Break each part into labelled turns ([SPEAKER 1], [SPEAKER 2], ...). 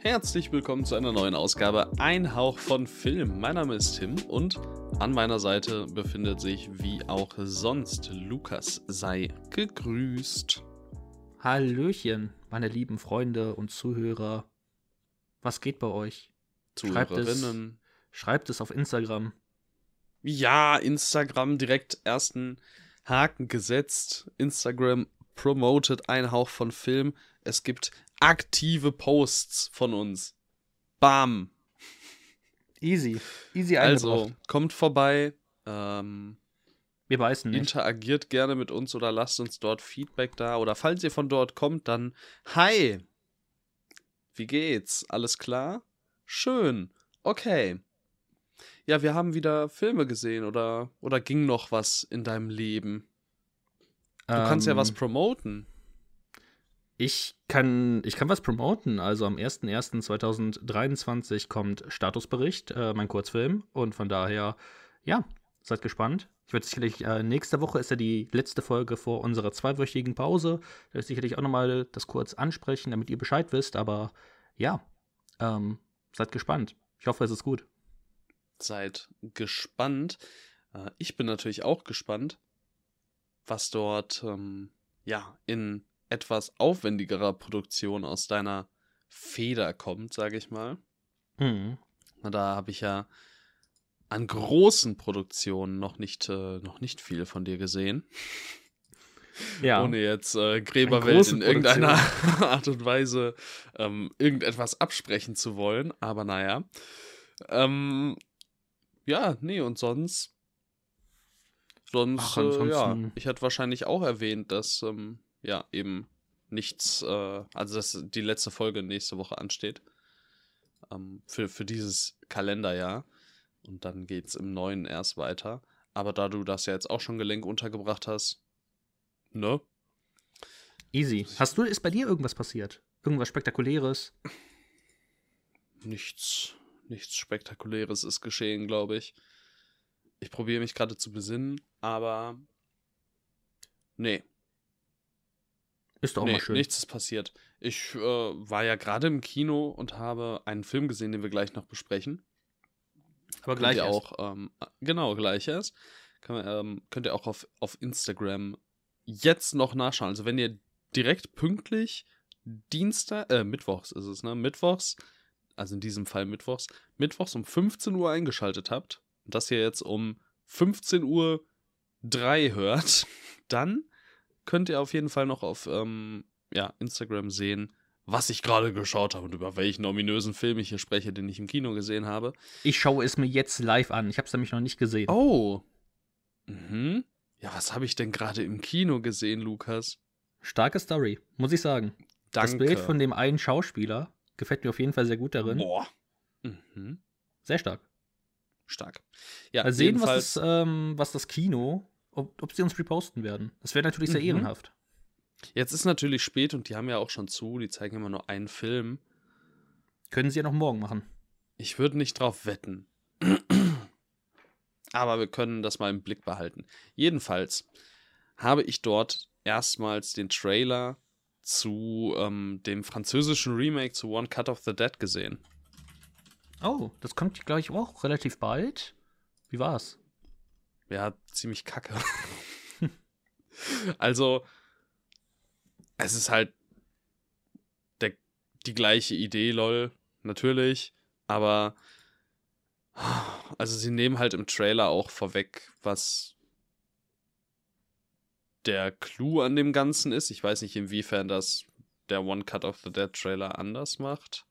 [SPEAKER 1] Herzlich willkommen zu einer neuen Ausgabe Ein Hauch von Film. Mein Name ist Tim und an meiner Seite befindet sich wie auch sonst Lukas. Sei gegrüßt.
[SPEAKER 2] Hallöchen, meine lieben Freunde und Zuhörer. Was geht bei euch?
[SPEAKER 1] Zuhörerinnen.
[SPEAKER 2] Schreibt es auf Instagram.
[SPEAKER 1] Ja, Instagram direkt ersten Haken gesetzt. Instagram promotet Ein Hauch von Film. Es gibt aktive Posts von uns. Bam.
[SPEAKER 2] Easy eingebracht.
[SPEAKER 1] Also, kommt vorbei.
[SPEAKER 2] Wir beißen nicht.
[SPEAKER 1] Interagiert gerne mit uns oder lasst uns dort Feedback da. Oder falls ihr von dort kommt, dann hi. Wie geht's? Alles klar? Schön. Okay. Ja, wir haben wieder Filme gesehen oder ging noch was in deinem Leben? Du kannst ja was promoten.
[SPEAKER 2] Ich kann was promoten. Also am 01.01.2023 kommt Statusbericht, mein Kurzfilm. Und von daher, ja, seid gespannt. Ich werde sicherlich, nächste Woche ist ja die letzte Folge vor unserer 2-wöchigen Pause. Da werde ich sicherlich auch nochmal das kurz ansprechen, damit ihr Bescheid wisst. Aber ja, seid gespannt. Ich hoffe, es ist gut.
[SPEAKER 1] Seid gespannt. Ich bin natürlich auch gespannt, was dort, in etwas aufwendigerer Produktion aus deiner Feder kommt, sage ich mal.
[SPEAKER 2] Mhm.
[SPEAKER 1] Da habe ich ja an großen Produktionen noch nicht viel von dir gesehen.
[SPEAKER 2] Ja.
[SPEAKER 1] Ohne jetzt Gräberwelt in irgendeiner Art und Weise irgendetwas absprechen zu wollen. Aber naja. Ja, nee, und sonst
[SPEAKER 2] ansonsten
[SPEAKER 1] ich hätte wahrscheinlich auch erwähnt, dass eben nichts, also dass die letzte Folge nächste Woche ansteht. Für dieses Kalenderjahr. Und dann geht's im neuen erst weiter. Aber da du das ja jetzt auch schon Gelenk untergebracht hast, ne?
[SPEAKER 2] Easy. Ist bei dir irgendwas passiert? Irgendwas Spektakuläres?
[SPEAKER 1] Nichts Spektakuläres ist geschehen, glaube ich. Ich probiere mich gerade zu besinnen, aber nee.
[SPEAKER 2] Ist doch auch mal schön.
[SPEAKER 1] Nichts ist passiert. Ich war ja gerade im Kino und habe einen Film gesehen, den wir gleich noch besprechen.
[SPEAKER 2] Aber gleich erst.
[SPEAKER 1] Auch, genau, gleich erst. Könnt ihr auch auf Instagram jetzt noch nachschauen. Also wenn ihr direkt pünktlich Mittwochs ist es, ne? Mittwochs, also in diesem Fall Mittwochs um 15 Uhr eingeschaltet habt und das hier jetzt um 15:03 Uhr hört, dann könnt ihr auf jeden Fall noch auf Instagram sehen, was ich gerade geschaut habe und über welchen ominösen Film ich hier spreche, den ich im Kino gesehen habe.
[SPEAKER 2] Ich schaue es mir jetzt live an. Ich habe es nämlich noch nicht gesehen.
[SPEAKER 1] Oh. Mhm. Ja, was habe ich denn gerade im Kino gesehen, Lukas?
[SPEAKER 2] Starke Story, muss ich sagen.
[SPEAKER 1] Danke.
[SPEAKER 2] Das Bild von dem einen Schauspieler gefällt mir auf jeden Fall sehr gut darin.
[SPEAKER 1] Boah. Mhm.
[SPEAKER 2] Sehr stark.
[SPEAKER 1] Stark. Ja,
[SPEAKER 2] mal sehen, was das Kino, ob sie uns reposten werden. Das wäre natürlich sehr ehrenhaft.
[SPEAKER 1] Jetzt ist natürlich spät und die haben ja auch schon zu. Die zeigen immer nur einen Film.
[SPEAKER 2] Können sie ja noch morgen machen.
[SPEAKER 1] Ich würde nicht drauf wetten. Aber wir können das mal im Blick behalten. Jedenfalls habe ich dort erstmals den Trailer zu dem französischen Remake zu One Cut of the Dead gesehen.
[SPEAKER 2] Oh, das kommt, glaube ich, auch relativ bald. Wie war's?
[SPEAKER 1] Ja, ziemlich kacke. Also, es ist halt die gleiche Idee, lol, natürlich. Aber, also sie nehmen halt im Trailer auch vorweg, was der Clou an dem Ganzen ist. Ich weiß nicht, inwiefern das der One Cut of the Dead Trailer anders macht.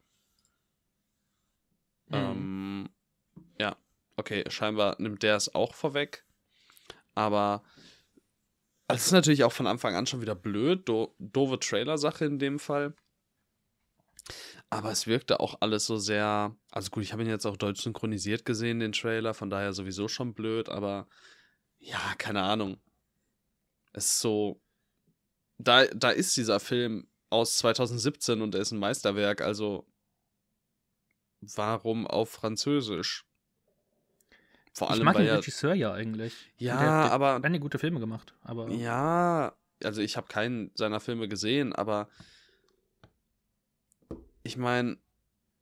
[SPEAKER 1] Ja, okay, scheinbar nimmt der es auch vorweg. Aber es ist natürlich auch von Anfang an schon wieder blöd, doofe Trailer-Sache in dem Fall. Aber es wirkte auch alles so sehr, also gut, ich habe ihn jetzt auch deutsch synchronisiert gesehen, den Trailer, von daher sowieso schon blöd, aber ja, keine Ahnung. Es ist so, da ist dieser Film aus 2017 und er ist ein Meisterwerk, also warum auf Französisch? Vor allem,
[SPEAKER 2] ich mag
[SPEAKER 1] weil
[SPEAKER 2] den Regisseur ja eigentlich.
[SPEAKER 1] Ja,
[SPEAKER 2] der
[SPEAKER 1] aber
[SPEAKER 2] hat gute Filme gemacht. Aber
[SPEAKER 1] ja, also ich habe keinen seiner Filme gesehen, aber ich meine,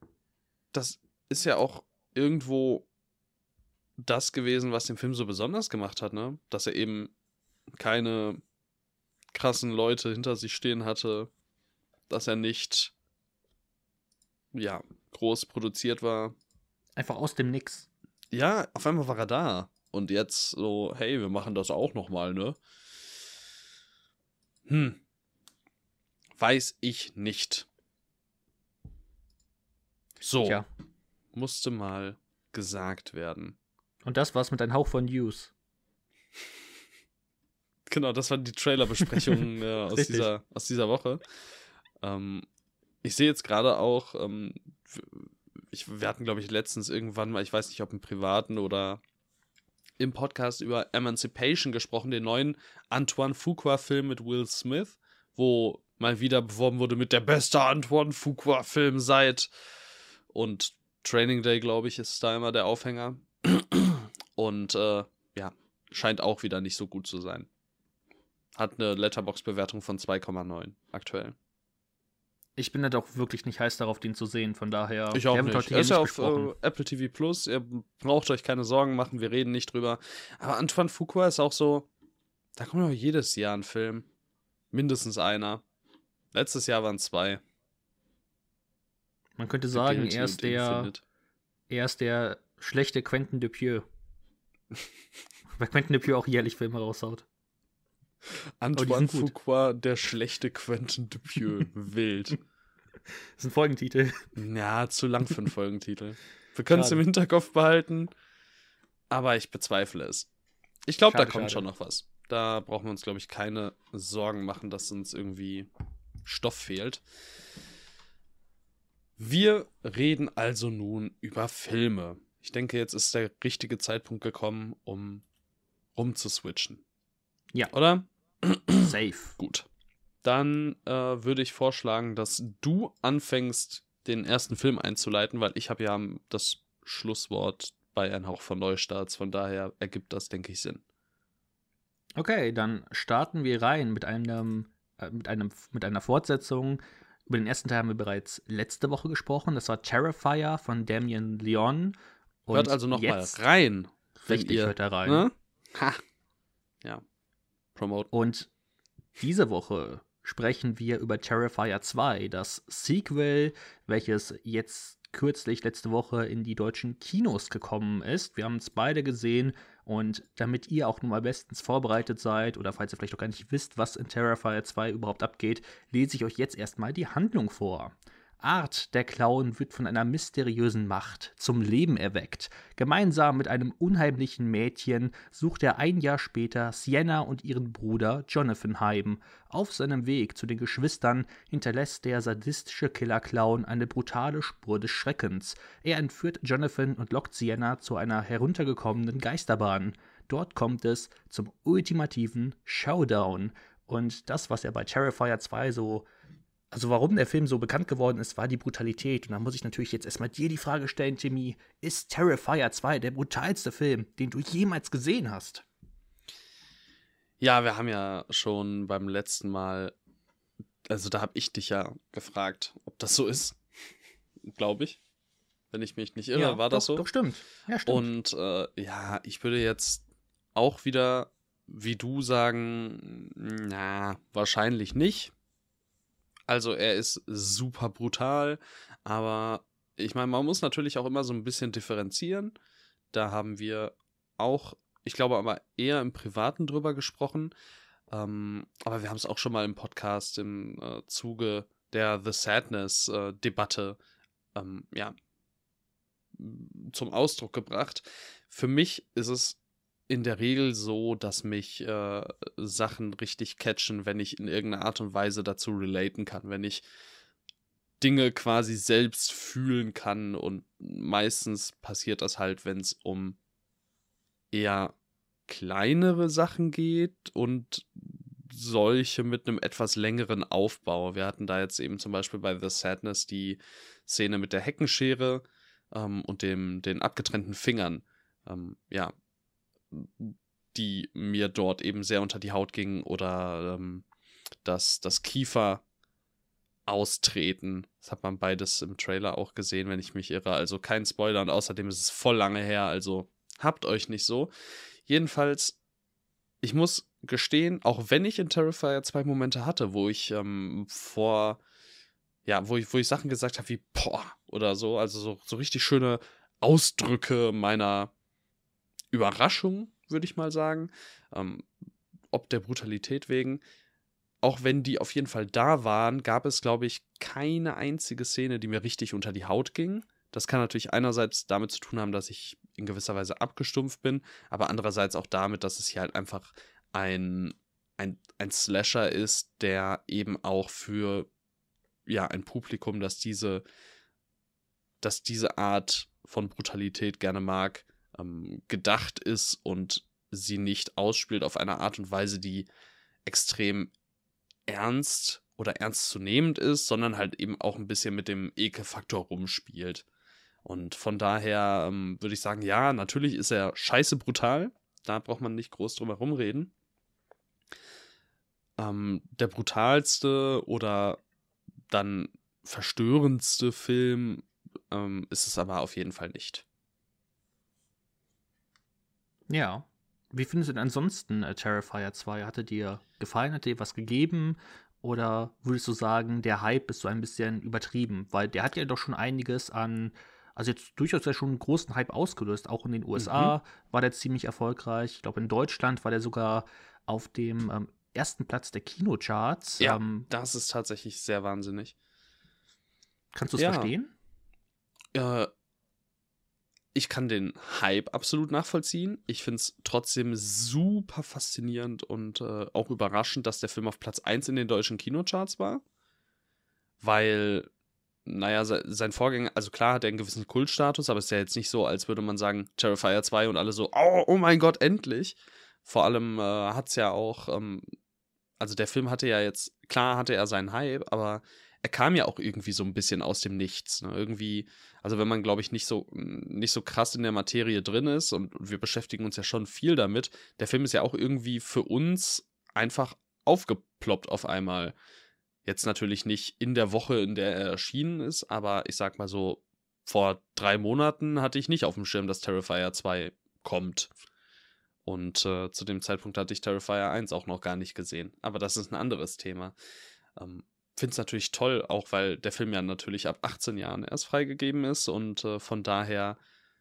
[SPEAKER 1] das ist ja auch irgendwo das gewesen, was den Film so besonders gemacht hat, ne? Dass er eben keine krassen Leute hinter sich stehen hatte, dass er nicht, ja, groß produziert war.
[SPEAKER 2] Einfach aus dem Nix.
[SPEAKER 1] Ja, auf einmal war er da. Und jetzt so, hey, wir machen das auch nochmal, ne? Weiß ich nicht. So,
[SPEAKER 2] Tja.
[SPEAKER 1] musste mal gesagt werden.
[SPEAKER 2] Und das war's mit einem Hauch von News.
[SPEAKER 1] Genau, das waren die Trailerbesprechungen aus
[SPEAKER 2] Richtig.
[SPEAKER 1] dieser Woche. Ich sehe jetzt gerade auch, wir hatten, glaube ich, letztens irgendwann mal, ich weiß nicht, ob im Privaten oder im Podcast über Emancipation gesprochen, den neuen Antoine Fuqua-Film mit Will Smith, wo mal wieder beworben wurde mit der beste Antoine Fuqua-Film seit, und Training Day, glaube ich, ist da immer der Aufhänger. Und ja, scheint auch wieder nicht so gut zu sein. Hat eine Letterboxd-Bewertung von 2,9 aktuell.
[SPEAKER 2] Ich bin halt auch wirklich nicht heiß darauf, den zu sehen, von daher.
[SPEAKER 1] Ich auch
[SPEAKER 2] wir haben
[SPEAKER 1] nicht.
[SPEAKER 2] heute
[SPEAKER 1] Er ist
[SPEAKER 2] hier
[SPEAKER 1] ja
[SPEAKER 2] nicht
[SPEAKER 1] auf
[SPEAKER 2] besprochen.
[SPEAKER 1] Apple TV Plus. Ihr braucht euch keine Sorgen machen, wir reden nicht drüber. Aber Antoine Fuqua ist auch so, da kommt doch jedes Jahr ein Film. Mindestens einer. Letztes Jahr waren 2.
[SPEAKER 2] Man könnte
[SPEAKER 1] The
[SPEAKER 2] sagen,
[SPEAKER 1] Guilty
[SPEAKER 2] er
[SPEAKER 1] und
[SPEAKER 2] ist der schlechte Quentin Dupieux. Weil Quentin Dupieux auch jährlich Filme raushaut.
[SPEAKER 1] Antoine
[SPEAKER 2] sind gut.
[SPEAKER 1] Fuqua, der schlechte Quentin Dupieux. Wild.
[SPEAKER 2] Das ist ein Folgentitel.
[SPEAKER 1] Ja, zu lang für einen Folgentitel. Wir können es
[SPEAKER 2] Schade.
[SPEAKER 1] im Hinterkopf behalten, aber ich bezweifle es. Ich glaube, da
[SPEAKER 2] Schade,
[SPEAKER 1] kommt
[SPEAKER 2] schade.
[SPEAKER 1] schon noch was. Da brauchen wir uns, glaube ich, keine Sorgen machen, dass uns irgendwie Stoff fehlt. Wir reden also nun über Filme. Ich denke, jetzt ist der richtige Zeitpunkt gekommen, um rumzuswitchen.
[SPEAKER 2] Ja.
[SPEAKER 1] Oder?
[SPEAKER 2] Safe.
[SPEAKER 1] Gut. Dann würde ich vorschlagen, dass du anfängst, den ersten Film einzuleiten, weil ich habe ja das Schlusswort bei Ein Hauch von Neustarts. Von daher ergibt das, denke ich, Sinn.
[SPEAKER 2] Okay, dann starten wir rein mit einer Fortsetzung. Über den ersten Teil haben wir bereits letzte Woche gesprochen. Das war Terrifier von Damien Leone. Und
[SPEAKER 1] Hört also nochmal
[SPEAKER 2] jetzt
[SPEAKER 1] rein. Wenn
[SPEAKER 2] richtig,
[SPEAKER 1] ihr,
[SPEAKER 2] hört da rein.
[SPEAKER 1] Ne? Ha. Ja. Promote.
[SPEAKER 2] Und diese Woche sprechen wir über Terrifier 2, das Sequel, welches jetzt kürzlich letzte Woche in die deutschen Kinos gekommen ist. Wir haben es beide gesehen und damit ihr auch nun mal bestens vorbereitet seid oder falls ihr vielleicht auch gar nicht wisst, was in Terrifier 2 überhaupt abgeht, lese ich euch jetzt erstmal die Handlung vor. Art, der Clown, wird von einer mysteriösen Macht zum Leben erweckt. Gemeinsam mit einem unheimlichen Mädchen sucht er ein Jahr später Sienna und ihren Bruder Jonathan heim. Auf seinem Weg zu den Geschwistern hinterlässt der sadistische Killer-Clown eine brutale Spur des Schreckens. Er entführt Jonathan und lockt Sienna zu einer heruntergekommenen Geisterbahn. Dort kommt es zum ultimativen Showdown. Und das, was er bei Terrifier 2 also warum der Film so bekannt geworden ist, war die Brutalität. Und da muss ich natürlich jetzt erstmal dir die Frage stellen, Timmy, ist Terrifier 2 der brutalste Film, den du jemals gesehen hast?
[SPEAKER 1] Ja, wir haben ja schon beim letzten Mal, also da habe ich dich ja gefragt, ob das so ist. Glaube ich. Wenn ich mich nicht irre, war das so?
[SPEAKER 2] Doch, stimmt. Ja, stimmt.
[SPEAKER 1] Und ja, ich würde jetzt auch wieder, wie du sagen, na, wahrscheinlich nicht. Also er ist super brutal, aber ich meine, man muss natürlich auch immer so ein bisschen differenzieren. Da haben wir auch, ich glaube aber eher im Privaten drüber gesprochen. Aber wir haben es auch schon mal im Podcast im Zuge der The Sadness-Debatte ja, zum Ausdruck gebracht. Für mich ist es in der Regel so, dass mich Sachen richtig catchen, wenn ich in irgendeiner Art und Weise dazu relaten kann, wenn ich Dinge quasi selbst fühlen kann, und meistens passiert das halt, wenn es um eher kleinere Sachen geht und solche mit einem etwas längeren Aufbau. Wir hatten da jetzt eben zum Beispiel bei The Sadness die Szene mit der Heckenschere und den abgetrennten Fingern. Ja, die mir dort eben sehr unter die Haut gingen, oder das Kiefer austreten. Das hat man beides im Trailer auch gesehen, wenn ich mich irre. Also kein Spoiler und außerdem ist es voll lange her, also habt euch nicht so. Jedenfalls, ich muss gestehen, auch wenn ich in Terrifier 2 Momente hatte, wo ich wo ich Sachen gesagt habe wie boah oder so, also so richtig schöne Ausdrücke meiner Überraschung, würde ich mal sagen, ob der Brutalität wegen. Auch wenn die auf jeden Fall da waren, gab es, glaube ich, keine einzige Szene, die mir richtig unter die Haut ging. Das kann natürlich einerseits damit zu tun haben, dass ich in gewisser Weise abgestumpft bin, aber andererseits auch damit, dass es hier halt einfach ein Slasher ist, der eben auch für ein Publikum, das diese Art von Brutalität gerne mag, gedacht ist und sie nicht ausspielt auf eine Art und Weise, die extrem ernst oder ernstzunehmend ist, sondern halt eben auch ein bisschen mit dem Ekelfaktor rumspielt. Und von daher würde ich sagen, ja, natürlich ist er scheiße brutal. Da braucht man nicht groß drum herum reden. Der brutalste oder dann verstörendste Film ist es aber auf jeden Fall nicht.
[SPEAKER 2] Ja. Wie findest du denn ansonsten Terrifier 2? Hatte dir gefallen? Hat dir was gegeben? Oder würdest du sagen, der Hype ist so ein bisschen übertrieben? Weil der hat ja doch schon einiges also jetzt durchaus ja schon einen großen Hype ausgelöst. Auch in den USA war der ziemlich erfolgreich. Ich glaube, in Deutschland war der sogar auf dem ersten Platz der Kinocharts.
[SPEAKER 1] Ja, das ist tatsächlich sehr wahnsinnig.
[SPEAKER 2] Kannst du es verstehen?
[SPEAKER 1] Ich kann den Hype absolut nachvollziehen. Ich finde es trotzdem super faszinierend und auch überraschend, dass der Film auf Platz 1 in den deutschen Kinocharts war. Weil, naja, sein Vorgänger, also klar hat er einen gewissen Kultstatus, aber es ist ja jetzt nicht so, als würde man sagen, Terrifier 2 und alle so, oh mein Gott, endlich. Vor allem hat es ja auch, also der Film hatte ja jetzt, klar hatte er seinen Hype, aber er kam ja auch irgendwie so ein bisschen aus dem Nichts. Ne? Irgendwie, also wenn man, glaube ich, nicht so krass in der Materie drin ist und wir beschäftigen uns ja schon viel damit, der Film ist ja auch irgendwie für uns einfach aufgeploppt auf einmal. Jetzt natürlich nicht in der Woche, in der er erschienen ist, aber ich sag mal so, vor 3 Monaten hatte ich nicht auf dem Schirm, dass Terrifier 2 kommt. Und zu dem Zeitpunkt hatte ich Terrifier 1 auch noch gar nicht gesehen. Aber das ist ein anderes Thema. Finde es natürlich toll, auch weil der Film ja natürlich ab 18 Jahren erst freigegeben ist und von daher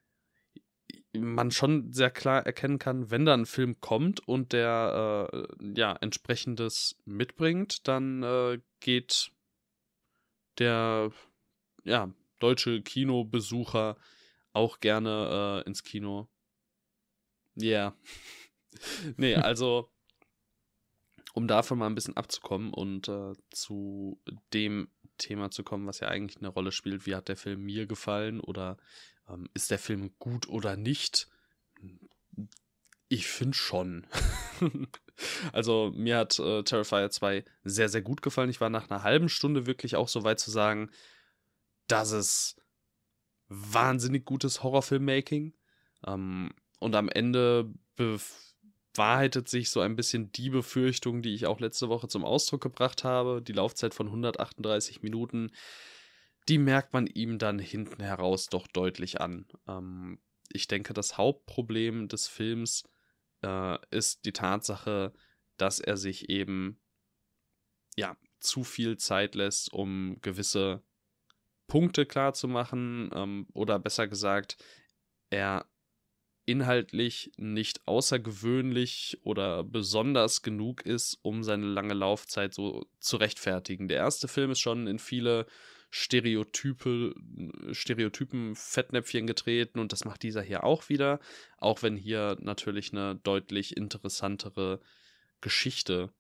[SPEAKER 1] man schon sehr klar erkennen kann, wenn da ein Film kommt und der entsprechendes mitbringt, dann geht der deutsche Kinobesucher auch gerne ins Kino. Ja. Yeah. Nee, also um davon mal ein bisschen abzukommen und zu dem Thema zu kommen, was ja eigentlich eine Rolle spielt, wie hat der Film mir gefallen oder ist der Film gut oder nicht? Ich finde schon. Also mir hat Terrifier 2 sehr, sehr gut gefallen. Ich war nach einer halben Stunde wirklich auch so weit zu sagen, das ist wahnsinnig gutes Horrorfilmmaking. Und am Ende bewahrheitet sich so ein bisschen die Befürchtung, die ich auch letzte Woche zum Ausdruck gebracht habe. Die Laufzeit von 138 Minuten, die merkt man ihm dann hinten heraus doch deutlich an. Ich denke, das Hauptproblem des Films ist die Tatsache, dass er sich eben zu viel Zeit lässt, um gewisse Punkte klar zu machen, oder besser gesagt, er inhaltlich nicht außergewöhnlich oder besonders genug ist, um seine lange Laufzeit so zu rechtfertigen. Der erste Film ist schon in viele Stereotypen Fettnäpfchen getreten und das macht dieser hier auch wieder, auch wenn hier natürlich eine deutlich interessantere Geschichte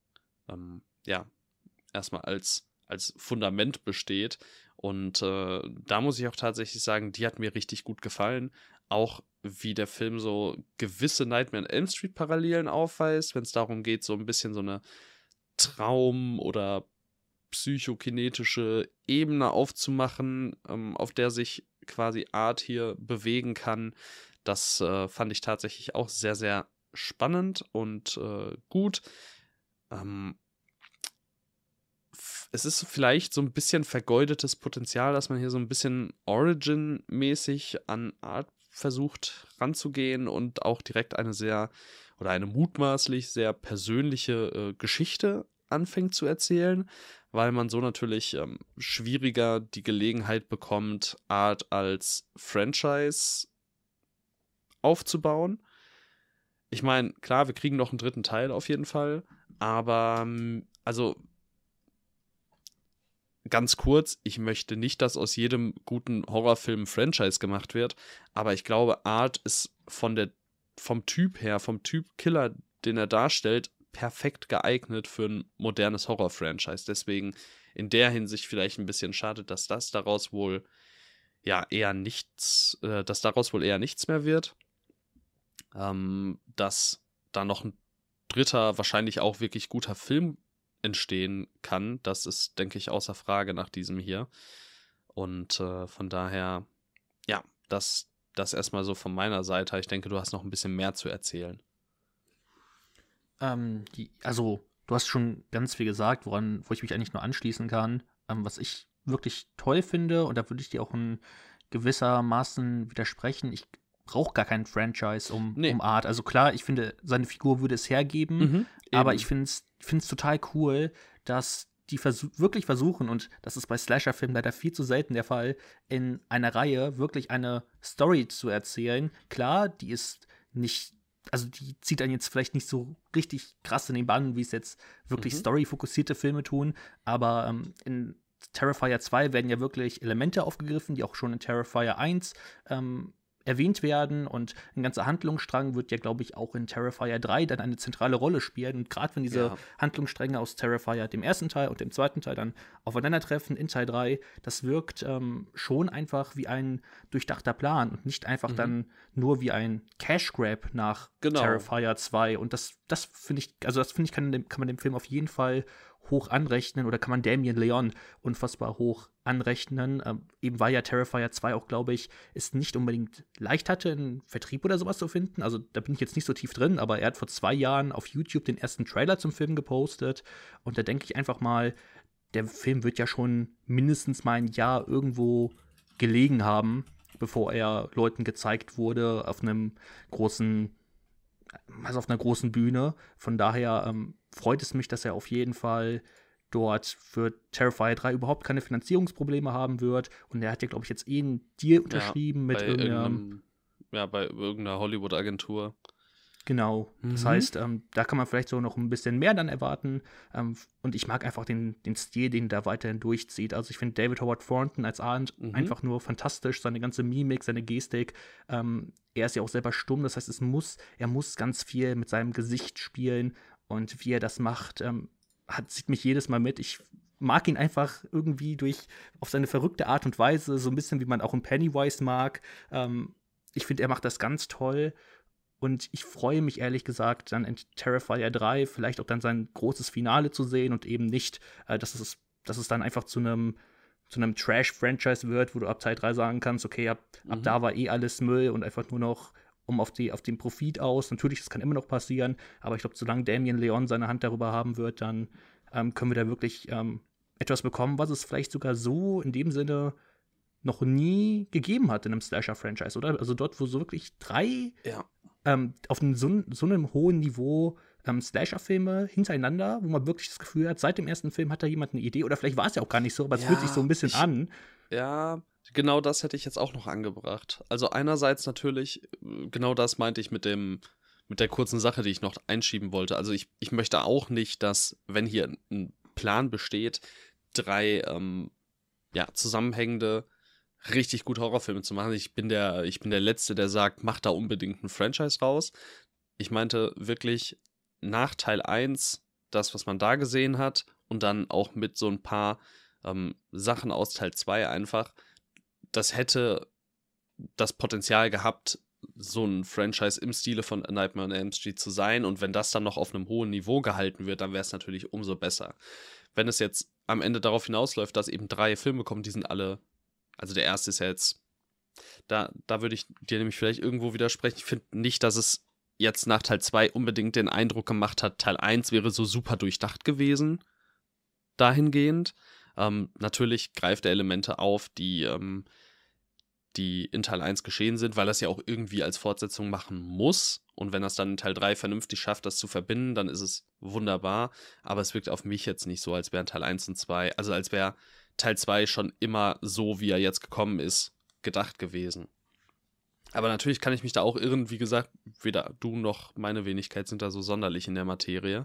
[SPEAKER 1] erstmal als Fundament besteht. Und da muss ich auch tatsächlich sagen, die hat mir richtig gut gefallen. Auch wie der Film so gewisse Nightmare on Elm Street Parallelen aufweist, wenn es darum geht, so ein bisschen so eine Traum- oder psychokinetische Ebene aufzumachen, auf der sich quasi Art hier bewegen kann. Das fand ich tatsächlich auch sehr, sehr spannend und gut. es ist vielleicht so ein bisschen vergeudetes Potenzial, dass man hier so ein bisschen Origin-mäßig an Art versucht ranzugehen und auch direkt eine mutmaßlich sehr persönliche Geschichte anfängt zu erzählen, weil man so natürlich schwieriger die Gelegenheit bekommt, Art als Franchise aufzubauen. Ich meine, klar, wir kriegen noch einen dritten Teil auf jeden Fall, aber also ganz kurz, ich möchte nicht, dass aus jedem guten Horrorfilm ein Franchise gemacht wird, aber ich glaube, Art ist vom Typ her, vom Typ Killer, den er darstellt, perfekt geeignet für ein modernes Horror-Franchise. Deswegen in der Hinsicht vielleicht ein bisschen schade, dass daraus wohl eher nichts mehr wird. Dass da noch ein dritter, wahrscheinlich auch wirklich guter Film entstehen kann, das ist, denke ich, außer Frage nach diesem hier. Und von daher, ja, das erstmal so von meiner Seite. Ich denke, du hast noch ein bisschen mehr zu erzählen.
[SPEAKER 2] Also, du hast schon ganz viel gesagt, wo ich mich eigentlich nur anschließen kann. Was ich wirklich toll finde, und da würde ich dir auch in gewissermaßen widersprechen, ich brauche gar keinen Franchise um Art. Also klar, ich finde, seine Figur würde es hergeben, aber ich finde es total cool, dass die wirklich versuchen, und das ist bei Slasher-Filmen leider viel zu selten der Fall, in einer Reihe wirklich eine Story zu erzählen. Klar, die ist nicht, also die zieht einen jetzt vielleicht nicht so richtig krass in den Bann, wie es jetzt wirklich storyfokussierte Filme tun, aber in Terrifier 2 werden ja wirklich Elemente aufgegriffen, die auch schon in Terrifier 1 erwähnt werden, und ein ganzer Handlungsstrang wird ja, glaube ich, auch in Terrifier 3 dann eine zentrale Rolle spielen, und gerade wenn diese Handlungsstränge aus Terrifier, dem ersten Teil und dem zweiten Teil, dann aufeinandertreffen in Teil 3, das wirkt schon einfach wie ein durchdachter Plan und nicht einfach dann nur wie ein Cash Grab nach Terrifier 2, und das finde ich, kann man dem Film auf jeden Fall hoch anrechnen, oder kann man Damien Leone unfassbar hoch anrechnen, eben weil ja Terrifier 2 auch, glaube ich, es nicht unbedingt leicht hatte, einen Vertrieb oder sowas zu finden. Also da bin ich jetzt nicht so tief drin, aber er hat vor 2 Jahren auf YouTube den ersten Trailer zum Film gepostet, und da denke ich einfach mal, der Film wird ja schon mindestens mal ein Jahr irgendwo gelegen haben, bevor er Leuten gezeigt wurde auf einer großen Bühne. Von daher freut es mich, dass er auf jeden Fall dort für Terrifier 3 überhaupt keine Finanzierungsprobleme haben wird. Und er hat ja, glaube ich, jetzt einen Deal unterschrieben mit
[SPEAKER 1] bei irgendeiner Hollywood-Agentur.
[SPEAKER 2] Genau. Das heißt, da kann man vielleicht so noch ein bisschen mehr dann erwarten. Und ich mag einfach den Stil, den da weiterhin durchzieht. Also ich finde David Howard Thornton als Arndt einfach nur fantastisch. Seine ganze Mimik, seine Gestik. Er ist ja auch selber stumm. Das heißt, er muss ganz viel mit seinem Gesicht spielen. Und wie er das macht, zieht mich jedes Mal mit. Ich mag ihn einfach irgendwie auf seine verrückte Art und Weise, so ein bisschen wie man auch einen Pennywise mag. Ich finde, er macht das ganz toll. Und ich freue mich ehrlich gesagt, dann in Terrifier 3 vielleicht auch dann sein großes Finale zu sehen und eben nicht, dass es dann einfach zu einem Trash-Franchise wird, wo du ab Teil 3 sagen kannst, okay, ab da war alles Müll und einfach nur noch auf den Profit aus. Natürlich, das kann immer noch passieren, aber ich glaube, solange Damien Leone seine Hand darüber haben wird, dann können wir da wirklich etwas bekommen, was es vielleicht sogar so in dem Sinne noch nie gegeben hat in einem Slasher-Franchise, oder? Also dort, wo so wirklich 3 auf so einem hohen Niveau Slasher-Filme hintereinander, wo man wirklich das Gefühl hat, seit dem ersten Film hat da jemand eine Idee, oder vielleicht war es ja auch gar nicht so, aber es fühlt sich so ein bisschen an.
[SPEAKER 1] Ja, genau das hätte ich jetzt auch noch angebracht. Also einerseits natürlich, genau das meinte ich mit der kurzen Sache, die ich noch einschieben wollte. Also ich möchte auch nicht, dass, wenn hier ein Plan besteht, 3 zusammenhängende richtig gute Horrorfilme zu machen. Ich bin der Letzte, der sagt, mach da unbedingt ein Franchise raus. Ich meinte wirklich nach Teil 1, das, was man da gesehen hat, und dann auch mit so ein paar Sachen aus Teil 2 einfach, das hätte das Potenzial gehabt, so ein Franchise im Stile von A Nightmare on Elm Street zu sein, und wenn das dann noch auf einem hohen Niveau gehalten wird, dann wäre es natürlich umso besser. Wenn es jetzt am Ende darauf hinausläuft, dass eben 3 Filme kommen, die sind alle. Also der erste ist ja jetzt, da würde ich dir nämlich vielleicht irgendwo widersprechen. Ich finde nicht, dass es jetzt nach Teil 2 unbedingt den Eindruck gemacht hat, Teil 1 wäre so super durchdacht gewesen. dahingehend. Natürlich greift er Elemente auf, die in Teil 1 geschehen sind, weil er es ja auch irgendwie als Fortsetzung machen muss. Und wenn er es dann in Teil 3 vernünftig schafft, das zu verbinden, dann ist es wunderbar. Aber es wirkt auf mich jetzt nicht so, als wären Teil 1 und 2, also als wäre Teil 2 schon immer so, wie er jetzt gekommen ist, gedacht gewesen. Aber natürlich kann ich mich da auch irren. Wie gesagt, weder du noch meine Wenigkeit sind da so sonderlich in der Materie.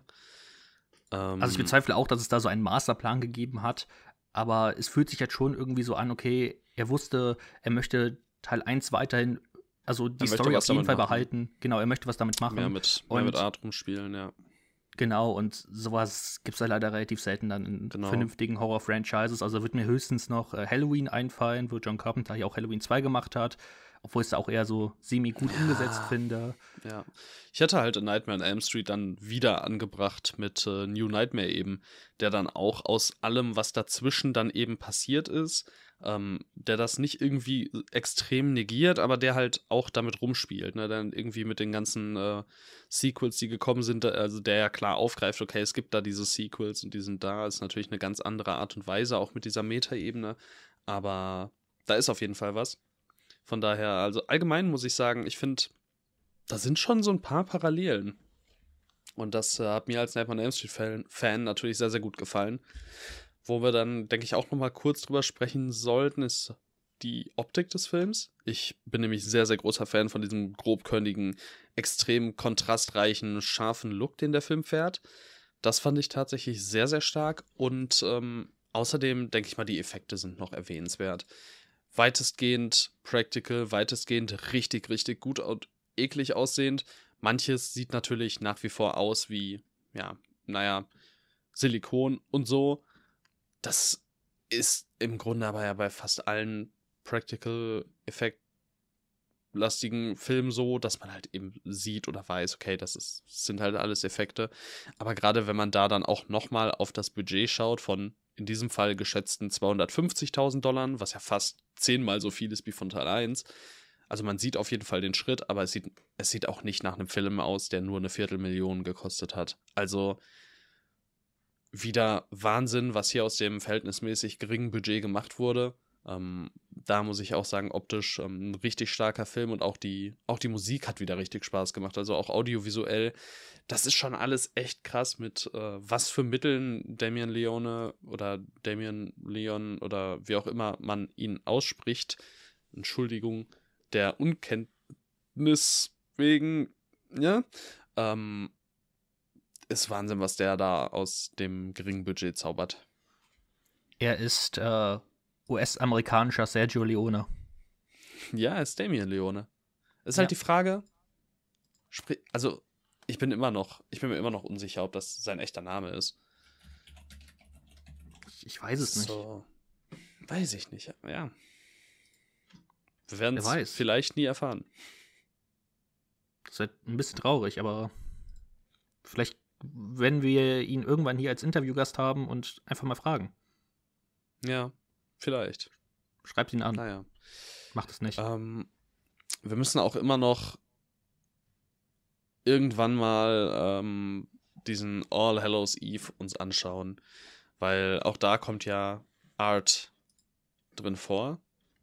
[SPEAKER 2] Also ich bezweifle auch, dass es da so einen Masterplan gegeben hat, aber es fühlt sich jetzt schon irgendwie so an, okay, er wusste, er möchte Teil 1 weiterhin, also die Story auf jeden Fall behalten. Genau, er möchte was damit machen.
[SPEAKER 1] Mehr mit Art rumspielen, ja.
[SPEAKER 2] Genau, und sowas gibt es ja leider relativ selten dann in vernünftigen Horror-Franchises. Also wird mir höchstens noch Halloween einfallen, wo John Carpenter ja auch Halloween 2 gemacht hat, obwohl ich es da auch eher so semi-gut umgesetzt finde.
[SPEAKER 1] Ja, ich hätte halt A Nightmare on Elm Street dann wieder angebracht mit New Nightmare eben, der dann auch aus allem, was dazwischen dann eben passiert ist, der das nicht irgendwie extrem negiert, aber der halt auch damit rumspielt, ne? Dann irgendwie mit den ganzen Sequels, die gekommen sind, also der ja klar aufgreift, okay, es gibt da diese Sequels und die sind da, ist natürlich eine ganz andere Art und Weise, auch mit dieser Meta-Ebene, aber da ist auf jeden Fall was. Von daher, also allgemein muss ich sagen, ich finde, da sind schon so ein paar Parallelen. Und das hat mir als Nightmare on Elm Street-Fan natürlich sehr, sehr gut gefallen. Wo wir dann, denke ich, auch nochmal kurz drüber sprechen sollten, ist die Optik des Films. Ich bin nämlich sehr, sehr großer Fan von diesem grobkörnigen, extrem kontrastreichen, scharfen Look, den der Film fährt. Das fand ich tatsächlich sehr, sehr stark. Und außerdem, denke ich mal, die Effekte sind noch erwähnenswert. Weitestgehend practical, weitestgehend richtig, richtig gut und eklig aussehend. Manches sieht natürlich nach wie vor aus wie, ja, naja, Silikon und so. Das ist im Grunde aber ja bei fast allen Practical-Effekt-lastigen Filmen so, dass man halt eben sieht oder weiß, okay, sind halt alles Effekte. Aber gerade wenn man da dann auch nochmal auf das Budget schaut von in diesem Fall geschätzten $250.000, was ja fast 10-mal so viel ist wie von Teil 1. Also man sieht auf jeden Fall den Schritt, aber es sieht auch nicht nach einem Film aus, der nur 250.000 gekostet hat. Also wieder Wahnsinn, was hier aus dem verhältnismäßig geringen Budget gemacht wurde. Da muss ich auch sagen, optisch ein richtig starker Film und auch die Musik hat wieder richtig Spaß gemacht. Also auch audiovisuell. Das ist schon alles echt krass mit was für Mitteln Damien Leone oder wie auch immer man ihn ausspricht. Entschuldigung, der Unkenntnis wegen, ja. Ist Wahnsinn, was der da aus dem geringen Budget zaubert.
[SPEAKER 2] Er ist US-amerikanischer Sergio Leone.
[SPEAKER 1] Ja, er ist Damien Leone. Ist halt die Frage, also ich bin mir immer noch unsicher, ob das sein echter Name ist.
[SPEAKER 2] Ich weiß es nicht.
[SPEAKER 1] Weiß ich nicht, ja. Wir werden es vielleicht nie erfahren.
[SPEAKER 2] Das wird ein bisschen traurig, aber vielleicht, wenn wir ihn irgendwann hier als Interviewgast haben und einfach mal fragen.
[SPEAKER 1] Ja, vielleicht.
[SPEAKER 2] Schreibt ihn an.
[SPEAKER 1] Naja.
[SPEAKER 2] Macht es nicht.
[SPEAKER 1] Wir müssen auch immer noch irgendwann mal diesen All Hallows Eve uns anschauen, weil auch da kommt ja Art drin vor.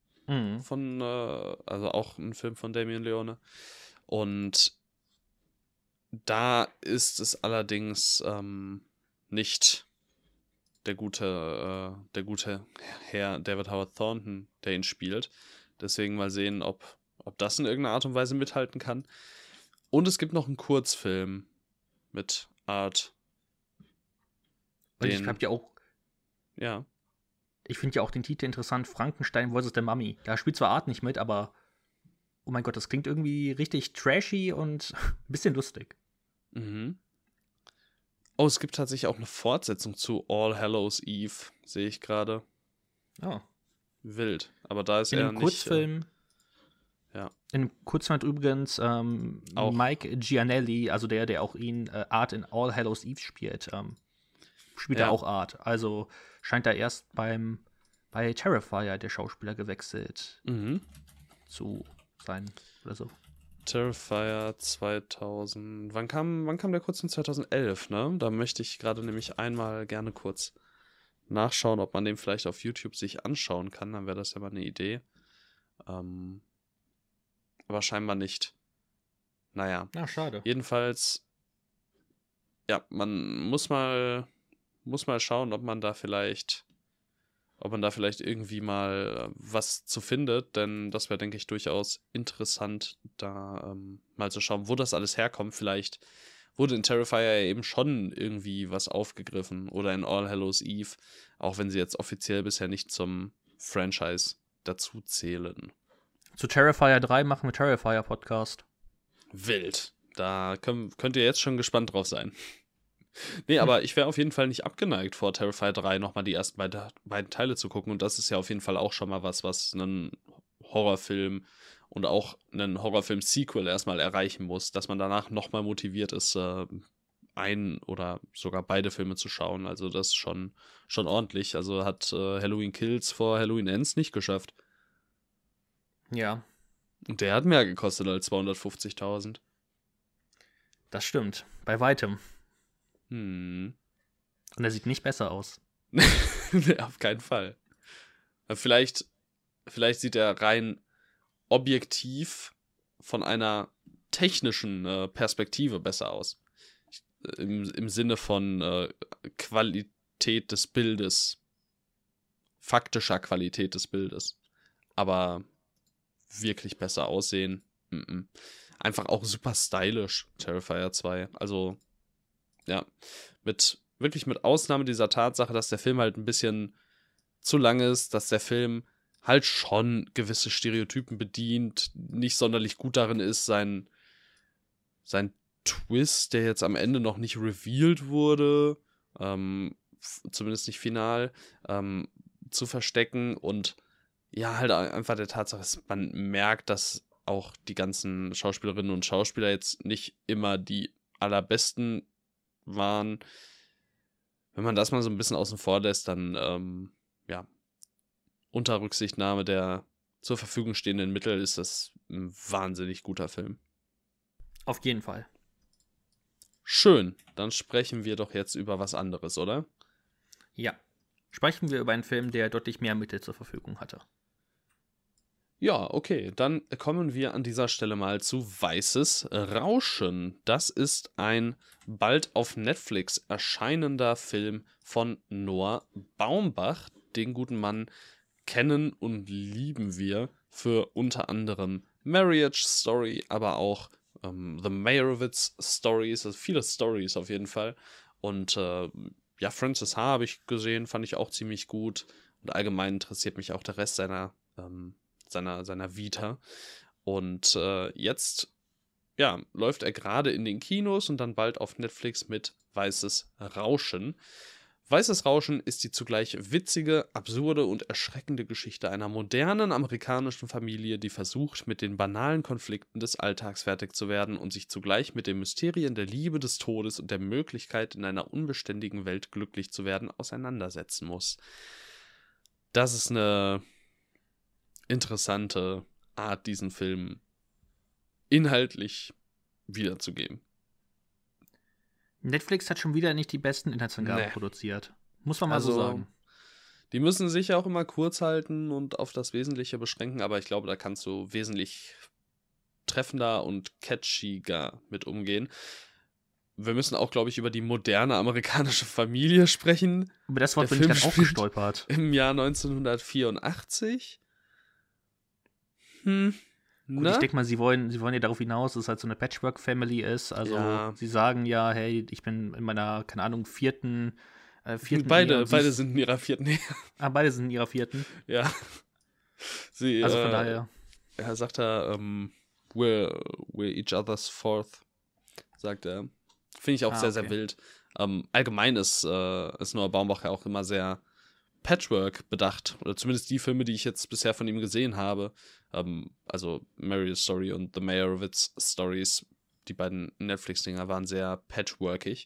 [SPEAKER 1] Also auch ein Film von Damien Leone. Und da ist es allerdings nicht der gute Herr David Howard Thornton, der ihn spielt. Deswegen mal sehen, ob das in irgendeiner Art und Weise mithalten kann. Und es gibt noch einen Kurzfilm mit Art.
[SPEAKER 2] Und ich hab ja auch.
[SPEAKER 1] Ja.
[SPEAKER 2] Ich finde ja auch den Titel interessant: Frankenstein vs. der Mummy. Da spielt zwar Art nicht mit, aber oh mein Gott, das klingt irgendwie richtig trashy und ein bisschen lustig.
[SPEAKER 1] Mhm. Oh, es gibt tatsächlich auch eine Fortsetzung zu All Hallows Eve, sehe ich gerade.
[SPEAKER 2] Oh.
[SPEAKER 1] Wild. Aber da ist
[SPEAKER 2] in
[SPEAKER 1] er
[SPEAKER 2] einem
[SPEAKER 1] nicht.
[SPEAKER 2] Kurzfilm.
[SPEAKER 1] Ja.
[SPEAKER 2] In einem Kurzfilm hat übrigens
[SPEAKER 1] auch
[SPEAKER 2] Mike Gianelli, also der auch ihn Art in All Hallows Eve spielt, spielt er auch Art. Also scheint er erst bei Terrifier der Schauspieler gewechselt zu sein oder so.
[SPEAKER 1] Terrifier 2000. Wann kam der Kurzfilm? 2011, ne? Da möchte ich gerade nämlich einmal gerne kurz nachschauen, ob man den vielleicht auf YouTube sich anschauen kann. Dann wäre das ja mal eine Idee. Aber scheinbar nicht. Naja.
[SPEAKER 2] Ja, schade.
[SPEAKER 1] Jedenfalls, ja, man muss mal schauen, ob man da vielleicht irgendwie mal was zu findet, denn das wäre, denke ich, durchaus interessant, da mal zu schauen, wo das alles herkommt. Vielleicht wurde in Terrifier eben schon irgendwie was aufgegriffen oder in All Hallows Eve, auch wenn sie jetzt offiziell bisher nicht zum Franchise dazu zählen.
[SPEAKER 2] Zu Terrifier 3 machen wir Terrifier Podcast.
[SPEAKER 1] Wild. Da könnt ihr jetzt schon gespannt drauf sein. Nee, aber ich wäre auf jeden Fall nicht abgeneigt, vor Terrifier 3 nochmal die ersten beiden Teile zu gucken. Und das ist ja auf jeden Fall auch schon mal was einen Horrorfilm und auch einen Horrorfilm-Sequel erstmal erreichen muss, dass man danach nochmal motiviert ist, ein oder sogar beide Filme zu schauen. Also das ist schon ordentlich. Also hat Halloween Kills vor Halloween Ends nicht geschafft.
[SPEAKER 2] Ja.
[SPEAKER 1] Und der hat mehr gekostet als 250.000.
[SPEAKER 2] Das stimmt. Bei weitem.
[SPEAKER 1] Und
[SPEAKER 2] er sieht nicht besser aus.
[SPEAKER 1] Nee, auf keinen Fall. Vielleicht sieht er rein objektiv von einer technischen Perspektive besser aus. Im Sinne von Qualität des Bildes. Faktischer Qualität des Bildes. Aber wirklich besser aussehen. Einfach auch super stylisch, Terrifier 2. Also, ja, wirklich mit Ausnahme dieser Tatsache, dass der Film halt ein bisschen zu lang ist, dass der Film halt schon gewisse Stereotypen bedient, nicht sonderlich gut darin ist, sein Twist, der jetzt am Ende noch nicht revealed wurde, zumindest nicht final, zu verstecken und ja, halt einfach der Tatsache, dass man merkt, dass auch die ganzen Schauspielerinnen und Schauspieler jetzt nicht immer die allerbesten waren. Wenn man das mal so ein bisschen außen vor lässt, dann, ja, unter Rücksichtnahme der zur Verfügung stehenden Mittel ist das ein wahnsinnig guter Film.
[SPEAKER 2] Auf jeden Fall.
[SPEAKER 1] Schön, dann sprechen wir doch jetzt über was anderes, oder?
[SPEAKER 2] Ja. Sprechen wir über einen Film, der deutlich mehr Mittel zur Verfügung hatte.
[SPEAKER 1] Ja, okay, dann kommen wir an dieser Stelle mal zu Weißes Rauschen. Das ist ein bald auf Netflix erscheinender Film von Noah Baumbach. Den guten Mann kennen und lieben wir für unter anderem Marriage Story, aber auch The Meyerowitz Stories, also viele Stories auf jeden Fall. Und ja, Frances H. habe ich gesehen, fand ich auch ziemlich gut. Und allgemein interessiert mich auch der Rest seiner Vita. Und jetzt, ja, läuft er gerade in den Kinos und dann bald auf Netflix mit Weißes Rauschen. Weißes Rauschen ist die zugleich witzige, absurde und erschreckende Geschichte einer modernen amerikanischen Familie, die versucht, mit den banalen Konflikten des Alltags fertig zu werden und sich zugleich mit den Mysterien der Liebe, des Todes und der Möglichkeit, in einer unbeständigen Welt glücklich zu werden, auseinandersetzen muss. Das ist eine interessante Art, diesen Film inhaltlich wiederzugeben.
[SPEAKER 2] Netflix hat schon wieder nicht die besten Inhaltsangaben produziert. Muss man mal so sagen.
[SPEAKER 1] Die müssen sich ja auch immer kurz halten und auf das Wesentliche beschränken, aber ich glaube, da kannst du wesentlich treffender und catchiger mit umgehen. Wir müssen auch, glaube ich, über die moderne amerikanische Familie sprechen.
[SPEAKER 2] Über das Wort bin ich dann auch gestolpert.
[SPEAKER 1] Im Jahr 1984.
[SPEAKER 2] Gut, ich denke mal, sie wollen ja darauf hinaus, dass es halt so eine Patchwork-Family ist. Also
[SPEAKER 1] ja.
[SPEAKER 2] Sie sagen ja, hey, ich bin in meiner, keine Ahnung, vierten
[SPEAKER 1] Beide sind in ihrer vierten Ehe.
[SPEAKER 2] Beide sind in ihrer vierten.
[SPEAKER 1] Ja.
[SPEAKER 2] Also von daher.
[SPEAKER 1] Er sagt da, we're each other's fourth, sagt er. Finde ich auch sehr, sehr wild. Allgemein ist Noah Baumbach ja auch immer sehr Patchwork bedacht. Oder zumindest die Filme, die ich jetzt bisher von ihm gesehen habe. Also Marriage Story und The Meyerowitz Stories, die beiden Netflix-Dinger waren sehr patchworkig.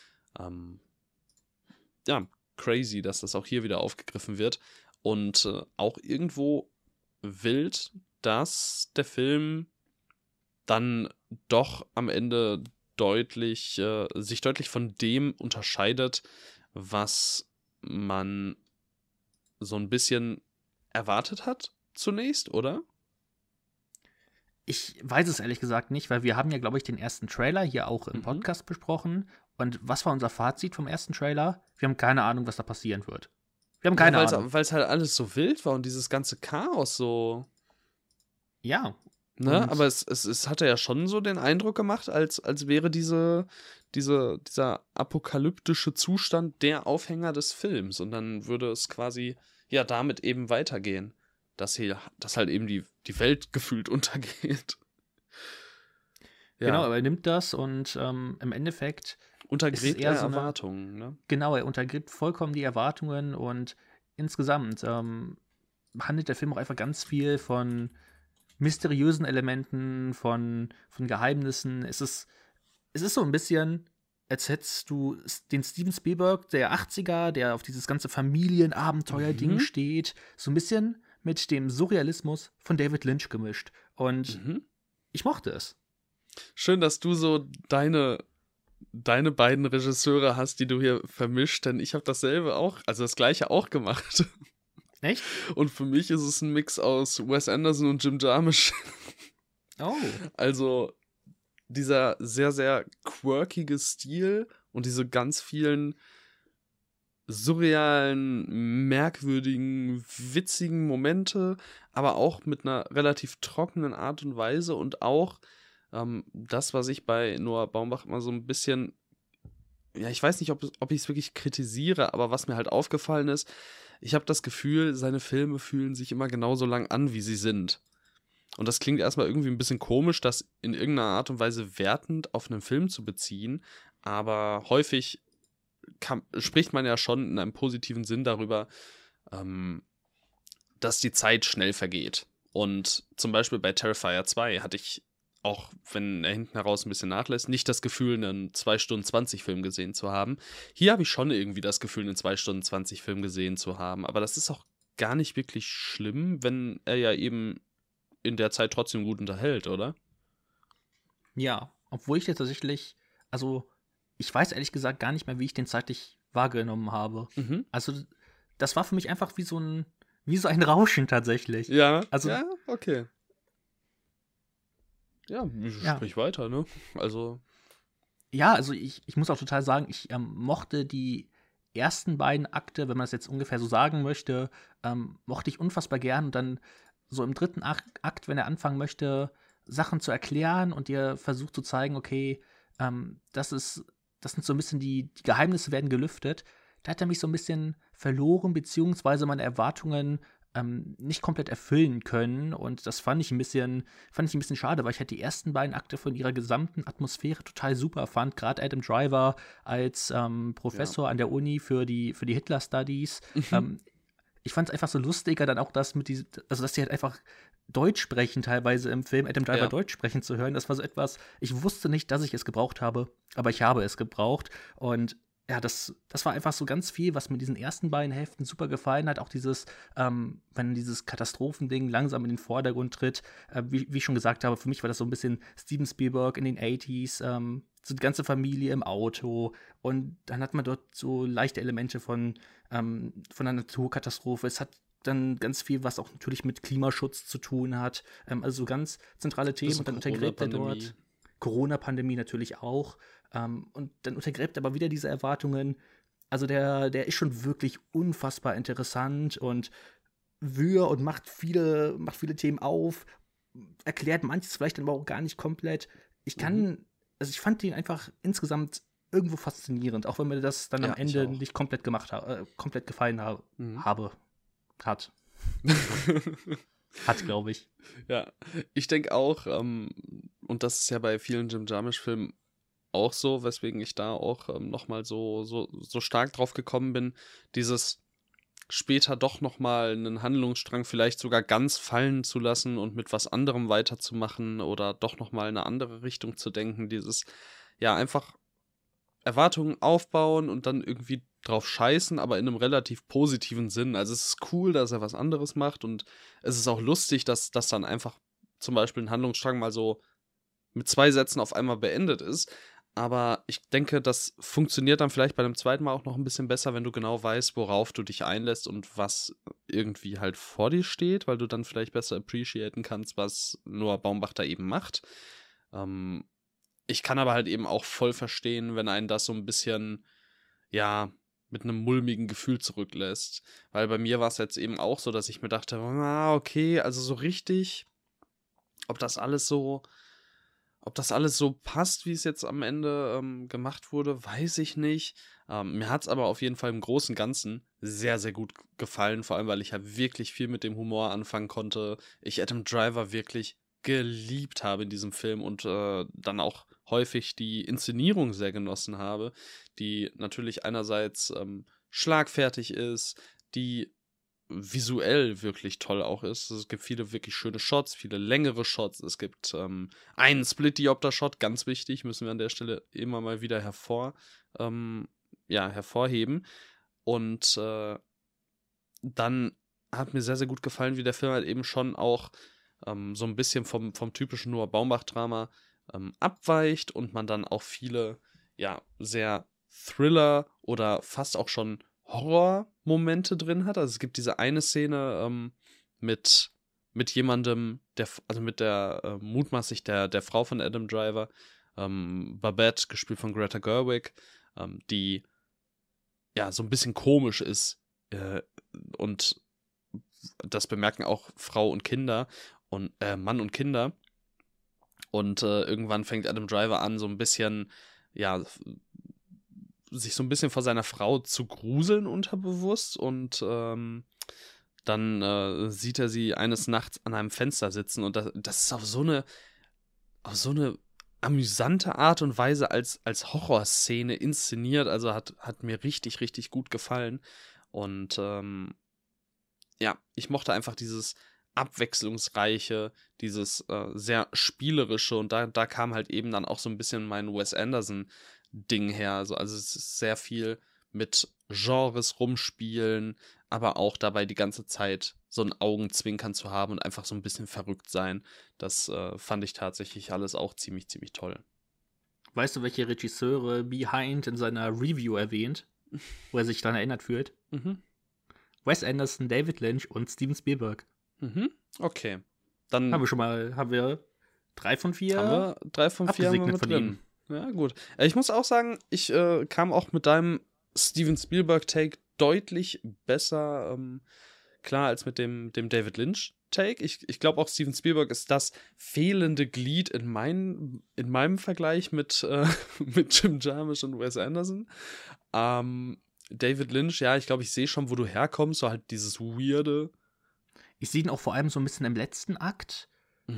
[SPEAKER 1] Ja, crazy, dass das auch hier wieder aufgegriffen wird. Und auch irgendwo wild, dass der Film dann doch am Ende sich deutlich von dem unterscheidet, was man so ein bisschen erwartet hat zunächst, oder?
[SPEAKER 2] Ich weiß es ehrlich gesagt nicht, weil wir haben ja, glaube ich, den ersten Trailer hier auch im Podcast besprochen. Und was war unser Fazit vom ersten Trailer? Wir haben keine Ahnung, was da passieren wird. Wir haben keine Ahnung.
[SPEAKER 1] Weil es halt alles so wild war und dieses ganze Chaos so.
[SPEAKER 2] Ja.
[SPEAKER 1] Ne? Aber es hatte ja schon so den Eindruck gemacht, als wäre dieser apokalyptische Zustand der Aufhänger des Films. Und dann würde es quasi ja damit eben weitergehen. Dass halt eben die Welt gefühlt untergeht.
[SPEAKER 2] Ja. Genau, aber er nimmt das und im Endeffekt
[SPEAKER 1] untergräbt er so Erwartungen. Ne?
[SPEAKER 2] Genau, er untergräbt vollkommen die Erwartungen und insgesamt handelt der Film auch einfach ganz viel von mysteriösen Elementen, von Geheimnissen. Es ist so ein bisschen, als hättest du den Steven Spielberg der 80er, der auf dieses ganze Familienabenteuer-Ding steht, so ein bisschen mit dem Surrealismus von David Lynch gemischt. Und ich mochte es.
[SPEAKER 1] Schön, dass du so deine beiden Regisseure hast, die du hier vermischt, denn ich habe dasselbe auch, also das gleiche auch gemacht.
[SPEAKER 2] Echt?
[SPEAKER 1] Und für mich ist es ein Mix aus Wes Anderson und Jim Jarmusch.
[SPEAKER 2] Oh.
[SPEAKER 1] Also dieser sehr, sehr quirkige Stil und diese ganz vielen surrealen, merkwürdigen, witzigen Momente, aber auch mit einer relativ trockenen Art und Weise und auch das, was ich bei Noah Baumbach immer so ein bisschen, ja, ich weiß nicht, ob ich es wirklich kritisiere, aber was mir halt aufgefallen ist, ich habe das Gefühl, seine Filme fühlen sich immer genauso lang an, wie sie sind. Und das klingt erstmal irgendwie ein bisschen komisch, das in irgendeiner Art und Weise wertend auf einen Film zu beziehen, aber häufig spricht man ja schon in einem positiven Sinn darüber, dass die Zeit schnell vergeht. Und zum Beispiel bei Terrifier 2 hatte ich, auch wenn er hinten heraus ein bisschen nachlässt, nicht das Gefühl, einen 2 Stunden 20 Film gesehen zu haben. Hier habe ich schon irgendwie das Gefühl, einen 2 Stunden 20 Film gesehen zu haben. Aber das ist auch gar nicht wirklich schlimm, wenn er ja eben in der Zeit trotzdem gut unterhält, oder?
[SPEAKER 2] Ja, obwohl ich jetzt tatsächlich, also ich weiß ehrlich gesagt gar nicht mehr, wie ich den zeitlich wahrgenommen habe. Also das war für mich einfach wie so ein Rauschen tatsächlich.
[SPEAKER 1] Ja,
[SPEAKER 2] also,
[SPEAKER 1] ja, okay. Ja, sprich weiter, ne? Also.
[SPEAKER 2] Ja, also ich muss auch total sagen, ich mochte die ersten beiden Akte, wenn man es jetzt ungefähr so sagen möchte, mochte ich unfassbar gern. Und dann so im dritten Akt, wenn er anfangen möchte, Sachen zu erklären und dir versucht zu zeigen, okay, das sind so ein bisschen die Geheimnisse werden gelüftet. Da hat er mich so ein bisschen verloren, beziehungsweise meine Erwartungen nicht komplett erfüllen können. Und das fand ich ein bisschen schade, weil ich halt die ersten beiden Akte von ihrer gesamten Atmosphäre total super fand. Gerade Adam Driver als Professor an der Uni für die Hitler-Studies. Ich fand es einfach so lustiger, dann auch das dass die halt einfach Deutsch sprechen teilweise im Film, Adam Driver Deutsch sprechen zu hören. Das war so etwas, ich wusste nicht, dass ich es gebraucht habe, aber ich habe es gebraucht. Und ja, das war einfach so ganz viel, was mir diesen ersten beiden Hälften super gefallen hat. Auch dieses, wenn dieses Katastrophending langsam in den Vordergrund tritt. Wie ich schon gesagt habe, für mich war das so ein bisschen Steven Spielberg in den 80s. So die ganze Familie im Auto. Und dann hat man dort so leichte Elemente von einer Naturkatastrophe. Es hat dann ganz viel, was auch natürlich mit Klimaschutz zu tun hat. Also so ganz zentrale Themen. Und dann untergräbt er dort. Corona-Pandemie natürlich auch. Und dann untergräbt er aber wieder diese Erwartungen. Also der ist schon wirklich unfassbar interessant und und macht viele Themen auf, erklärt manches vielleicht aber auch gar nicht komplett. Ich fand den einfach insgesamt irgendwo faszinierend, auch wenn mir das dann am Ende nicht komplett komplett gefallen hat. Hat, glaube ich.
[SPEAKER 1] Ja, ich denke auch, und das ist ja bei vielen Jim Jarmusch-Filmen auch so, weswegen ich da auch nochmal so stark drauf gekommen bin, dieses später doch nochmal einen Handlungsstrang vielleicht sogar ganz fallen zu lassen und mit was anderem weiterzumachen oder doch nochmal in eine andere Richtung zu denken, dieses, ja, einfach Erwartungen aufbauen und dann irgendwie drauf scheißen, aber in einem relativ positiven Sinn. Also es ist cool, dass er was anderes macht und es ist auch lustig, dass das dann einfach zum Beispiel ein Handlungsstrang mal so mit 2 Sätzen auf einmal beendet ist. Aber ich denke, das funktioniert dann vielleicht bei dem zweiten Mal auch noch ein bisschen besser, wenn du genau weißt, worauf du dich einlässt und was irgendwie halt vor dir steht, weil du dann vielleicht besser appreciaten kannst, was Noah Baumbach da eben macht. Ich kann aber halt eben auch voll verstehen, wenn einen das so ein bisschen, ja, mit einem mulmigen Gefühl zurücklässt. Weil bei mir war es jetzt eben auch so, dass ich mir dachte, okay, also so richtig, ob das alles so passt, wie es jetzt am Ende gemacht wurde, weiß ich nicht. Mir hat es aber auf jeden Fall im Großen und Ganzen sehr, sehr gut gefallen, vor allem, weil ich halt wirklich viel mit dem Humor anfangen konnte. Ich Adam Driver wirklich geliebt habe in diesem Film und dann auch häufig die Inszenierung sehr genossen habe, die natürlich einerseits schlagfertig ist, die visuell wirklich toll auch ist. Es gibt viele wirklich schöne Shots, viele längere Shots. Es gibt einen Split-Diopter-Shot, ganz wichtig, müssen wir an der Stelle immer mal wieder hervorheben. Und dann hat mir sehr, sehr gut gefallen, wie der Film halt eben schon auch so ein bisschen vom typischen Noah Baumbach-Drama abweicht und man dann auch viele, ja, sehr Thriller oder fast auch schon Horror-Momente drin hat. Also es gibt diese eine Szene mit jemandem, also mit der mutmaßlich der Frau von Adam Driver, Babette, gespielt von Greta Gerwig, die ja so ein bisschen komisch ist und das bemerken auch Frau und Kinder und Mann und Kinder. Und irgendwann fängt Adam Driver an, so ein bisschen, ja, sich so ein bisschen vor seiner Frau zu gruseln unterbewusst und dann sieht er sie eines Nachts an einem Fenster sitzen und das ist auf so eine amüsante Art und Weise als Horrorszene inszeniert, also hat mir richtig, richtig gut gefallen und ja, ich mochte einfach dieses abwechslungsreiche, dieses sehr spielerische und da kam halt eben dann auch so ein bisschen mein Wes Anderson-Ding her. Also es ist sehr viel mit Genres rumspielen, aber auch dabei die ganze Zeit so ein Augenzwinkern zu haben und einfach so ein bisschen verrückt sein. Das fand ich tatsächlich alles auch ziemlich, ziemlich toll.
[SPEAKER 2] Weißt du, welche Regisseure Behind in seiner Review erwähnt, wo er sich daran erinnert fühlt?
[SPEAKER 1] Mhm.
[SPEAKER 2] Wes Anderson, David Lynch und Steven Spielberg.
[SPEAKER 1] Mhm. Okay. Dann
[SPEAKER 2] haben wir 3 von 4
[SPEAKER 1] haben wir 3 von 4 haben wir mit
[SPEAKER 2] von
[SPEAKER 1] drin.
[SPEAKER 2] ihm.
[SPEAKER 1] Ja, gut. Ich muss auch sagen, ich kam auch mit deinem Steven Spielberg-Take deutlich besser klar als mit dem David Lynch-Take. Ich glaube auch, Steven Spielberg ist das fehlende Glied in meinem Vergleich mit, mit Jim Jarmusch und Wes Anderson. David Lynch, ja, ich glaube, ich sehe schon, wo du herkommst, so halt dieses Weirde.
[SPEAKER 2] Ich sehe ihn auch vor allem so ein bisschen im letzten Akt.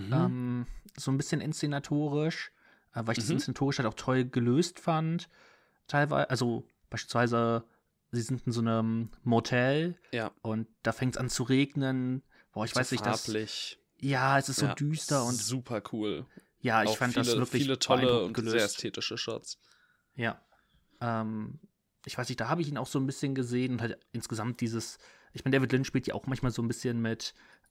[SPEAKER 2] So ein bisschen inszenatorisch, weil ich das inszenatorisch halt auch toll gelöst fand. Teilweise, also beispielsweise, sie sind in so einem Motel und da fängt es an zu regnen. Boah, ich weiß nicht,
[SPEAKER 1] farblich.
[SPEAKER 2] Ja, es ist so düster und
[SPEAKER 1] super cool.
[SPEAKER 2] Ja, ich fand das wirklich
[SPEAKER 1] viele tolle und
[SPEAKER 2] gelöst.
[SPEAKER 1] sehr ästhetische Shots.
[SPEAKER 2] Ja. Ich weiß nicht, da habe ich ihn auch so ein bisschen gesehen und halt insgesamt ich meine, David Lynch spielt ja auch manchmal so ein bisschen mit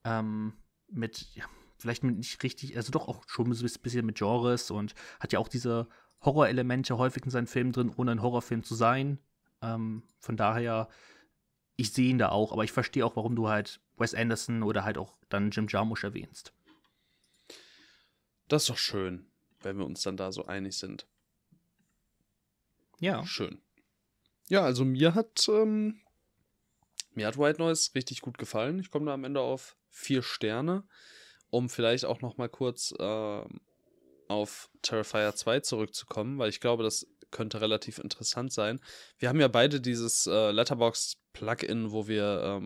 [SPEAKER 2] vielleicht mit nicht richtig, also doch auch schon ein bisschen mit Genres und hat ja auch diese Horrorelemente häufig in seinen Filmen drin, ohne ein Horrorfilm zu sein. Von daher, ich sehe ihn da auch, aber ich verstehe auch, warum du halt Wes Anderson oder halt auch dann Jim Jarmusch erwähnst.
[SPEAKER 1] Das ist doch schön, wenn wir uns dann da so einig sind.
[SPEAKER 2] Ja.
[SPEAKER 1] Schön. Ja, also mir hat White Noise richtig gut gefallen. Ich komme da am Ende auf 4 Sterne. Um vielleicht auch noch mal kurz auf Terrifier 2 zurückzukommen, weil ich glaube, das könnte relativ interessant sein. Wir haben ja beide dieses Letterboxd-Plugin, wo wir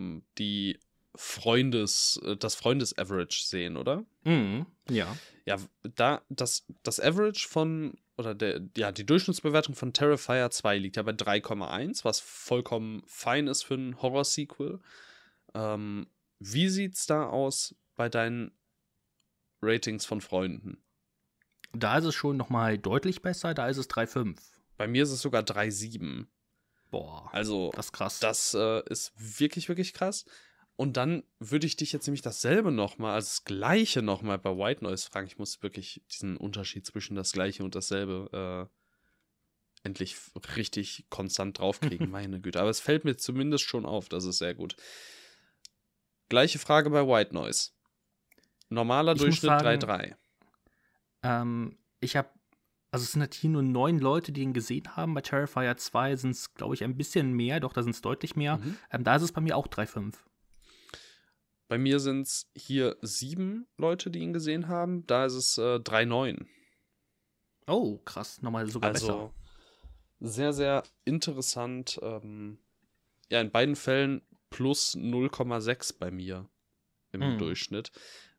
[SPEAKER 1] das Freundes-Average sehen, oder?
[SPEAKER 2] Mhm, ja.
[SPEAKER 1] Ja, das Average die Durchschnittsbewertung von Terrifier 2 liegt ja bei 3,1, was vollkommen fein ist für ein Horror-Sequel. Wie sieht's da aus bei deinen Ratings von Freunden?
[SPEAKER 2] Da ist es schon nochmal deutlich besser, da ist es 3,5.
[SPEAKER 1] Bei mir ist es sogar 3,7.
[SPEAKER 2] Boah,
[SPEAKER 1] also
[SPEAKER 2] das ist krass.
[SPEAKER 1] Das ist wirklich, wirklich krass. Und dann würde ich dich jetzt nämlich dasselbe nochmal, also das Gleiche nochmal bei White Noise fragen. Ich muss wirklich diesen Unterschied zwischen das Gleiche und dasselbe endlich richtig konstant draufkriegen, meine Güte. Aber es fällt mir zumindest schon auf, das ist sehr gut. Gleiche Frage bei White Noise. Normaler
[SPEAKER 2] Ich muss
[SPEAKER 1] Durchschnitt
[SPEAKER 2] sagen,
[SPEAKER 1] 3,3.
[SPEAKER 2] ich habe, also es sind halt hier nur 9 Leute, die ihn gesehen haben. Bei Terrifier 2 sind es, glaube ich, ein bisschen mehr, doch da sind es deutlich mehr.
[SPEAKER 1] Mhm.
[SPEAKER 2] Da ist es bei mir auch 3,5.
[SPEAKER 1] Bei mir sind es hier 7 Leute, die ihn gesehen haben. Da ist es 3,9.
[SPEAKER 2] Oh, krass, nochmal sogar besser.
[SPEAKER 1] Also sehr, sehr interessant. Ja, in beiden Fällen plus 0,6 bei mir im Durchschnitt.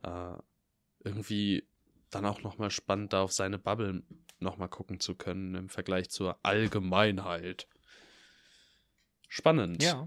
[SPEAKER 1] Irgendwie dann auch nochmal spannend, da auf seine Bubble nochmal gucken zu können im Vergleich zur Allgemeinheit. Spannend.
[SPEAKER 2] Ja.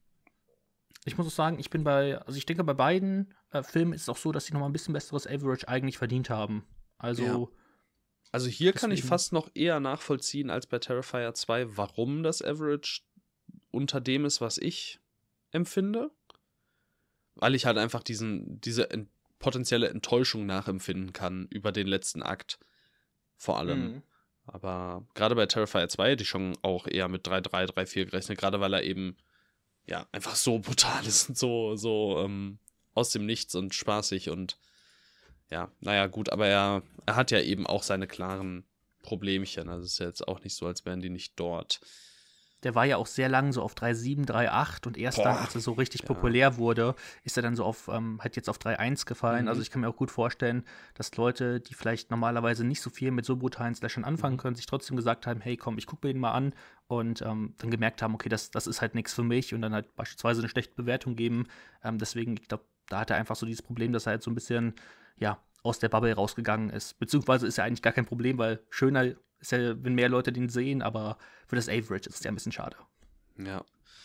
[SPEAKER 2] Ich muss auch sagen, ich denke, bei beiden Filmen ist es auch so, dass sie nochmal ein bisschen besseres Average eigentlich verdient haben. Also,
[SPEAKER 1] Ja. Also hier kann ich
[SPEAKER 2] deswegen-
[SPEAKER 1] fast noch eher nachvollziehen als bei Terrifier 2, warum das Average unter dem ist, was ich empfinde. Weil ich halt einfach diese potenzielle Enttäuschung nachempfinden kann über den letzten Akt. Vor allem. Aber gerade bei Terrifier 2 hätte ich schon auch eher mit 3,3, 3,4 gerechnet, gerade weil er eben ja einfach so brutal ist und so aus dem Nichts und spaßig und ja, naja, gut, aber er hat ja eben auch seine klaren Problemchen. Also es ist ja jetzt auch nicht so, als wären die nicht dort.
[SPEAKER 2] Der war ja auch sehr lang so auf 3,7, 3,8 und erst dann, als er so richtig populär wurde, ist er dann so auf, hat jetzt auf 3,1 gefallen. Also ich kann mir auch gut vorstellen, dass Leute, die vielleicht normalerweise nicht so viel mit so brutalen Slashern anfangen können, sich trotzdem gesagt haben, hey komm, ich gucke mir den mal an und dann gemerkt haben, okay, das ist halt nichts für mich und dann halt beispielsweise eine schlechte Bewertung geben. Deswegen, ich glaube, da hat er einfach so dieses Problem, dass er halt so ein bisschen, ja, aus der Bubble rausgegangen ist. Beziehungsweise ist ja eigentlich gar kein Problem, weil schöner ist ja, wenn mehr Leute den sehen, aber für das Average ist es ja ein bisschen schade.
[SPEAKER 1] Ja.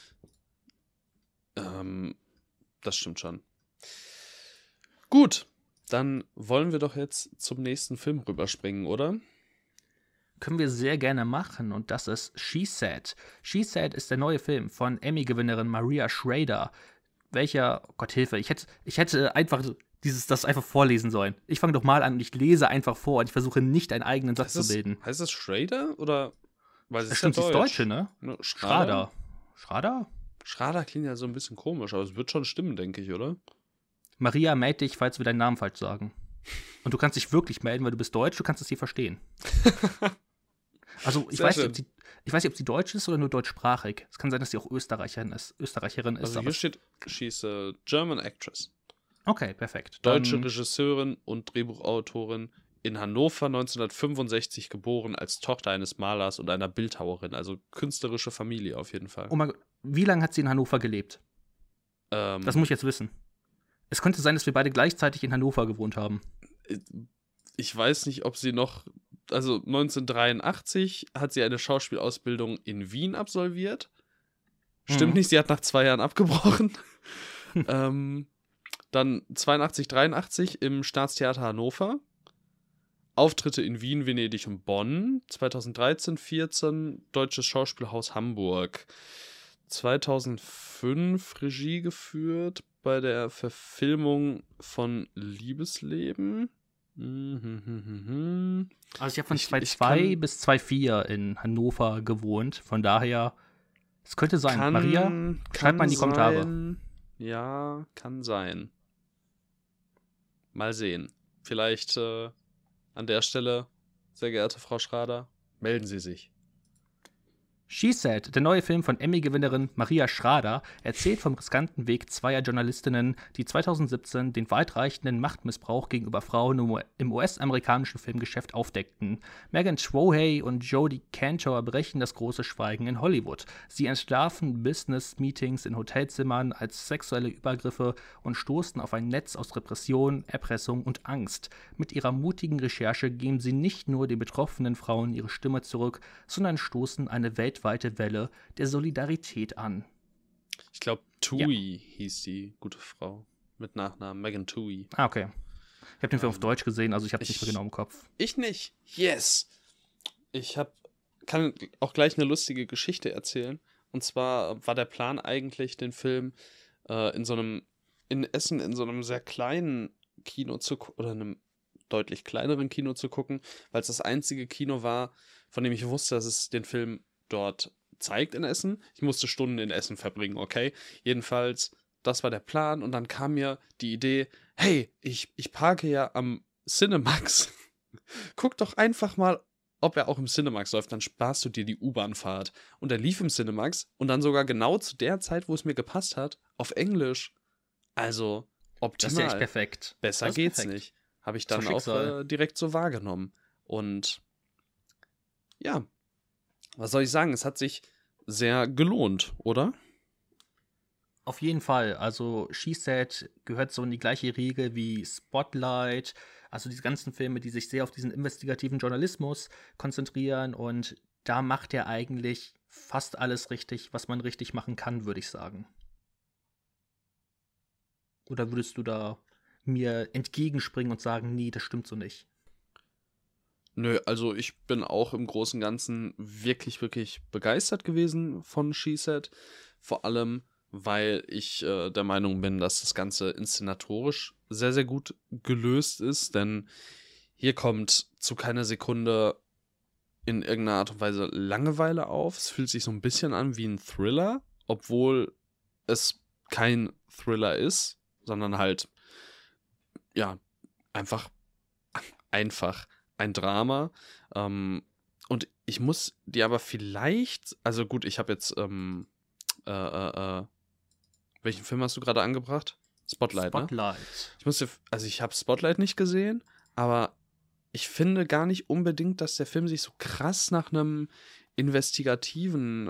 [SPEAKER 1] Das stimmt schon. Gut, dann wollen wir doch jetzt zum nächsten Film rüberspringen, oder?
[SPEAKER 2] Können wir sehr gerne machen und das ist She Said. She Said ist der neue Film von Emmy-Gewinnerin Maria Schrader, welcher, oh Gott Hilfe, ich hätte einfach das einfach vorlesen sollen. Ich fange doch mal an und ich lese einfach vor und ich versuche nicht einen eigenen Satz zu bilden.
[SPEAKER 1] Heißt es Schrader oder? Weil es ist
[SPEAKER 2] Stimmt,
[SPEAKER 1] ja
[SPEAKER 2] sie ist Deutsche, ne?
[SPEAKER 1] Schrader?
[SPEAKER 2] Schrader?
[SPEAKER 1] Schrader klingt ja so ein bisschen komisch, aber es wird schon stimmen, denke ich, oder?
[SPEAKER 2] Maria, melde dich, falls wir deinen Namen falsch sagen. Und du kannst dich wirklich melden, weil du bist Deutsch, du kannst es hier verstehen. Also, ich weiß nicht, ob sie deutsch ist oder nur deutschsprachig. Es kann sein, dass sie auch Österreicherin ist.
[SPEAKER 1] Also hier steht, she's a German actress.
[SPEAKER 2] Okay, perfekt.
[SPEAKER 1] Deutsche Regisseurin und Drehbuchautorin, in Hannover 1965 geboren, als Tochter eines Malers und einer Bildhauerin. Also künstlerische Familie auf jeden Fall.
[SPEAKER 2] Oh mein Gott, wie lange hat sie in Hannover gelebt? Das muss ich jetzt wissen. Es könnte sein, dass wir beide gleichzeitig in Hannover gewohnt haben.
[SPEAKER 1] Ich weiß nicht, ob sie noch. Also 1983 hat sie eine Schauspielausbildung in Wien absolviert. Stimmt nicht, sie hat nach 2 Jahren abgebrochen. Dann 82, 83 im Staatstheater Hannover. Auftritte in Wien, Venedig und Bonn. 2013, 14 Deutsches Schauspielhaus Hamburg. 2005 Regie geführt bei der Verfilmung von Liebesleben.
[SPEAKER 2] Also ich habe von 2002 bis 2004 in Hannover gewohnt. Von daher, es könnte sein. Maria, schreibt mal in die Kommentare.
[SPEAKER 1] Ja, kann sein. Mal sehen. Vielleicht an der Stelle, sehr geehrte Frau Schrader, melden Sie sich.
[SPEAKER 2] She Said, der neue Film von Emmy-Gewinnerin Maria Schrader, erzählt vom riskanten Weg zweier Journalistinnen, die 2017 den weitreichenden Machtmissbrauch gegenüber Frauen im US-amerikanischen Filmgeschäft aufdeckten. Megan Schwohey und Jodie Cantor brechen das große Schweigen in Hollywood. Sie entlarven Business-Meetings in Hotelzimmern als sexuelle Übergriffe und stoßen auf ein Netz aus Repression, Erpressung und Angst. Mit ihrer mutigen Recherche geben sie nicht nur den betroffenen Frauen ihre Stimme zurück, sondern stoßen eine weltweite Welle der Solidarität an.
[SPEAKER 1] Ich glaube, Tui hieß die gute Frau mit Nachnamen. Megan Tui.
[SPEAKER 2] Ah, okay. Ich habe den Film auf Deutsch gesehen, also ich habe es nicht mehr genau im Kopf.
[SPEAKER 1] Ich nicht. Yes! Kann auch gleich eine lustige Geschichte erzählen. Und zwar war der Plan eigentlich, den Film in Essen in so einem sehr kleinen Kino oder einem deutlich kleineren Kino zu gucken, weil es das einzige Kino war, von dem ich wusste, dass es den Film dort zeigt in Essen. Ich musste Stunden in Essen verbringen, okay? Jedenfalls, das war der Plan und dann kam mir die Idee, hey, ich parke ja am Cinemax. Guck doch einfach mal, ob er auch im Cinemax läuft, dann sparst du dir die U-Bahn-Fahrt. Und er lief im Cinemax und dann sogar genau zu der Zeit, wo es mir gepasst hat, auf Englisch. Also,
[SPEAKER 2] Das ist ja echt
[SPEAKER 1] optimal.
[SPEAKER 2] perfekt.
[SPEAKER 1] Besser
[SPEAKER 2] Das ist
[SPEAKER 1] geht's
[SPEAKER 2] perfekt.
[SPEAKER 1] nicht. Habe ich
[SPEAKER 2] Das
[SPEAKER 1] dann
[SPEAKER 2] ist doch
[SPEAKER 1] auch
[SPEAKER 2] Schicksal.
[SPEAKER 1] direkt so wahrgenommen. Und ja, was soll ich sagen? Es hat sich sehr gelohnt, oder?
[SPEAKER 2] Auf jeden Fall. Also She Said gehört so in die gleiche Riege wie Spotlight. Also diese ganzen Filme, die sich sehr auf diesen investigativen Journalismus konzentrieren. Und da macht er eigentlich fast alles richtig, was man richtig machen kann, würde ich sagen. Oder würdest du da mir entgegenspringen und sagen, nee, das stimmt so nicht?
[SPEAKER 1] Nö, also ich bin auch im Großen und Ganzen wirklich, wirklich begeistert gewesen von She Said. Vor allem, weil ich der Meinung bin, dass das Ganze inszenatorisch sehr, sehr gut gelöst ist. Denn hier kommt zu keiner Sekunde in irgendeiner Art und Weise Langeweile auf. Es fühlt sich so ein bisschen an wie ein Thriller, obwohl es kein Thriller ist, sondern halt, ja, einfach einfach ein Drama. Und ich muss dir aber vielleicht, also gut, ich habe jetzt, welchen Film hast du gerade angebracht? Spotlight, ne?
[SPEAKER 2] Spotlight.
[SPEAKER 1] Also ich habe Spotlight nicht gesehen, aber ich finde gar nicht unbedingt, dass der Film sich so krass nach einem investigativen,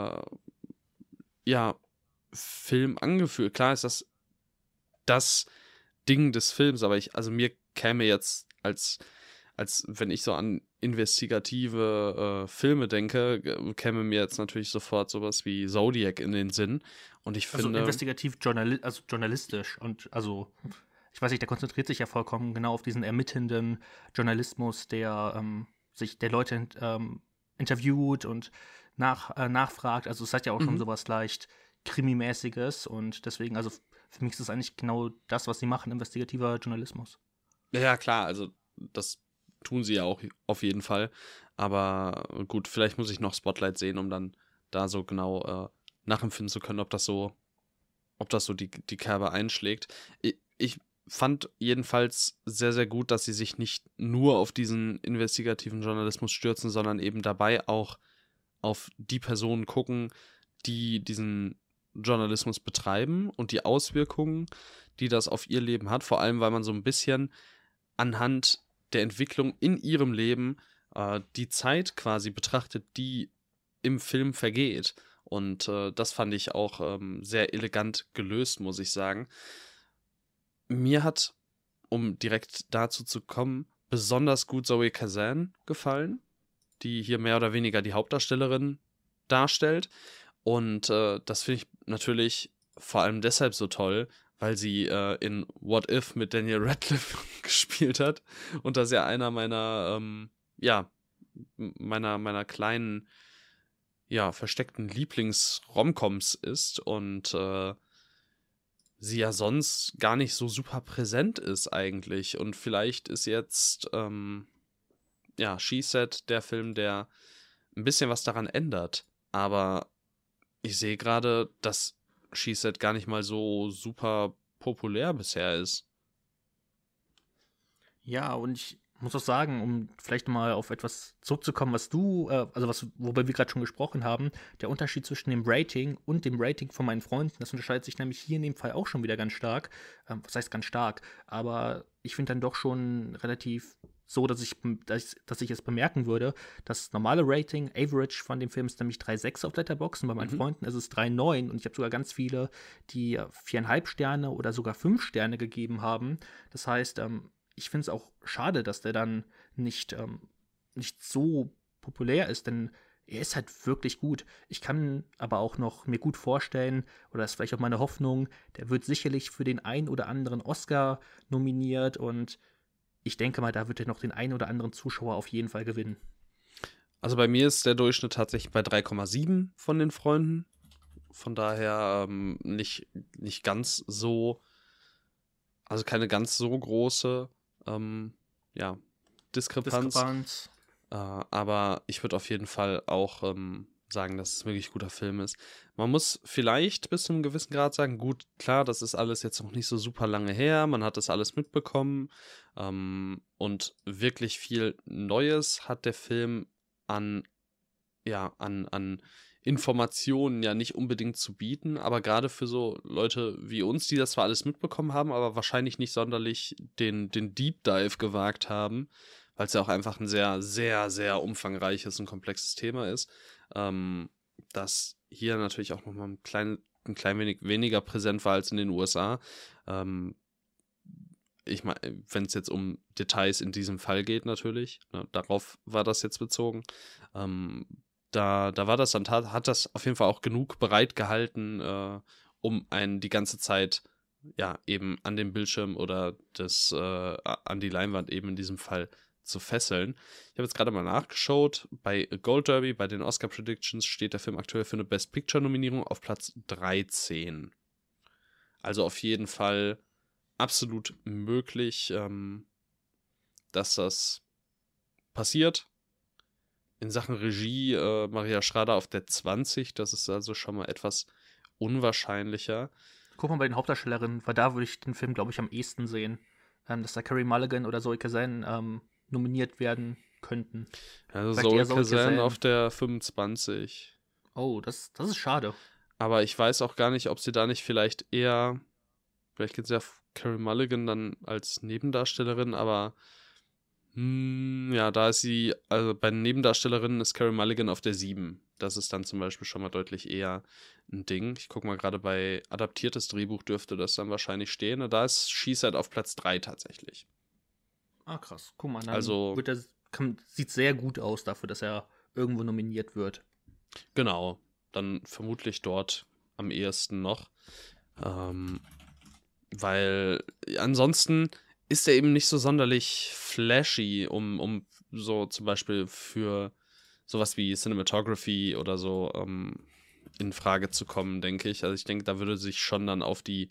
[SPEAKER 1] ja, Film angefühlt. Klar ist das Ding des Films, aber also mir käme jetzt als wenn ich so an investigative Filme denke, käme mir jetzt natürlich sofort sowas wie Zodiac in den Sinn. Und ich
[SPEAKER 2] Also
[SPEAKER 1] finde,
[SPEAKER 2] investigativ, also journalistisch. Und also, ich weiß nicht, der konzentriert sich ja vollkommen genau auf diesen ermittelnden Journalismus, der Leute interviewt und nachfragt. Also es hat ja auch schon
[SPEAKER 1] mhm.
[SPEAKER 2] sowas leicht Krimimäßiges und deswegen, also für mich ist es eigentlich genau das, was sie machen, investigativer Journalismus.
[SPEAKER 1] Ja, klar, also das tun sie ja auch auf jeden Fall. Aber gut, vielleicht muss ich noch Spotlight sehen, um dann da so genau nachempfinden zu können, ob das so die Kerbe einschlägt. Ich fand jedenfalls sehr, sehr gut, dass sie sich nicht nur auf diesen investigativen Journalismus stürzen, sondern eben dabei auch auf die Personen gucken, die diesen Journalismus betreiben und die Auswirkungen, die das auf ihr Leben hat. Vor allem, weil man so ein bisschen anhand der Entwicklung in ihrem Leben die Zeit quasi betrachtet, die im Film vergeht. Und das fand ich auch sehr elegant gelöst, muss ich sagen. Mir hat, um direkt dazu zu kommen, besonders gut Zoe Kazan gefallen, die hier mehr oder weniger die Hauptdarstellerin darstellt. Und das finde ich natürlich vor allem deshalb so toll, weil sie in What If mit Daniel Radcliffe gespielt hat. Und das ja einer meiner kleinen, ja, versteckten Lieblings-Romcoms ist. Und sie ja sonst gar nicht so super präsent ist eigentlich. Und vielleicht ist jetzt, She Said der Film, der ein bisschen was daran ändert. Aber ich sehe gerade, dass She Said gar nicht mal so super populär bisher ist.
[SPEAKER 2] Ja, und ich muss auch sagen, um vielleicht mal auf etwas zurückzukommen, worüber wir gerade schon gesprochen haben, der Unterschied zwischen dem Rating und dem Rating von meinen Freunden, das unterscheidet sich nämlich hier in dem Fall auch schon wieder ganz stark. Was heißt ganz stark? Aber ich finde dann doch schon relativ so, dass ich es bemerken würde. Das normale Rating, Average von dem Film ist nämlich 3,6 auf Letterboxd und bei meinen
[SPEAKER 1] Mhm.
[SPEAKER 2] Freunden ist es 3,9 und ich habe sogar ganz viele, die 4,5 Sterne oder sogar 5 Sterne gegeben haben. Das heißt, ich finde es auch schade, dass der dann nicht so populär ist, denn er ist halt wirklich gut. Ich kann aber auch noch mir gut vorstellen, oder das ist vielleicht auch meine Hoffnung, der wird sicherlich für den ein oder anderen Oscar nominiert und ich denke mal, da wird er noch den einen oder anderen Zuschauer auf jeden Fall gewinnen.
[SPEAKER 1] Also bei mir ist der Durchschnitt tatsächlich bei 3,7 von den Freunden. Von daher nicht ganz so, also keine ganz so große ja, Diskrepanz. Aber ich würde auf jeden Fall auch sagen, dass es ein wirklich guter Film ist. Man muss vielleicht bis zu einem gewissen Grad sagen, gut, klar, das ist alles jetzt noch nicht so super lange her, man hat das alles mitbekommen und wirklich viel Neues hat der Film an Informationen ja nicht unbedingt zu bieten, aber gerade für so Leute wie uns, die das zwar alles mitbekommen haben, aber wahrscheinlich nicht sonderlich den Deep Dive gewagt haben, weil es ja auch einfach ein sehr, sehr, sehr umfangreiches und komplexes Thema ist, das hier natürlich auch nochmal ein klein wenig weniger präsent war als in den USA. Ich meine, wenn es jetzt um Details in diesem Fall geht natürlich, ne, darauf war das jetzt bezogen, da war das dann, hat das auf jeden Fall auch genug bereitgehalten, um einen die ganze Zeit ja eben an den Bildschirm oder an die Leinwand eben in diesem Fall zu fesseln. Ich habe jetzt gerade mal nachgeschaut, bei Gold Derby, bei den Oscar Predictions steht der Film aktuell für eine Best Picture Nominierung auf Platz 13. Also auf jeden Fall absolut möglich, dass das passiert. In Sachen Regie Maria Schrader auf der 20, das ist also schon mal etwas unwahrscheinlicher.
[SPEAKER 2] Guck mal bei den Hauptdarstellerinnen, weil da würde ich den Film, glaube ich, am ehesten sehen. Dass da Carey Mulligan oder Zoe Kazan nominiert werden könnten.
[SPEAKER 1] Also Zoe Kazan auf der 25.
[SPEAKER 2] Oh, das ist schade.
[SPEAKER 1] Aber ich weiß auch gar nicht, ob sie da nicht vielleicht geht es ja Carey Mulligan dann als Nebendarstellerin, aber ja, da ist sie, also bei den Nebendarstellerinnen ist Carey Mulligan auf der 7. Das ist dann zum Beispiel schon mal deutlich eher ein Ding. Ich gucke mal gerade bei adaptiertes Drehbuch dürfte das dann wahrscheinlich stehen. Und da ist She-Said auf Platz 3 tatsächlich.
[SPEAKER 2] Ah, krass. Guck mal, dann
[SPEAKER 1] also,
[SPEAKER 2] sieht sehr gut aus dafür, dass er irgendwo nominiert wird.
[SPEAKER 1] Genau, dann vermutlich dort am ehesten noch. Weil ansonsten ist er eben nicht so sonderlich flashy, um so zum Beispiel für sowas wie Cinematography oder so in Frage zu kommen, denke ich. Also ich denke, da würde sich schon dann auf die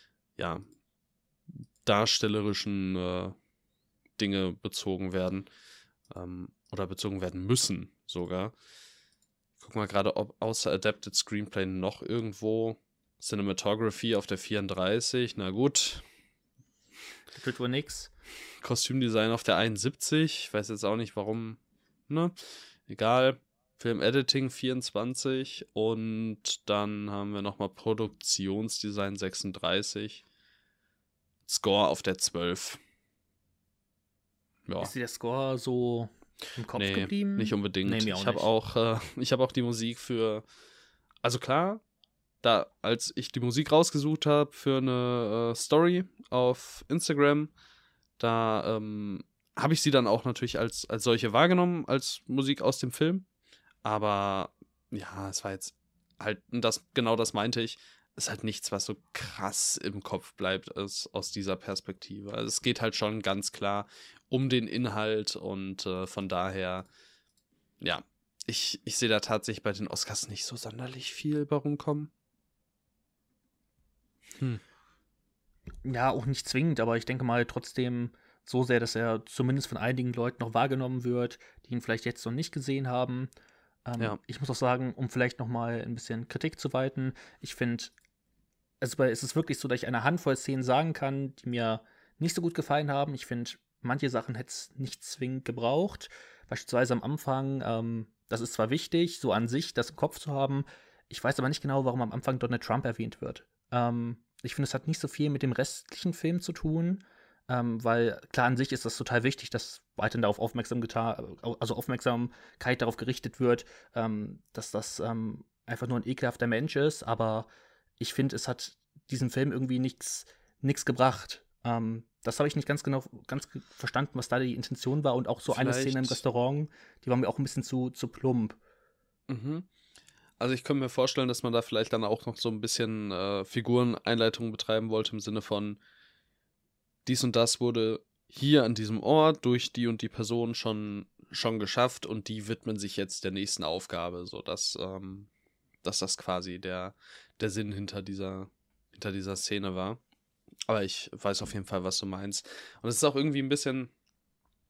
[SPEAKER 1] darstellerischen Dinge bezogen werden oder bezogen werden müssen sogar. Ich guck mal gerade, ob außer Adapted Screenplay noch irgendwo Cinematography auf der 34, na gut.
[SPEAKER 2] Das wird wohl nix.
[SPEAKER 1] Kostümdesign auf der 71, ich weiß jetzt auch nicht warum, ne? Egal. Film-Editing 24 und dann haben wir nochmal Produktionsdesign 36. Score auf der 12.
[SPEAKER 2] Ja. Ist dir der Score so im Kopf geblieben?
[SPEAKER 1] Nicht unbedingt.
[SPEAKER 2] Nee,
[SPEAKER 1] ich habe auch die Musik für, also klar, da als ich die Musik rausgesucht habe für eine Story auf Instagram, da habe ich sie dann auch natürlich als solche wahrgenommen, als Musik aus dem Film. Aber ja, es war jetzt halt, das meinte ich, ist halt nichts, was so krass im Kopf bleibt aus dieser Perspektive. Also es geht halt schon ganz klar um den Inhalt und von daher, ja, ich sehe da tatsächlich bei den Oscars nicht so sonderlich viel bei rumkommen.
[SPEAKER 2] Ja, auch nicht zwingend, aber ich denke mal trotzdem so sehr, dass er zumindest von einigen Leuten noch wahrgenommen wird, die ihn vielleicht jetzt noch nicht gesehen haben. Ich muss auch sagen, um vielleicht noch mal ein bisschen Kritik zu weiten, ich finde, es ist wirklich so, dass ich eine Handvoll Szenen sagen kann, die mir nicht so gut gefallen haben. Ich finde, manche Sachen hätte es nicht zwingend gebraucht. Beispielsweise am Anfang, das ist zwar wichtig, so an sich das im Kopf zu haben, ich weiß aber nicht genau, warum am Anfang Donald Trump erwähnt wird. Ich finde, es hat nicht so viel mit dem restlichen Film zu tun, weil klar an sich ist das total wichtig, dass weiterhin darauf Aufmerksamkeit darauf gerichtet wird, dass das einfach nur ein ekelhafter Mensch ist, aber ich finde, es hat diesem Film irgendwie nichts gebracht. Das habe ich nicht ganz verstanden, was da die Intention war und auch so eine Szene im Restaurant, die war mir auch ein bisschen zu plump.
[SPEAKER 1] Mhm. Also ich könnte mir vorstellen, dass man da vielleicht dann auch noch so ein bisschen Figureneinleitung betreiben wollte im Sinne von dies und das wurde hier an diesem Ort durch die und die Person schon geschafft und die widmen sich jetzt der nächsten Aufgabe, sodass das quasi der Sinn hinter dieser Szene war. Aber ich weiß auf jeden Fall, was du meinst. Und es ist auch irgendwie ein bisschen,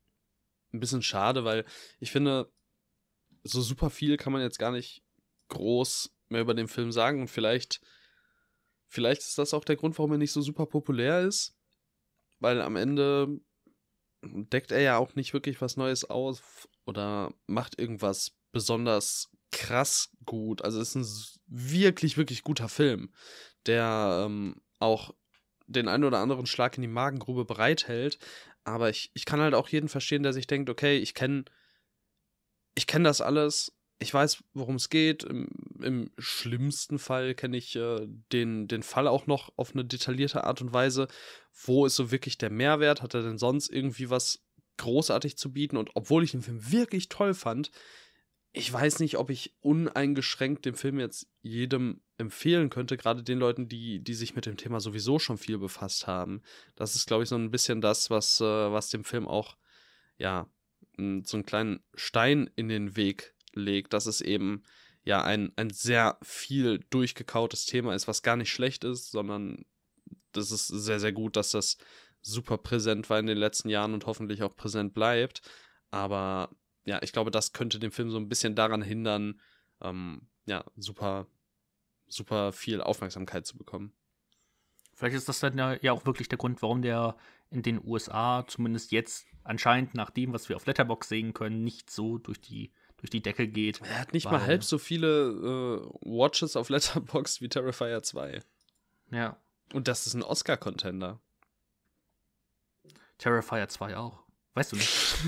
[SPEAKER 1] ein bisschen schade, weil ich finde, so super viel kann man jetzt gar nicht groß mehr über den Film sagen. Und vielleicht ist das auch der Grund, warum er nicht so super populär ist. Weil am Ende deckt er ja auch nicht wirklich was Neues auf oder macht irgendwas besonders krass gut. Also es ist ein wirklich, wirklich guter Film, der auch den einen oder anderen Schlag in die Magengrube bereithält. Aber ich kann halt auch jeden verstehen, der sich denkt, okay, ich kenn das alles, ich weiß, worum es geht. Im schlimmsten Fall kenne ich den Fall auch noch auf eine detaillierte Art und Weise. Wo ist so wirklich der Mehrwert? Hat er denn sonst irgendwie was großartig zu bieten? Und obwohl ich den Film wirklich toll fand, ich weiß nicht, ob ich uneingeschränkt den Film jetzt jedem empfehlen könnte, gerade den Leuten, die sich mit dem Thema sowieso schon viel befasst haben. Das ist, glaube ich, so ein bisschen das, was dem Film auch, ja, so einen kleinen Stein in den Weg legt, dass es eben ja ein sehr viel durchgekautes Thema ist, was gar nicht schlecht ist, sondern das ist sehr, sehr gut, dass das super präsent war in den letzten Jahren und hoffentlich auch präsent bleibt. Aber ja, ich glaube, das könnte den Film so ein bisschen daran hindern, ja, super, super viel Aufmerksamkeit zu bekommen.
[SPEAKER 2] Vielleicht ist das dann ja auch wirklich der Grund, warum der in den USA, zumindest jetzt anscheinend nach dem, was wir auf Letterboxd sehen können, nicht so durch die Decke geht.
[SPEAKER 1] Er hat nicht mal halb so viele Watches auf Letterboxd wie Terrifier 2.
[SPEAKER 2] Ja.
[SPEAKER 1] Und das ist ein Oscar-Contender.
[SPEAKER 2] Terrifier 2 auch. Weißt du nicht.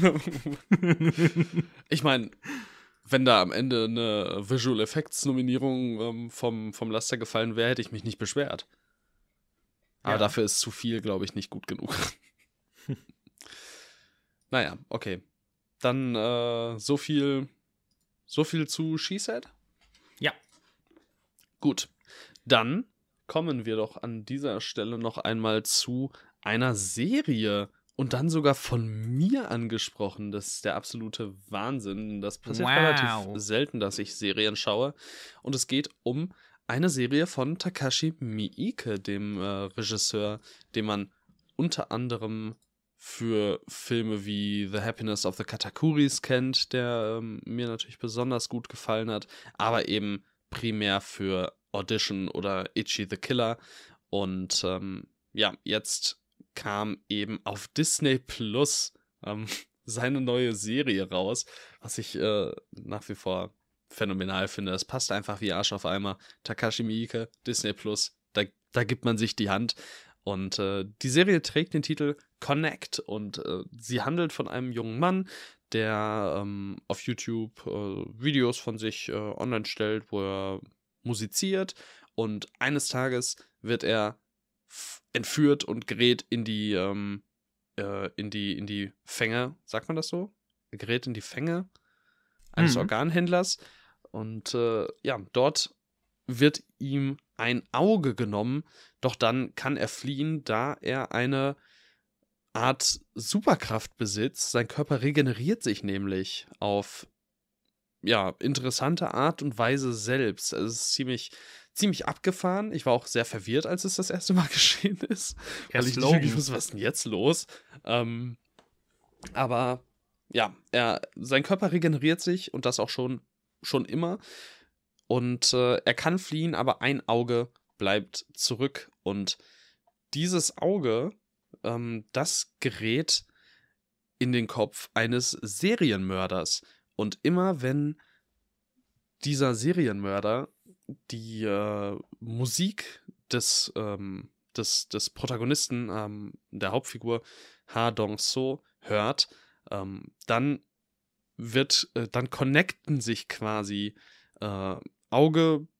[SPEAKER 1] Ich meine, wenn da am Ende eine Visual Effects Nominierung vom Laster gefallen wäre, hätte ich mich nicht beschwert. Aber
[SPEAKER 2] Ja.
[SPEAKER 1] dafür ist zu viel, glaube ich, nicht gut genug. Naja, okay. Dann so viel zu She Said?
[SPEAKER 2] Ja.
[SPEAKER 1] Gut. Dann kommen wir doch an dieser Stelle noch einmal zu einer Serie. Und dann sogar von mir angesprochen. Das ist der absolute Wahnsinn. Das passiert relativ selten, dass ich Serien schaue. Und es geht um eine Serie von Takashi Miike, dem Regisseur, den man unter anderem für Filme wie The Happiness of the Katakuris kennt, der mir natürlich besonders gut gefallen hat, aber eben primär für Audition oder Ichi the Killer. Und ja, jetzt kam eben auf Disney Plus seine neue Serie raus, was ich nach wie vor phänomenal finde. Es passt einfach wie Arsch auf Eimer. Takashi Miike, Disney Plus, da gibt man sich die Hand. Und die Serie trägt den Titel Connect und sie handelt von einem jungen Mann, der auf YouTube Videos von sich online stellt, wo er musiziert, und eines Tages wird er entführt und gerät in die Fänge, sagt man das so? Er gerät in die Fänge eines Organhändlers und ja, dort wird ihm ein Auge genommen, doch dann kann er fliehen, da er eine Art Superkraft besitzt. Sein Körper regeneriert sich nämlich auf ja, interessante Art und Weise selbst. Also es ist ziemlich abgefahren. Ich war auch sehr verwirrt, als es das erste Mal geschehen ist. Weil ich nicht wirklich wusste, was ist denn jetzt los? Aber ja, sein Körper regeneriert sich und das auch schon immer. Und er kann fliehen, aber ein Auge bleibt zurück. Und dieses Auge, das gerät in den Kopf eines Serienmörders. Und immer wenn dieser Serienmörder die Musik des Protagonisten, der Hauptfigur Ha Dong-soo, hört, dann connecten sich quasi das Auge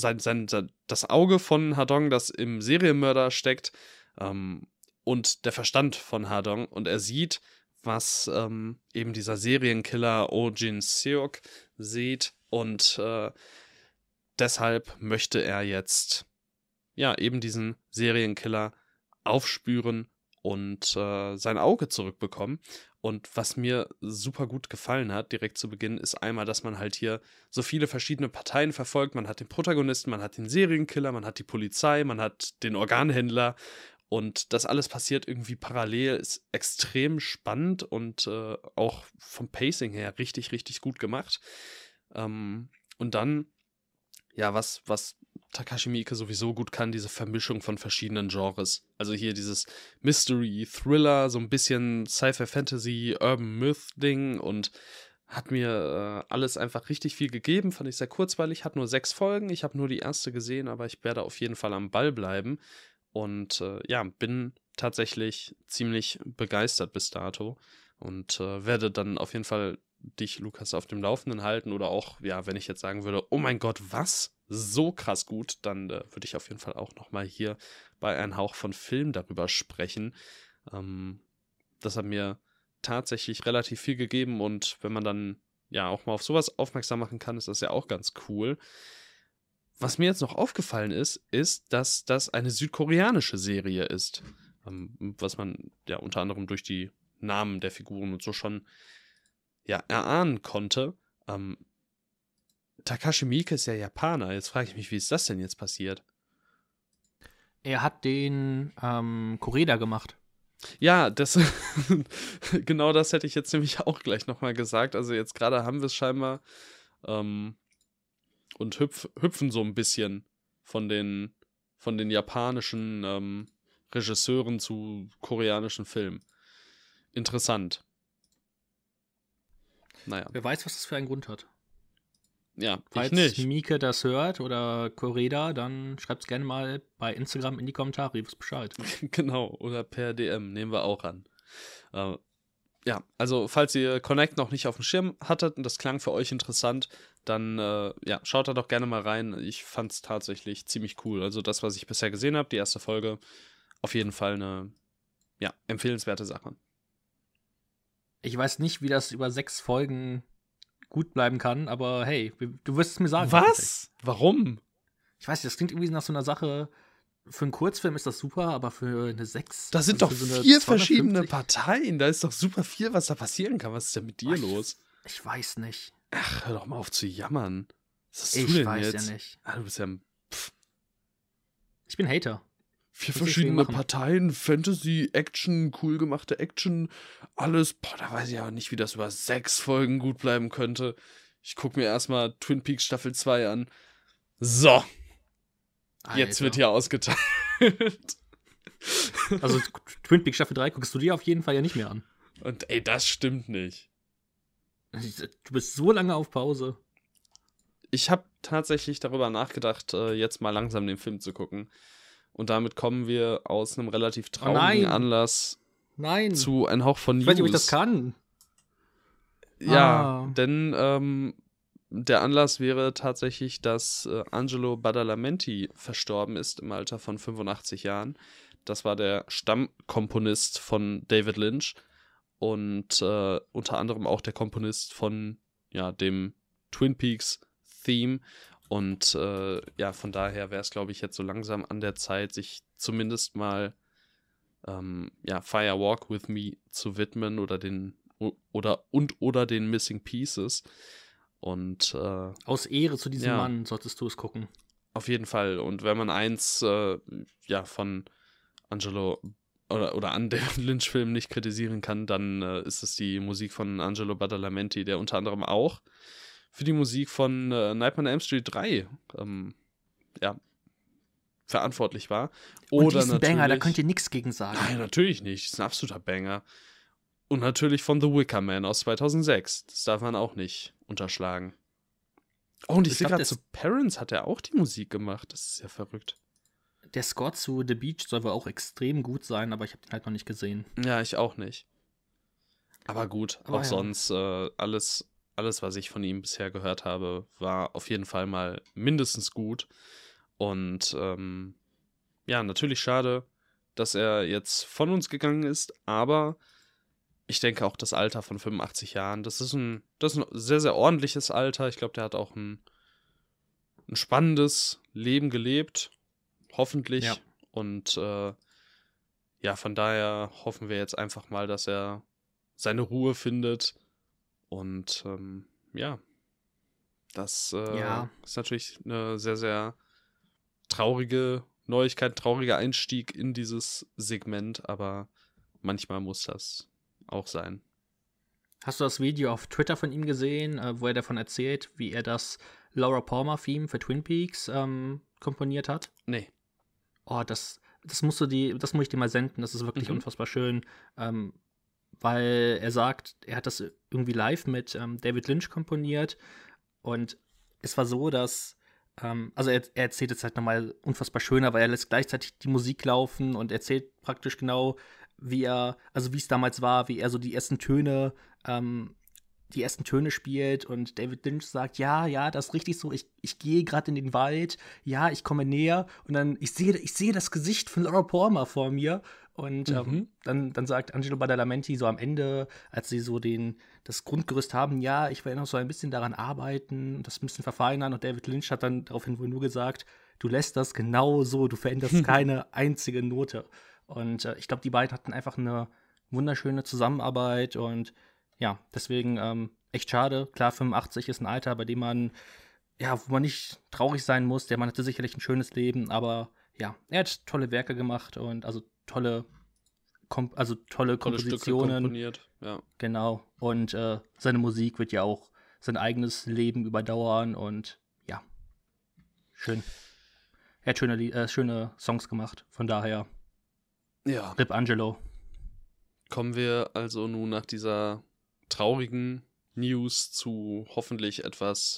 [SPEAKER 1] von Ha-dong, das im Serienmörder steckt, und der Verstand von Ha-dong, und er sieht, was eben dieser Serienkiller Oh Jin-seok sieht, und deshalb möchte er jetzt ja eben diesen Serienkiller aufspüren und sein Auge zurückbekommen. Und was mir super gut gefallen hat, direkt zu Beginn, ist einmal, dass man halt hier so viele verschiedene Parteien verfolgt. Man hat den Protagonisten, man hat den Serienkiller, man hat die Polizei, man hat den Organhändler. Und das alles passiert irgendwie parallel, ist extrem spannend und auch vom Pacing her richtig, richtig gut gemacht. Und dann, ja, was Takashi Miike sowieso gut kann, diese Vermischung von verschiedenen Genres. Also hier dieses Mystery, Thriller, so ein bisschen Sci-Fi, Fantasy, Urban Myth-Ding und hat mir alles einfach richtig viel gegeben, fand ich sehr kurzweilig, hat nur 6 Folgen, ich habe nur die erste gesehen, aber ich werde auf jeden Fall am Ball bleiben und ja, bin tatsächlich ziemlich begeistert bis dato und werde dann auf jeden Fall dich, Lukas, auf dem Laufenden halten oder auch, ja, wenn ich jetzt sagen würde, oh mein Gott, was? So krass gut, dann würde ich auf jeden Fall auch nochmal hier bei Ein Hauch von Film darüber sprechen. Das hat mir tatsächlich relativ viel gegeben und wenn man dann ja auch mal auf sowas aufmerksam machen kann, ist das ja auch ganz cool. Was mir jetzt noch aufgefallen ist, dass das eine südkoreanische Serie ist. Was man ja unter anderem durch die Namen der Figuren und so schon ja erahnen konnte. Takashi Miike ist ja Japaner. Jetzt frage ich mich, wie ist das denn jetzt passiert?
[SPEAKER 2] Er hat den Koreda gemacht.
[SPEAKER 1] Ja, das genau das hätte ich jetzt nämlich auch gleich nochmal gesagt. Also jetzt gerade haben wir es scheinbar und hüpfen so ein bisschen von den japanischen Regisseuren zu koreanischen Filmen. Interessant. Naja.
[SPEAKER 2] Wer weiß, was das für einen Grund hat.
[SPEAKER 1] Ja,
[SPEAKER 2] Falls
[SPEAKER 1] ich nicht.
[SPEAKER 2] Miike das hört oder Koreda, dann schreibt es gerne mal bei Instagram in die Kommentare, ihr wisst Bescheid.
[SPEAKER 1] Genau, oder per DM, nehmen wir auch an. Ja, also falls ihr Connect noch nicht auf dem Schirm hattet und das klang für euch interessant, dann ja, schaut da doch gerne mal rein. Ich fand es tatsächlich ziemlich cool. Also das, was ich bisher gesehen habe, die erste Folge, auf jeden Fall eine ja, empfehlenswerte Sache.
[SPEAKER 2] Ich weiß nicht, wie das über 6 Folgen gut bleiben kann, aber hey, du wirst es mir sagen.
[SPEAKER 1] Was? Warum?
[SPEAKER 2] Ich weiß nicht, das klingt irgendwie nach so einer Sache, für einen Kurzfilm ist das super, aber für eine 6.
[SPEAKER 1] Das sind doch so 4 verschiedene Parteien. Da ist doch super viel, was da passieren kann. Was ist denn mit dir los?
[SPEAKER 2] Ich weiß nicht.
[SPEAKER 1] Ach, hör doch mal auf zu jammern. Was hast
[SPEAKER 2] ich
[SPEAKER 1] du denn
[SPEAKER 2] weiß
[SPEAKER 1] jetzt?
[SPEAKER 2] ja nicht.
[SPEAKER 1] Ah, du bist ja.
[SPEAKER 2] Ich bin Hater.
[SPEAKER 1] 4 verschiedene Parteien, Fantasy, Action, cool gemachte Action, alles. Boah, da weiß ich aber nicht, wie das über 6 Folgen gut bleiben könnte. Ich gucke mir erstmal Twin Peaks Staffel 2 an. So. Alter. Jetzt wird hier ausgeteilt.
[SPEAKER 2] Also Twin Peaks Staffel 3 guckst du dir auf jeden Fall ja nicht mehr an.
[SPEAKER 1] Und ey, das stimmt nicht.
[SPEAKER 2] Du bist so lange auf Pause.
[SPEAKER 1] Ich habe tatsächlich darüber nachgedacht, jetzt mal langsam den Film zu gucken. Und damit kommen wir aus einem relativ traurigen Anlass zu Ein Hauch von News.
[SPEAKER 2] Ich weiß nicht, ob ich das kann.
[SPEAKER 1] Ja, denn der Anlass wäre tatsächlich, dass Angelo Badalamenti verstorben ist im Alter von 85 Jahren. Das war der Stammkomponist von David Lynch und unter anderem auch der Komponist von ja, dem Twin Peaks Theme. Und ja, von daher wäre es, glaube ich, jetzt so langsam an der Zeit, sich zumindest mal ja, Fire Walk With Me zu widmen oder den Missing Pieces. Und
[SPEAKER 2] aus Ehre zu diesem Mann solltest du es gucken.
[SPEAKER 1] Auf jeden Fall. Und wenn man eins ja, von Angelo oder an David Lynch-Filmen nicht kritisieren kann, dann ist es die Musik von Angelo Badalamenti, der unter anderem auch für die Musik von Nightmare on Elm Street 3 ja, verantwortlich war.
[SPEAKER 2] Und die ist ein Banger, da könnt ihr nichts gegen sagen.
[SPEAKER 1] Nein, natürlich nicht. Das ist ein absoluter Banger. Und natürlich von The Wicker Man aus 2006. Das darf man auch nicht unterschlagen. Oh, und ich sehe gerade, zu Parents hat er auch die Musik gemacht. Das ist ja verrückt.
[SPEAKER 2] Der Score zu The Beach soll wohl auch extrem gut sein, aber ich habe den halt noch nicht gesehen.
[SPEAKER 1] Ja, ich auch nicht. Aber gut, aber auch ja. Sonst alles, was ich von ihm bisher gehört habe, war auf jeden Fall mal mindestens gut. Und ja, natürlich schade, dass er jetzt von uns gegangen ist, aber ich denke auch das Alter von 85 Jahren, das ist ein sehr, sehr ordentliches Alter. Ich glaube, der hat auch ein spannendes Leben gelebt, hoffentlich. Ja. Und ja, von daher hoffen wir jetzt einfach mal, dass er seine Ruhe findet. Und ja, das ist natürlich eine sehr, sehr traurige Neuigkeit, trauriger Einstieg in dieses Segment, aber manchmal muss das auch sein.
[SPEAKER 2] Hast du das Video auf Twitter von ihm gesehen, wo er davon erzählt, wie er das Laura Palmer-Theme für Twin Peaks komponiert hat?
[SPEAKER 1] Nee.
[SPEAKER 2] Oh, das muss ich dir mal senden, das ist wirklich unfassbar schön. Weil er sagt, er hat das irgendwie live mit David Lynch komponiert und es war so, dass also er erzählt es halt nochmal unfassbar schöner, weil er lässt gleichzeitig die Musik laufen und erzählt praktisch genau, wie es damals war, wie er so die ersten Töne spielt und David Lynch sagt, ja, das ist richtig so, ich gehe gerade in den Wald, ja, ich komme näher und dann, ich sehe das Gesicht von Laura Palmer vor mir und dann sagt Angelo Badalamenti so am Ende, als sie so das Grundgerüst haben, ja, ich werde noch so ein bisschen daran arbeiten und das ein bisschen verfeinern und David Lynch hat dann daraufhin wohl nur gesagt, du lässt das genau so, du veränderst keine einzige Note und ich glaube, die beiden hatten einfach eine wunderschöne Zusammenarbeit und ja, deswegen echt schade. Klar, 85 ist ein Alter, bei dem wo man nicht traurig sein muss. Der Mann hatte sicherlich ein schönes Leben, aber ja, er hat tolle Werke gemacht und also tolle Kompositionen.
[SPEAKER 1] Stücke komponiert, ja.
[SPEAKER 2] Genau. Und seine Musik wird ja auch sein eigenes Leben überdauern und ja, schön. Er hat schöne Songs gemacht, von daher.
[SPEAKER 1] Ja.
[SPEAKER 2] Rip Angelo.
[SPEAKER 1] Kommen wir also nun nach dieser traurigen News zu hoffentlich etwas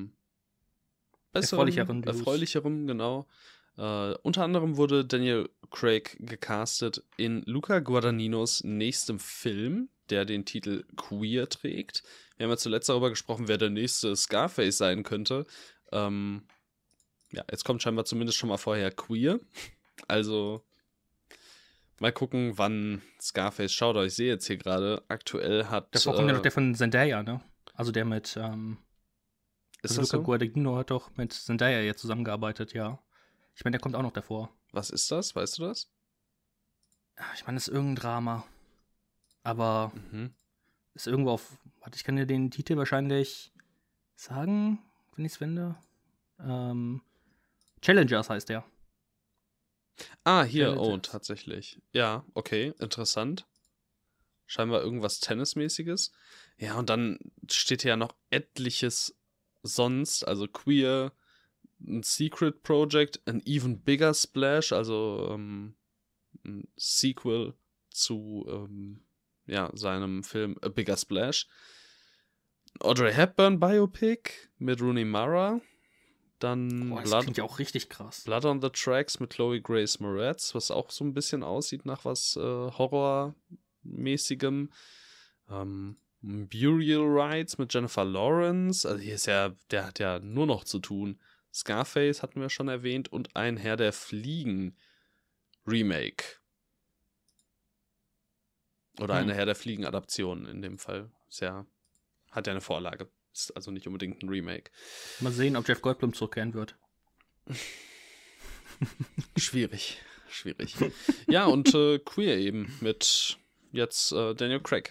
[SPEAKER 1] erfreulicherem, genau. Unter anderem wurde Daniel Craig gecastet in Luca Guadagninos nächstem Film, der den Titel Queer trägt. Wir haben ja zuletzt darüber gesprochen, wer der nächste Scarface sein könnte. Ja, jetzt kommt scheinbar zumindest schon mal vorher Queer. Also mal gucken, wann Scarface schaut. Ich sehe jetzt hier gerade, aktuell hat...
[SPEAKER 2] Davor kommt ja noch der von Zendaya, ne? Also der mit...
[SPEAKER 1] ist
[SPEAKER 2] also
[SPEAKER 1] das
[SPEAKER 2] Luca
[SPEAKER 1] so?
[SPEAKER 2] Guadagnino hat doch mit Zendaya jetzt zusammengearbeitet, ja. Ich meine, der kommt auch noch davor.
[SPEAKER 1] Was ist das? Weißt du das?
[SPEAKER 2] Ich meine, das ist irgendein Drama. Aber ist irgendwo auf... Warte, ich kann dir den Titel wahrscheinlich sagen, wenn ich es finde. Challengers heißt der.
[SPEAKER 1] Ah, hier,
[SPEAKER 2] Challengers.
[SPEAKER 1] Tatsächlich. Ja, okay, interessant. Scheinbar irgendwas Tennismäßiges. Ja, und dann steht hier ja noch etliches sonst, also Queer, ein Secret Project, an Even Bigger Splash, also ein Sequel zu seinem Film A Bigger Splash. Audrey Hepburn Biopic mit Rooney Mara. Dann
[SPEAKER 2] das klingt ja auch richtig krass.
[SPEAKER 1] Blood on the Tracks mit Chloe Grace Moretz, was auch so ein bisschen aussieht nach was Horrormäßigem. Burial Rites mit Jennifer Lawrence. Also hier ist der hat ja nur noch zu tun. Scarface hatten wir schon erwähnt und ein Herr der Fliegen Remake. Oder eine Herr der Fliegen Adaption in dem Fall. Hat ja eine Vorlage. Ist also nicht unbedingt ein Remake.
[SPEAKER 2] Mal sehen, ob Jeff Goldblum zurückkehren wird.
[SPEAKER 1] Schwierig. Ja, und Queer eben mit jetzt Daniel Craig.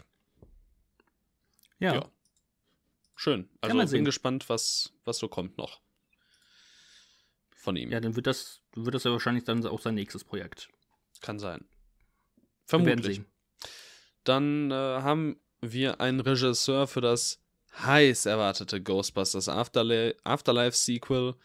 [SPEAKER 1] Ja. Schön. Also ich bin gespannt, was so kommt noch von ihm.
[SPEAKER 2] Ja, dann wird das ja wahrscheinlich dann auch sein nächstes Projekt.
[SPEAKER 1] Kann sein. Vermutlich. Dann haben wir einen Regisseur für das heiß erwartete Ghostbusters Afterlife Sequel.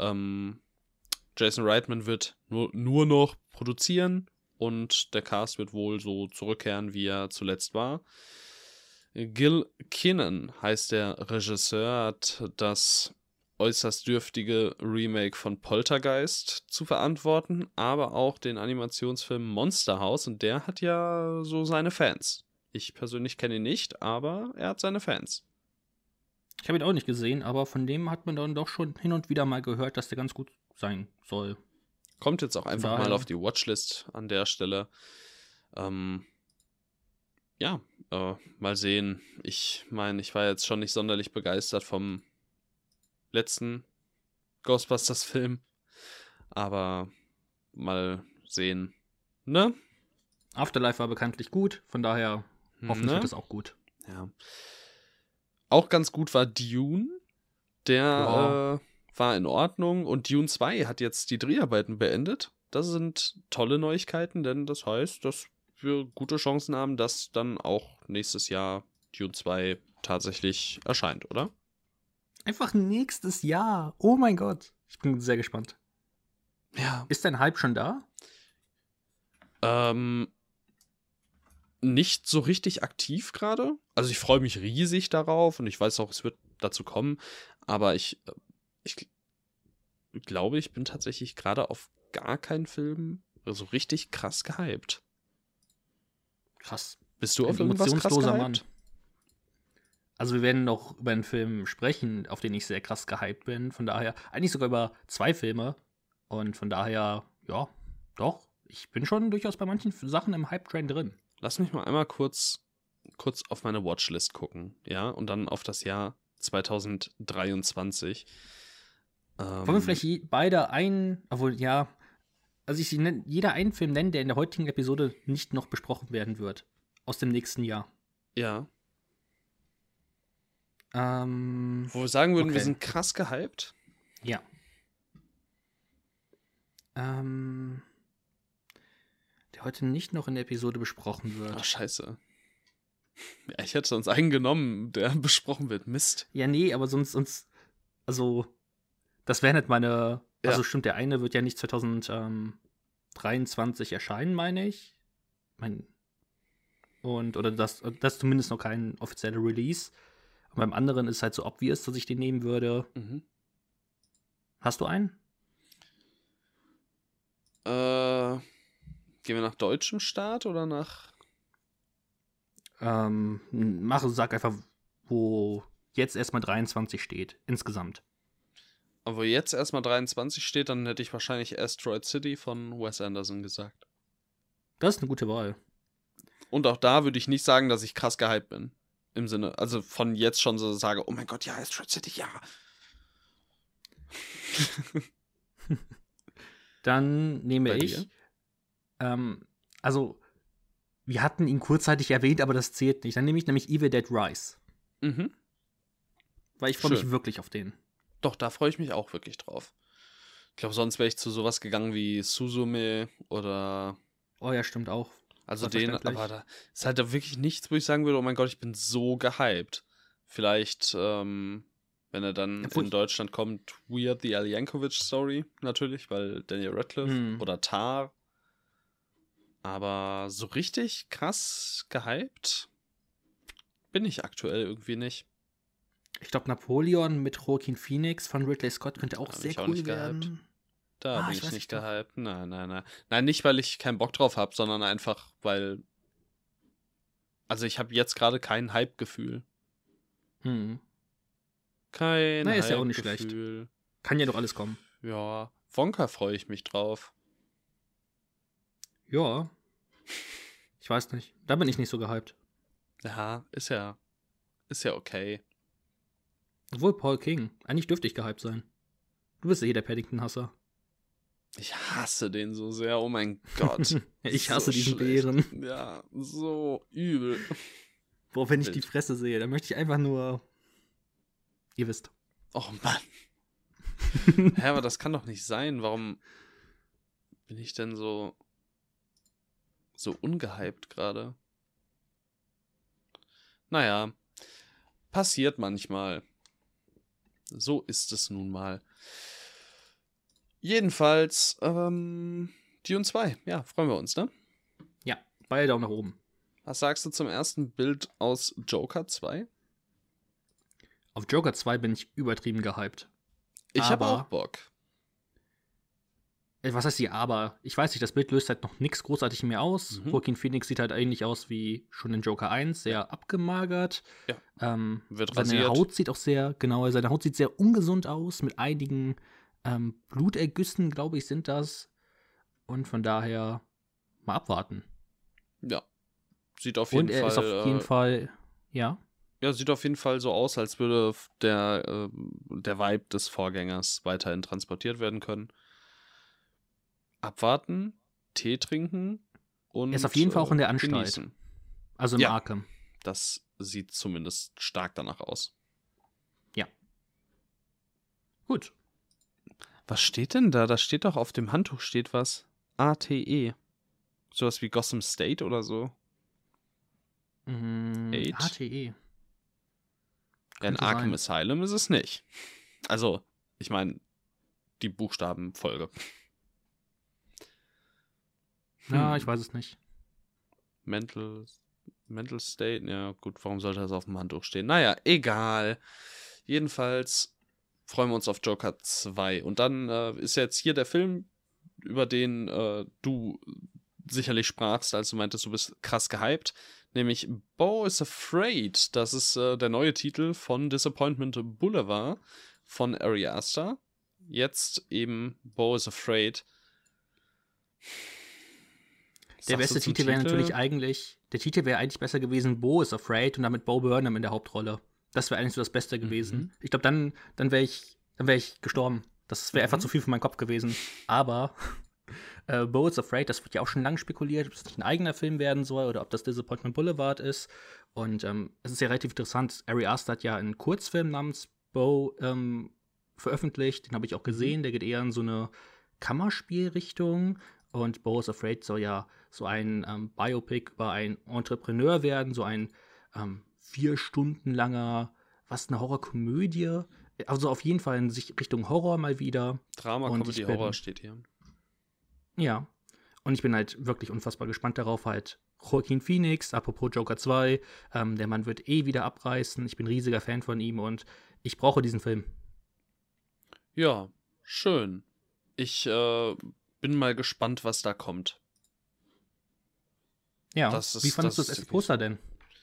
[SPEAKER 1] Jason Reitman wird nur noch produzieren und der Cast wird wohl so zurückkehren, wie er zuletzt war. Gil Kinnan heißt der Regisseur, hat das äußerst dürftige Remake von Poltergeist zu verantworten, aber auch den Animationsfilm Monster House und der hat ja so seine Fans. Ich persönlich kenne ihn nicht, aber er hat seine Fans.
[SPEAKER 2] Ich habe ihn auch nicht gesehen, aber von dem hat man dann doch schon hin und wieder mal gehört, dass der ganz gut sein soll.
[SPEAKER 1] Kommt jetzt auch einfach mal auf die Watchlist an der Stelle. Mal sehen. Ich meine, ich war jetzt schon nicht sonderlich begeistert vom letzten Ghostbusters-Film. Aber mal sehen. Ne?
[SPEAKER 2] Afterlife war bekanntlich gut, von daher hoffentlich wird es auch gut.
[SPEAKER 1] Ja. Auch ganz gut war Dune. Der war in Ordnung. Und Dune 2 hat jetzt die Dreharbeiten beendet. das sind tolle Neuigkeiten, denn das heißt, dass wir gute Chancen haben, dass dann auch nächstes Jahr Dune 2 tatsächlich erscheint, oder?
[SPEAKER 2] Einfach nächstes Jahr. Oh mein Gott. Ich bin sehr gespannt.
[SPEAKER 1] Ja.
[SPEAKER 2] Ist dein Hype schon da?
[SPEAKER 1] Nicht so richtig aktiv gerade. Also ich freue mich riesig darauf und ich weiß auch, es wird dazu kommen. Aber ich glaube, ich bin tatsächlich gerade auf gar keinen Film so richtig krass gehypt.
[SPEAKER 2] Krass.
[SPEAKER 1] Bist du
[SPEAKER 2] Ein
[SPEAKER 1] auf irgendwas krass
[SPEAKER 2] emotionsloser
[SPEAKER 1] gehypt?
[SPEAKER 2] Mann. Also wir werden noch über einen Film sprechen, auf den ich sehr krass gehypt bin. Von daher, eigentlich sogar über 2 Filme. Und von daher, ja, doch. Ich bin schon durchaus bei manchen Sachen im Hype-Train drin.
[SPEAKER 1] Lass mich mal einmal kurz auf meine Watchlist gucken, ja, und dann auf das Jahr 2023.
[SPEAKER 2] Wollen wir vielleicht beide einen, obwohl, ja, also jeder einen Film nennen, der in der heutigen Episode nicht noch besprochen werden wird. Aus dem nächsten Jahr.
[SPEAKER 1] Ja.
[SPEAKER 2] Wo
[SPEAKER 1] Wo wir sagen würden,
[SPEAKER 2] okay.
[SPEAKER 1] wir sind krass gehypt.
[SPEAKER 2] Ja. Der heute nicht noch in der Episode besprochen wird.
[SPEAKER 1] Ach, scheiße. Ja, ich hätte sonst einen genommen, der besprochen wird. Mist.
[SPEAKER 2] Ja, nee, aber sonst, also, das wäre nicht meine,
[SPEAKER 1] Ja.
[SPEAKER 2] also stimmt, der eine wird ja nicht 2023 erscheinen, meine ich. Oder das ist zumindest noch kein offizieller Release. Und beim anderen ist es halt so obvious, dass ich den nehmen würde.
[SPEAKER 1] Mhm.
[SPEAKER 2] Hast du einen?
[SPEAKER 1] Gehen wir nach deutschem Start oder nach...
[SPEAKER 2] Sag einfach, wo jetzt erstmal 23 steht, insgesamt.
[SPEAKER 1] Aber wo jetzt erstmal 23 steht, dann hätte ich wahrscheinlich Asteroid City von Wes Anderson gesagt.
[SPEAKER 2] Das ist eine gute Wahl.
[SPEAKER 1] Und auch da würde ich nicht sagen, dass ich krass gehypt bin. Im Sinne, also von jetzt schon so sage, oh mein Gott, ja, Asteroid City, ja.
[SPEAKER 2] Dann nehme
[SPEAKER 1] Bei
[SPEAKER 2] ich, also, wir hatten ihn kurzzeitig erwähnt, aber das zählt nicht. Dann nehme ich nämlich Evil Dead Rise.
[SPEAKER 1] Mhm.
[SPEAKER 2] Weil ich freue mich
[SPEAKER 1] Schön.
[SPEAKER 2] wirklich auf den.
[SPEAKER 1] Doch, da freue ich mich auch wirklich drauf. Ich glaube, sonst wäre ich zu sowas gegangen wie Suzume oder...
[SPEAKER 2] Oh ja, stimmt auch.
[SPEAKER 1] Also den,
[SPEAKER 2] Selbstverständlich.
[SPEAKER 1] aber da ist halt da wirklich nichts, wo ich sagen würde, oh mein Gott, ich bin so gehypt. Vielleicht, wenn er dann
[SPEAKER 2] Obwohl
[SPEAKER 1] in Deutschland kommt, Weird the Al Yankovic Story, natürlich, weil Daniel Radcliffe oder Tar. Aber so richtig krass gehypt bin ich aktuell irgendwie nicht.
[SPEAKER 2] Ich glaube, Napoleon mit Joaquin Phoenix von Ridley Scott könnte auch
[SPEAKER 1] Hab
[SPEAKER 2] sehr
[SPEAKER 1] ich auch
[SPEAKER 2] cool
[SPEAKER 1] nicht
[SPEAKER 2] werden.
[SPEAKER 1] gehypt. Da bin
[SPEAKER 2] ich
[SPEAKER 1] ich
[SPEAKER 2] weiß
[SPEAKER 1] nicht
[SPEAKER 2] nicht doch.
[SPEAKER 1] gehypt. Nein. Nein, nicht, weil ich keinen Bock drauf habe, sondern einfach, weil... Also ich habe jetzt gerade kein Hype-Gefühl.
[SPEAKER 2] Kein
[SPEAKER 1] Kein
[SPEAKER 2] ist ja auch nicht schlecht.
[SPEAKER 1] Hype-Gefühl.
[SPEAKER 2] Kann ja doch alles kommen.
[SPEAKER 1] Ja, Wonka freue ich mich drauf.
[SPEAKER 2] Ja. Ich weiß nicht. Da bin ich nicht so gehypt.
[SPEAKER 1] Ja, ist ja okay.
[SPEAKER 2] Obwohl Paul King. Eigentlich dürfte ich gehypt sein. Du bist der Paddington-Hasser.
[SPEAKER 1] Ich hasse den so sehr, oh mein Gott.
[SPEAKER 2] Ich hasse
[SPEAKER 1] So
[SPEAKER 2] diesen
[SPEAKER 1] schlecht.
[SPEAKER 2] Bären.
[SPEAKER 1] Ja, so übel.
[SPEAKER 2] Boah, wenn ich
[SPEAKER 1] Wild.
[SPEAKER 2] die Fresse sehe, dann möchte ich einfach nur. Ihr wisst.
[SPEAKER 1] Oh Mann. Hä, aber das kann doch nicht sein. Warum bin ich denn so ungehypt gerade? Naja, passiert manchmal. So ist es nun mal. Jedenfalls, Dune 2. Ja, freuen wir uns, ne?
[SPEAKER 2] Ja, beide Daumen nach oben.
[SPEAKER 1] Was sagst du zum ersten Bild aus Joker 2?
[SPEAKER 2] Auf Joker 2 bin ich übertrieben gehypt.
[SPEAKER 1] Ich habe
[SPEAKER 2] Aber-
[SPEAKER 1] auch Bock.
[SPEAKER 2] Was heißt die aber? Ich weiß nicht, das Bild löst halt noch nichts großartig mehr aus.
[SPEAKER 1] Mhm.
[SPEAKER 2] Joaquin Phoenix sieht halt ähnlich aus wie schon in Joker 1, sehr abgemagert.
[SPEAKER 1] Ja. Wird
[SPEAKER 2] Seine
[SPEAKER 1] rasiert.
[SPEAKER 2] Haut sieht auch seine Haut sieht sehr ungesund aus, mit einigen Blutergüssen, glaube ich, sind das. Und von daher mal abwarten.
[SPEAKER 1] Ja. Sieht auf jeden
[SPEAKER 2] Und er
[SPEAKER 1] Fall.
[SPEAKER 2] ist auf jeden Fall, ja.
[SPEAKER 1] Ja, sieht auf jeden Fall so aus, als würde der Vibe des Vorgängers weiterhin transportiert werden können. Abwarten, Tee trinken und
[SPEAKER 2] Er ist auf jeden Fall auch in der Anstalt.
[SPEAKER 1] genießen.
[SPEAKER 2] Also im
[SPEAKER 1] Ja.
[SPEAKER 2] Arkham.
[SPEAKER 1] Das sieht zumindest stark danach aus.
[SPEAKER 2] Gut.
[SPEAKER 1] Was steht denn da? Da steht doch auf dem Handtuch steht was. ATE. Sowas wie Gotham State oder so.
[SPEAKER 2] ATE.
[SPEAKER 1] Ja, in
[SPEAKER 2] Könnte
[SPEAKER 1] Arkham
[SPEAKER 2] sein.
[SPEAKER 1] Asylum ist es nicht. Also, ich meine, die Buchstabenfolge.
[SPEAKER 2] Ja, ich weiß es nicht.
[SPEAKER 1] Mental State, ja gut, warum sollte das auf dem Handtuch stehen? Naja, egal. Jedenfalls freuen wir uns auf Joker 2. Und dann ist jetzt hier der Film, über den du sicherlich sprachst, als du meintest, du bist krass gehypt. Nämlich Beau is Afraid. Das ist der neue Titel von Disappointment Boulevard von Ari Aster. Jetzt eben Beau is Afraid.
[SPEAKER 2] Der beste Titel wäre natürlich eigentlich, der Titel wäre eigentlich besser gewesen, Beau is Afraid und damit Bo Burnham in der Hauptrolle. Das wäre eigentlich so das Beste gewesen. Ich glaube, dann wäre ich gestorben. Das wäre einfach zu viel für meinen Kopf gewesen. Aber Beau is Afraid, das wird ja auch schon lange spekuliert, ob es nicht ein eigener Film werden soll oder ob das Disappointment Boulevard ist. Und es ist ja relativ interessant. Ari Aster hat ja einen Kurzfilm namens Beau veröffentlicht. Den habe ich auch gesehen. Der geht eher in so eine Kammerspielrichtung. Und Beau is Afraid soll ja so ein Biopic über einen Entrepreneur werden, so ein 4 Stunden langer, eine Horrorkomödie. Also auf jeden Fall in Richtung Horror mal wieder.
[SPEAKER 1] Drama, Comedy, Horror steht hier.
[SPEAKER 2] Ja. Und ich bin halt wirklich unfassbar gespannt darauf, halt Joaquin Phoenix, apropos Joker 2, der Mann wird wieder abreißen. Ich bin riesiger Fan von ihm und ich brauche diesen Film.
[SPEAKER 1] Ja, schön. Ich bin mal gespannt, was da kommt.
[SPEAKER 2] Ja, wie fandest du das erste Poster denn?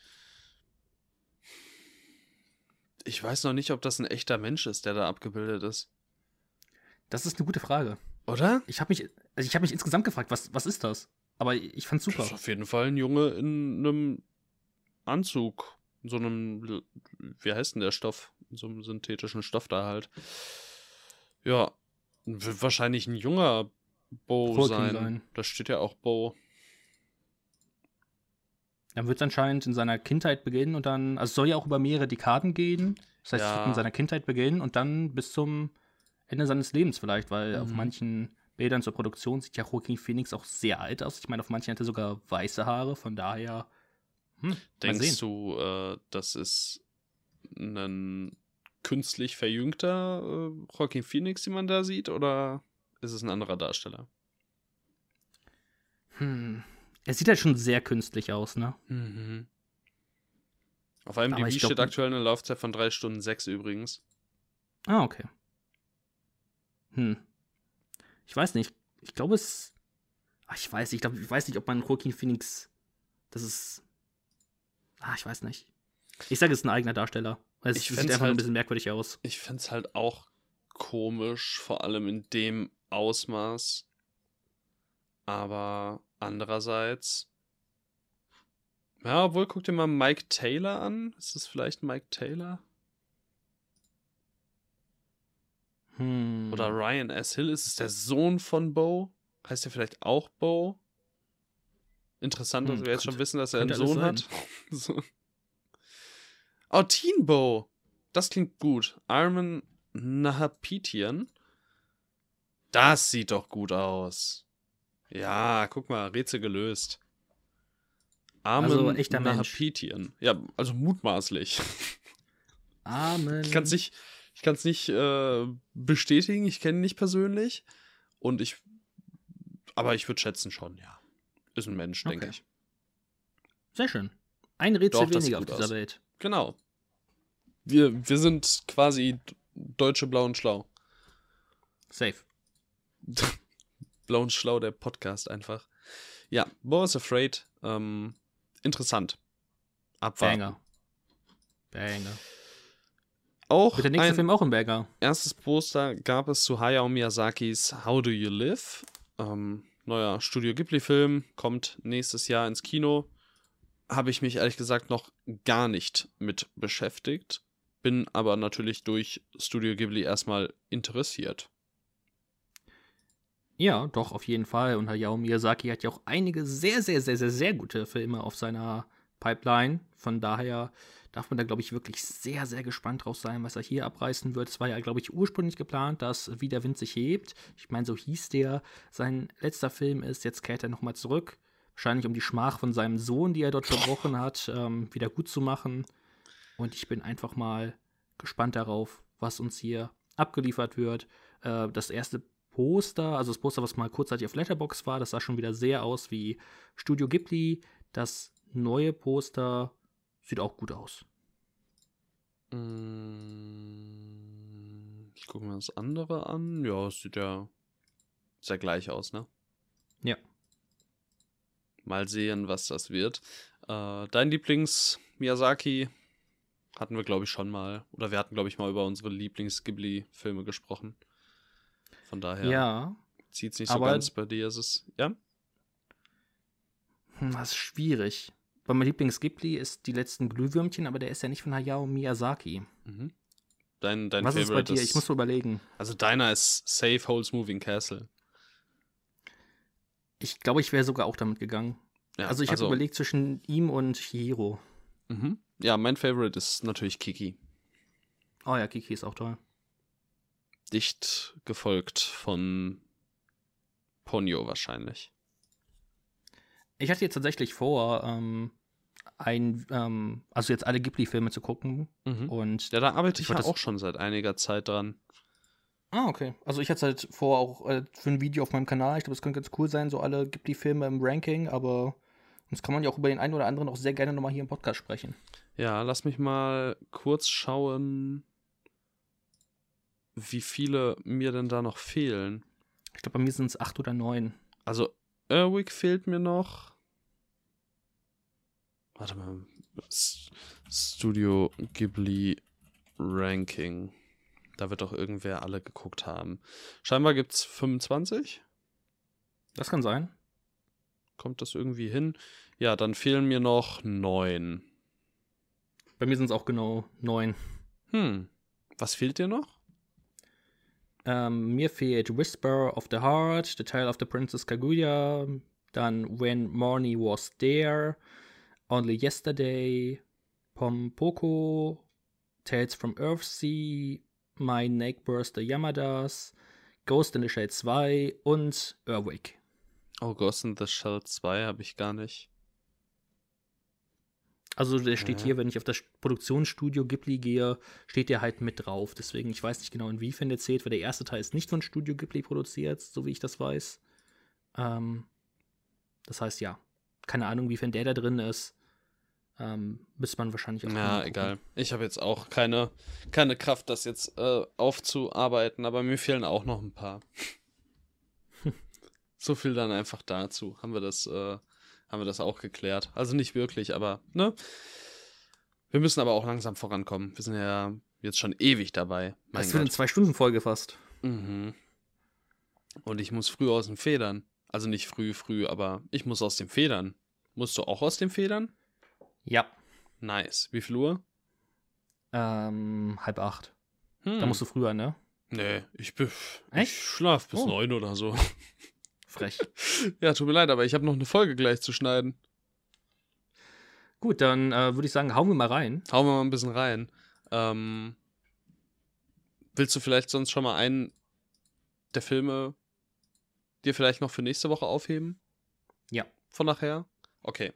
[SPEAKER 1] Ich weiß noch nicht, ob das ein echter Mensch ist, der da abgebildet ist.
[SPEAKER 2] Das ist eine gute Frage.
[SPEAKER 1] Oder?
[SPEAKER 2] Ich habe mich insgesamt gefragt, was ist das? Aber ich fand's super.
[SPEAKER 1] Das ist auf jeden Fall ein Junge in einem Anzug. In so einem, wie heißt denn der Stoff? In so einem synthetischen Stoff da halt. Ja, wird wahrscheinlich ein junger Beau sein. Da steht ja auch Beau.
[SPEAKER 2] Dann wird es anscheinend in seiner Kindheit beginnen und dann, also es soll ja auch über mehrere Dekaden gehen. Das heißt, es wird in seiner Kindheit beginnen und dann bis zum Ende seines Lebens vielleicht, weil auf manchen Bildern zur Produktion sieht ja Joaquin Phoenix auch sehr alt aus. Ich meine, auf manchen hat er sogar weiße Haare, von daher.
[SPEAKER 1] Denkst du, das ist ein künstlich verjüngter Joaquin Phoenix, den man da sieht, oder ist es ein anderer Darsteller?
[SPEAKER 2] Er sieht halt schon sehr künstlich aus, ne?
[SPEAKER 1] Mhm. Auf IMDb steht aktuell eine Laufzeit von 3 Stunden 6 übrigens.
[SPEAKER 2] Ah, okay. Ich weiß nicht. Ich glaube es. Ich weiß nicht, ob man Joaquin Phoenix. Das ist. Ich weiß nicht. Ich sage, es ist ein eigener Darsteller. Weil es sieht einfach ein bisschen merkwürdig aus.
[SPEAKER 1] Ich finde es halt auch komisch, vor allem in dem Ausmaß. Aber andererseits. Ja, obwohl, guck dir mal Mike Taylor an. Ist das vielleicht Mike Taylor? Oder Ryan S. Hill, ist es der Sohn von Beau? Heißt der vielleicht auch Beau? Interessant, dass wir jetzt schon wissen, dass er einen Sohn hat. So. Oh, Teen Beau. Das klingt gut. Armin Nahapetian. Das sieht doch gut aus. Ja, guck mal, Rätsel gelöst. Armin
[SPEAKER 2] also echter
[SPEAKER 1] Nahapetian. Ja, also mutmaßlich.
[SPEAKER 2] Armin.
[SPEAKER 1] Ich kann es nicht bestätigen, ich kenne ihn nicht persönlich. Aber ich würde schätzen schon, ja. Ist ein Mensch, denke ich.
[SPEAKER 2] Sehr schön. Ein Rätsel weniger auf dieser Welt.
[SPEAKER 1] Genau. Wir sind quasi Deutsche Blau und Schlau.
[SPEAKER 2] Safe.
[SPEAKER 1] Blau und Schlau, der Podcast einfach. Ja, Beau is Afraid. Interessant. Abwarten.
[SPEAKER 2] Banger.
[SPEAKER 1] Auch
[SPEAKER 2] wird der nächste Film auch ein Banger?
[SPEAKER 1] Erstes Poster gab es zu Hayao Miyazakis How Do You Live? Neuer Studio Ghibli-Film, kommt nächstes Jahr ins Kino. Habe ich mich ehrlich gesagt noch gar nicht mit beschäftigt. Bin aber natürlich durch Studio Ghibli erstmal interessiert.
[SPEAKER 2] Ja, doch, auf jeden Fall. Und Hayao Miyazaki hat ja auch einige sehr, sehr, sehr, sehr, sehr gute Filme auf seiner Pipeline. Von daher darf man da, glaube ich, wirklich sehr, sehr gespannt drauf sein, was er hier abreißen wird. Es war ja, glaube ich, ursprünglich geplant, dass Wie der Wind sich hebt. Ich meine, so hieß der. Sein letzter Film ist, jetzt kehrt er nochmal zurück. Wahrscheinlich um die Schmach von seinem Sohn, die er dort verbrochen hat, wieder gut zu machen. Und ich bin einfach mal gespannt darauf, was uns hier abgeliefert wird. Das erste Poster, also das Poster, was mal kurzzeitig auf Letterboxd war, das sah schon wieder sehr aus wie Studio Ghibli. Das neue Poster sieht auch gut aus.
[SPEAKER 1] Ich gucke mir das andere an. Ja, es sieht ja sehr gleich aus, ne?
[SPEAKER 2] Ja.
[SPEAKER 1] Mal sehen, was das wird. Dein Lieblings-Miyazaki hatten wir, glaube ich, schon mal. Oder wir hatten, glaube ich, mal über unsere Lieblings-Ghibli-Filme gesprochen. Von daher zieht es nicht so ganz bei dir. Ist es, ja?
[SPEAKER 2] Das ist schwierig. Weil mein Lieblings-Ghibli ist Die letzten Glühwürmchen, aber der ist ja nicht von Hayao Miyazaki.
[SPEAKER 1] Mhm. Dein
[SPEAKER 2] was
[SPEAKER 1] Favorite
[SPEAKER 2] ist bei dir? Ich muss mal überlegen.
[SPEAKER 1] Also deiner ist Safe Holds Moving Castle.
[SPEAKER 2] Ich glaube, ich wäre sogar auch damit gegangen. Ja, also ich habe überlegt zwischen ihm und Chihiro.
[SPEAKER 1] Mhm. Ja, mein Favorite ist natürlich Kiki.
[SPEAKER 2] Oh ja, Kiki ist auch toll.
[SPEAKER 1] Dicht gefolgt von Ponyo wahrscheinlich.
[SPEAKER 2] Ich hatte jetzt tatsächlich vor, also jetzt alle Ghibli-Filme zu gucken.
[SPEAKER 1] Mhm.
[SPEAKER 2] Und
[SPEAKER 1] ja, da arbeite ich ja auch schon seit einiger Zeit dran.
[SPEAKER 2] Ah, okay. Also ich hatte halt vor, auch für ein Video auf meinem Kanal, ich glaube, das könnte ganz cool sein, so alle Ghibli-Filme im Ranking, aber sonst kann man ja auch über den einen oder anderen auch sehr gerne nochmal hier im Podcast sprechen.
[SPEAKER 1] Ja, lass mich mal kurz schauen, wie viele mir denn da noch fehlen.
[SPEAKER 2] Ich glaube, bei mir sind es 8 oder 9.
[SPEAKER 1] Also, Erwick fehlt mir noch. Warte mal. Studio Ghibli Ranking. Da wird doch irgendwer alle geguckt haben. Scheinbar gibt es 25.
[SPEAKER 2] Das kann sein.
[SPEAKER 1] Kommt das irgendwie hin? Ja, dann fehlen mir noch 9.
[SPEAKER 2] Bei mir sind es auch genau 9.
[SPEAKER 1] Was fehlt dir noch?
[SPEAKER 2] Mir fehlt Whisper of the Heart, The Tale of the Princess Kaguya, dann When Morny Was There, Only Yesterday, Pompoko, Tales from Earthsea, My Neighbors the Yamadas, Ghost in the Shell 2 und Erwick.
[SPEAKER 1] Oh, Ghost in the Shell 2 habe ich gar nicht.
[SPEAKER 2] Also der steht hier, wenn ich auf das Produktionsstudio Ghibli gehe, steht der halt mit drauf. Deswegen, ich weiß nicht genau, inwiefern der zählt, weil der erste Teil ist nicht von Studio Ghibli produziert, so wie ich das weiß. Das heißt, ja, keine Ahnung, inwiefern der da drin ist. Müsste man wahrscheinlich auch
[SPEAKER 1] ja, egal. Ich habe jetzt auch keine Kraft, das jetzt aufzuarbeiten, aber mir fehlen auch noch ein paar. So viel dann einfach dazu. Haben wir das auch geklärt. Also nicht wirklich, aber, ne? Wir müssen aber auch langsam vorankommen. Wir sind ja jetzt schon ewig dabei.
[SPEAKER 2] Das wird eine 2-Stunden-Folge fast.
[SPEAKER 1] Mhm. Und ich muss früh aus den Federn. Also nicht früh, aber ich muss aus den Federn. Musst du auch aus den Federn?
[SPEAKER 2] Ja.
[SPEAKER 1] Nice. Wie viel Uhr?
[SPEAKER 2] 7:30. Da musst du früher, ne?
[SPEAKER 1] Nee, ich schlaf bis 9 oder so.
[SPEAKER 2] Frech.
[SPEAKER 1] Ja, tut mir leid, aber ich habe noch eine Folge gleich zu schneiden.
[SPEAKER 2] Gut, dann würde ich sagen, hauen wir mal rein.
[SPEAKER 1] Hauen wir mal ein bisschen rein. Willst du vielleicht sonst schon mal einen der Filme dir vielleicht noch für nächste Woche aufheben?
[SPEAKER 2] Ja.
[SPEAKER 1] Von nachher? Okay.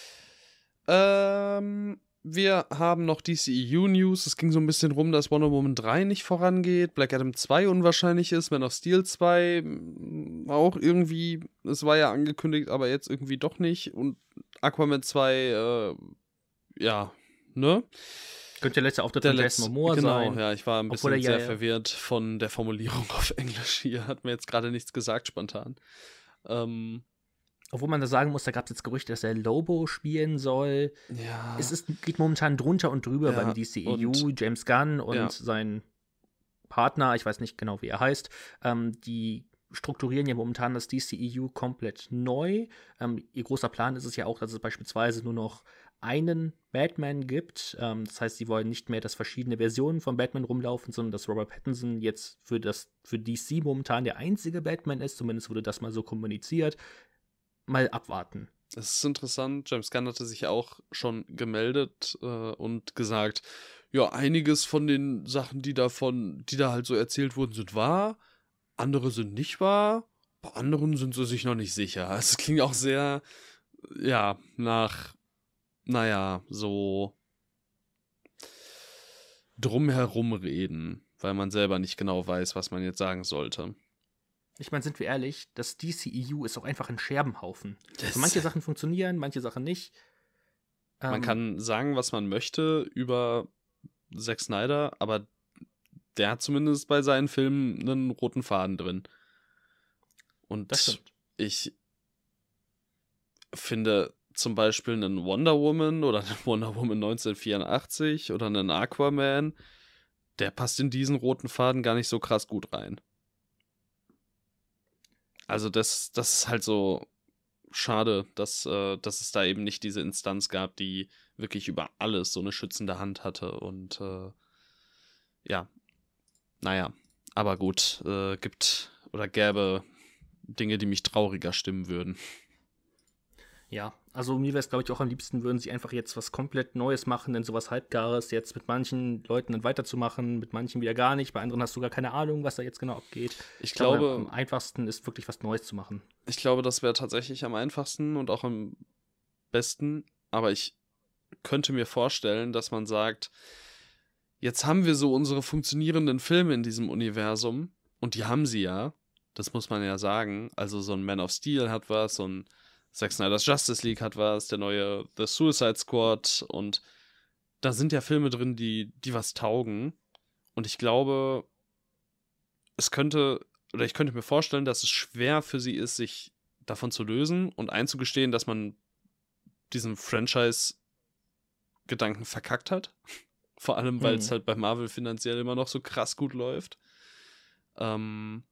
[SPEAKER 1] Wir haben noch DCEU-News. Es ging so ein bisschen rum, dass Wonder Woman 3 nicht vorangeht, Black Adam 2 unwahrscheinlich ist, Man of Steel 2 auch irgendwie, es war ja angekündigt, aber jetzt irgendwie doch nicht. Und Aquaman 2, ja, ne?
[SPEAKER 2] Könnte der letzte Auftritt von Jason Momoa sein.
[SPEAKER 1] Genau, ja, ich war ein bisschen sehr verwirrt von der Formulierung auf Englisch hier. Hat mir jetzt gerade nichts gesagt spontan.
[SPEAKER 2] Obwohl man da sagen muss, da gab es jetzt Gerüchte, dass er Lobo spielen soll.
[SPEAKER 1] Ja.
[SPEAKER 2] Geht momentan drunter und drüber beim DCEU. James Gunn und sein Partner, ich weiß nicht genau, wie er heißt, die strukturieren ja momentan das DCEU komplett neu. Ihr großer Plan ist es ja auch, dass es beispielsweise nur noch einen Batman gibt. Das heißt, sie wollen nicht mehr, dass verschiedene Versionen von Batman rumlaufen, sondern dass Robert Pattinson jetzt für DC momentan der einzige Batman ist. Zumindest wurde das mal so kommuniziert. Mal abwarten.
[SPEAKER 1] Es ist interessant, James Gunn hatte sich auch schon gemeldet und gesagt, ja, einiges von den Sachen, die da halt so erzählt wurden, sind wahr, andere sind nicht wahr, bei anderen sind sie sich noch nicht sicher. Es klingt auch sehr, ja, nach, naja, so drumherum reden, weil man selber nicht genau weiß, was man jetzt sagen sollte.
[SPEAKER 2] Ich meine, sind wir ehrlich, das DCEU ist auch einfach ein Scherbenhaufen.
[SPEAKER 1] Das
[SPEAKER 2] Also manche Sachen funktionieren, manche Sachen nicht.
[SPEAKER 1] Man kann sagen, was man möchte über Zack Snyder, aber der hat zumindest bei seinen Filmen einen roten Faden drin. Und
[SPEAKER 2] Das stimmt.
[SPEAKER 1] ich finde zum Beispiel einen Wonder Woman oder einen Wonder Woman 1984 oder einen Aquaman, der passt in diesen roten Faden gar nicht so krass gut rein. Also das ist halt so schade, dass es da eben nicht diese Instanz gab, die wirklich über alles so eine schützende Hand hatte. Und ja, naja, aber gut, gibt oder gäbe Dinge, die mich trauriger stimmen würden.
[SPEAKER 2] Ja, also mir wäre es, glaube ich, auch am liebsten, würden sie einfach jetzt was komplett Neues machen, denn sowas Halbgares jetzt mit manchen Leuten dann weiterzumachen, mit manchen wieder gar nicht, bei anderen hast du gar keine Ahnung, was da jetzt genau abgeht.
[SPEAKER 1] Ich
[SPEAKER 2] glaube,
[SPEAKER 1] glaube,
[SPEAKER 2] am einfachsten ist wirklich was Neues zu machen.
[SPEAKER 1] ich glaube, das wäre tatsächlich am einfachsten und auch am besten, aber ich könnte mir vorstellen, dass man sagt, jetzt haben wir so unsere funktionierenden Filme in diesem Universum und die haben sie ja, das muss man ja sagen, also so ein Man of Steel hat was, so ein Zack Snyder's Justice League hat was, der neue The Suicide Squad und da sind ja Filme drin, die was taugen und ich glaube, ich könnte mir vorstellen, dass es schwer für sie ist, sich davon zu lösen und einzugestehen, dass man diesen Franchise-Gedanken verkackt hat. Vor allem, weil es halt bei Marvel finanziell immer noch so krass gut läuft. Und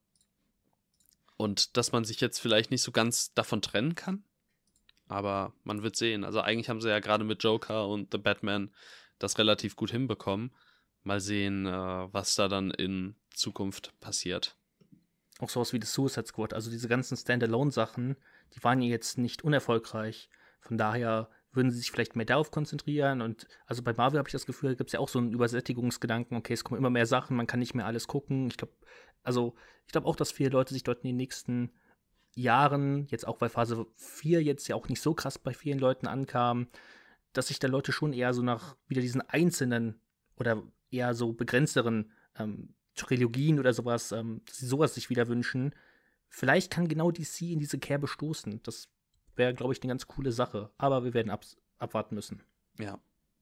[SPEAKER 1] dass man sich jetzt vielleicht nicht so ganz davon trennen kann. Aber man wird sehen. Also eigentlich haben sie ja gerade mit Joker und The Batman das relativ gut hinbekommen. Mal sehen, was da dann in Zukunft passiert.
[SPEAKER 2] Auch sowas wie das Suicide Squad, also diese ganzen Standalone-Sachen, die waren ja jetzt nicht unerfolgreich. Von daher würden sie sich vielleicht mehr darauf konzentrieren. Und also bei Marvel habe ich das Gefühl, da gibt es ja auch so einen Übersättigungsgedanken, okay, es kommen immer mehr Sachen, man kann nicht mehr alles gucken. Ich glaube auch, dass viele Leute sich dort in den nächsten Jahren, jetzt auch weil Phase 4 jetzt ja auch nicht so krass bei vielen Leuten ankam, dass sich da Leute schon eher so nach wieder diesen einzelnen oder eher so begrenzteren Trilogien oder sowas, dass sie sowas sich wieder wünschen. Vielleicht kann genau DC in diese Kerbe stoßen. Das wäre, glaube ich, eine ganz coole Sache. Aber wir werden abwarten müssen.
[SPEAKER 1] Ja.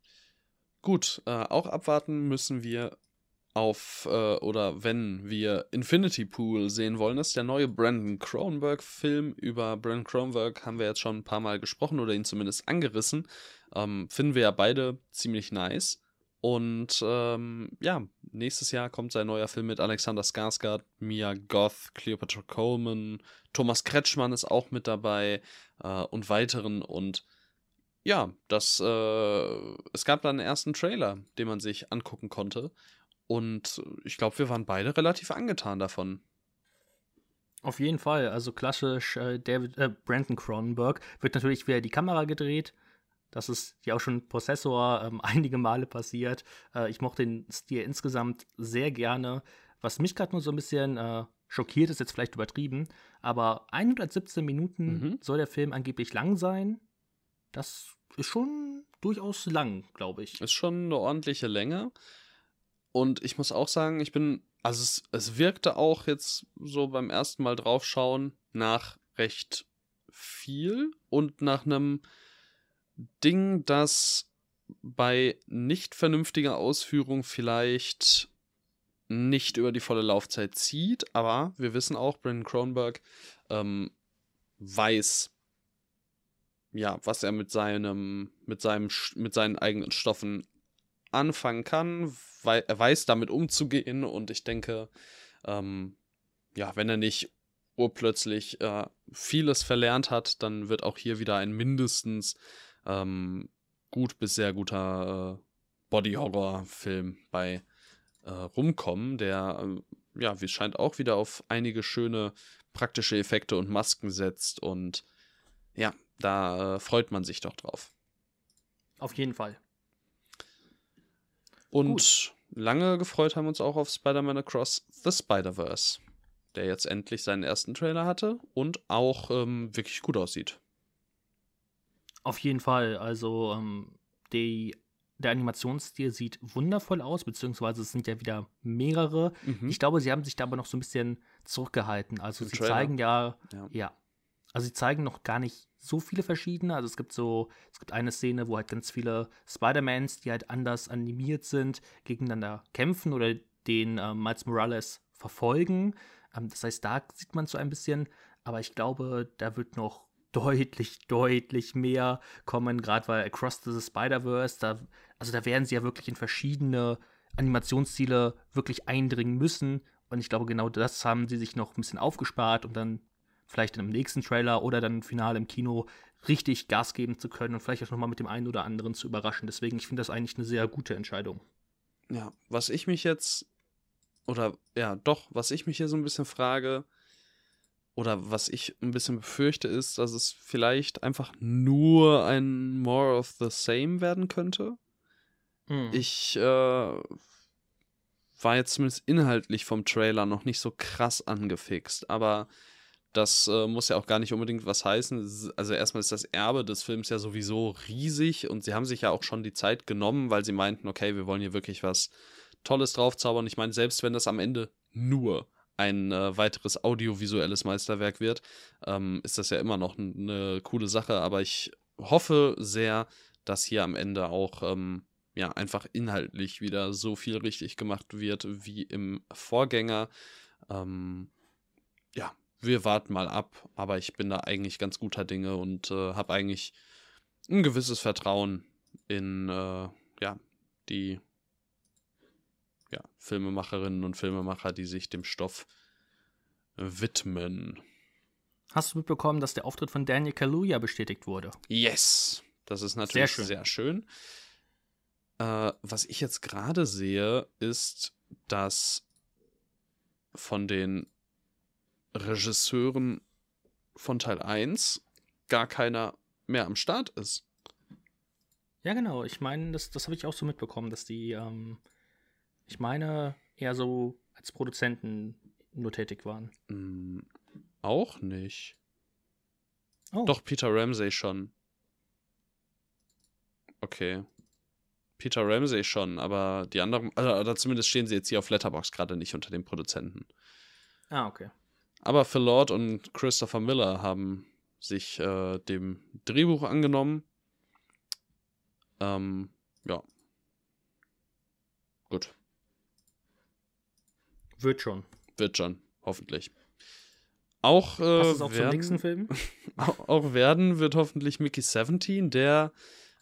[SPEAKER 1] Gut, auch abwarten müssen wir auf, oder wenn wir Infinity Pool sehen wollen, das ist der neue Brandon Cronenberg-Film. Über Brandon Cronenberg haben wir jetzt schon ein paar Mal gesprochen oder ihn zumindest angerissen. Finden wir ja beide ziemlich nice. Und ja, nächstes Jahr kommt sein neuer Film mit Alexander Skarsgård, Mia Goth, Cleopatra Coleman, Thomas Kretschmann ist auch mit dabei und weiteren. Und ja, es gab da einen ersten Trailer, den man sich angucken konnte. Und ich glaube, wir waren beide relativ angetan davon.
[SPEAKER 2] Auf jeden Fall. Also klassisch Brandon Cronenberg. Wird natürlich wieder die Kamera gedreht. Das ist ja auch schon Possessor einige Male passiert. Ich mochte den Stil insgesamt sehr gerne. Was mich gerade nur so ein bisschen schockiert, ist jetzt vielleicht übertrieben, aber 117 Minuten soll der Film angeblich lang sein. Das ist schon durchaus lang, glaube ich.
[SPEAKER 1] Ist schon eine ordentliche Länge. Und ich muss auch sagen, also es wirkte auch jetzt so beim ersten Mal draufschauen nach recht viel und nach einem Ding, das bei nicht vernünftiger Ausführung vielleicht nicht über die volle Laufzeit zieht, aber wir wissen auch, Brandon Cronenberg weiß, ja, was er mit seinen eigenen Stoffen anfangen kann, weil er weiß, damit umzugehen und ich denke, ja, wenn er nicht urplötzlich vieles verlernt hat, dann wird auch hier wieder ein mindestens gut bis sehr guter Body-Horror-Film bei rumkommen, der, ja, wie es scheint, auch wieder auf einige schöne praktische Effekte und Masken setzt und ja, Da freut man sich doch drauf.
[SPEAKER 2] Auf jeden Fall.
[SPEAKER 1] Und
[SPEAKER 2] Gut.
[SPEAKER 1] lange gefreut haben wir uns auch auf Spider-Man Across the Spider-Verse, der jetzt endlich seinen ersten Trailer hatte und auch wirklich gut aussieht.
[SPEAKER 2] Auf jeden Fall. Also, der Animationsstil sieht wundervoll aus, beziehungsweise es sind ja wieder mehrere. Ich glaube, sie haben sich da aber noch so ein bisschen zurückgehalten. Also,
[SPEAKER 1] Im
[SPEAKER 2] sie
[SPEAKER 1] Trailer?
[SPEAKER 2] zeigen
[SPEAKER 1] Ja.
[SPEAKER 2] ja. Also, sie zeigen noch gar nicht so viele verschiedene. Also, es gibt eine Szene, wo halt ganz viele Spider-Mans, die halt anders animiert sind, gegeneinander kämpfen oder den Miles Morales verfolgen. Das heißt, da sieht man so ein bisschen, aber ich glaube, da wird noch deutlich mehr kommen, gerade weil Across the Spider-Verse, da werden sie ja wirklich in verschiedene Animationsstile wirklich eindringen müssen. Und ich glaube, genau das haben sie sich noch ein bisschen aufgespart, um dann vielleicht in einem nächsten Trailer oder dann im Finale im Kino richtig Gas geben zu können und vielleicht auch nochmal mit dem einen oder anderen zu überraschen. Deswegen, ich finde das eigentlich eine sehr gute Entscheidung.
[SPEAKER 1] Ja, was ich mich hier so ein bisschen frage, oder was ich ein bisschen befürchte, ist, dass es vielleicht einfach nur ein More of the Same werden könnte. Ich war jetzt zumindest inhaltlich vom Trailer noch nicht so krass angefixt, aber das muss ja auch gar nicht unbedingt was heißen. Also erstmal ist das Erbe des Films ja sowieso riesig und sie haben sich ja auch schon die Zeit genommen, weil sie meinten, okay, wir wollen hier wirklich was Tolles draufzaubern. Ich meine, selbst wenn das am Ende nur ein weiteres audiovisuelles Meisterwerk wird, ist das ja immer noch eine coole Sache. Aber ich hoffe sehr, dass hier am Ende auch einfach inhaltlich wieder so viel richtig gemacht wird wie im Vorgänger. Wir warten mal ab, aber ich bin da eigentlich ganz guter Dinge und habe eigentlich ein gewisses Vertrauen in die Filmemacherinnen und Filmemacher, die sich dem Stoff widmen.
[SPEAKER 2] Hast du mitbekommen, dass der Auftritt von Daniel Kaluuya bestätigt wurde?
[SPEAKER 1] Yes! Das ist natürlich sehr schön. Was ich jetzt gerade sehe, ist, dass von den Regisseuren von Teil 1 gar keiner mehr am Start ist.
[SPEAKER 2] Ja, genau. Ich meine, das habe ich auch so mitbekommen, dass die, ich meine, eher so als Produzenten nur tätig waren.
[SPEAKER 1] Auch nicht.
[SPEAKER 2] Oh.
[SPEAKER 1] Doch, Peter Ramsey schon. Okay. Peter Ramsey schon, aber die anderen, oder zumindest stehen sie jetzt hier auf Letterboxd gerade nicht unter den Produzenten.
[SPEAKER 2] Ah, okay.
[SPEAKER 1] Aber Phil Lord und Christopher Miller haben sich dem Drehbuch angenommen. Ja. Gut.
[SPEAKER 2] Wird schon,
[SPEAKER 1] hoffentlich. Auch,
[SPEAKER 2] passt es auch zum nächsten Film?
[SPEAKER 1] auch werden wird hoffentlich Mickey 17, der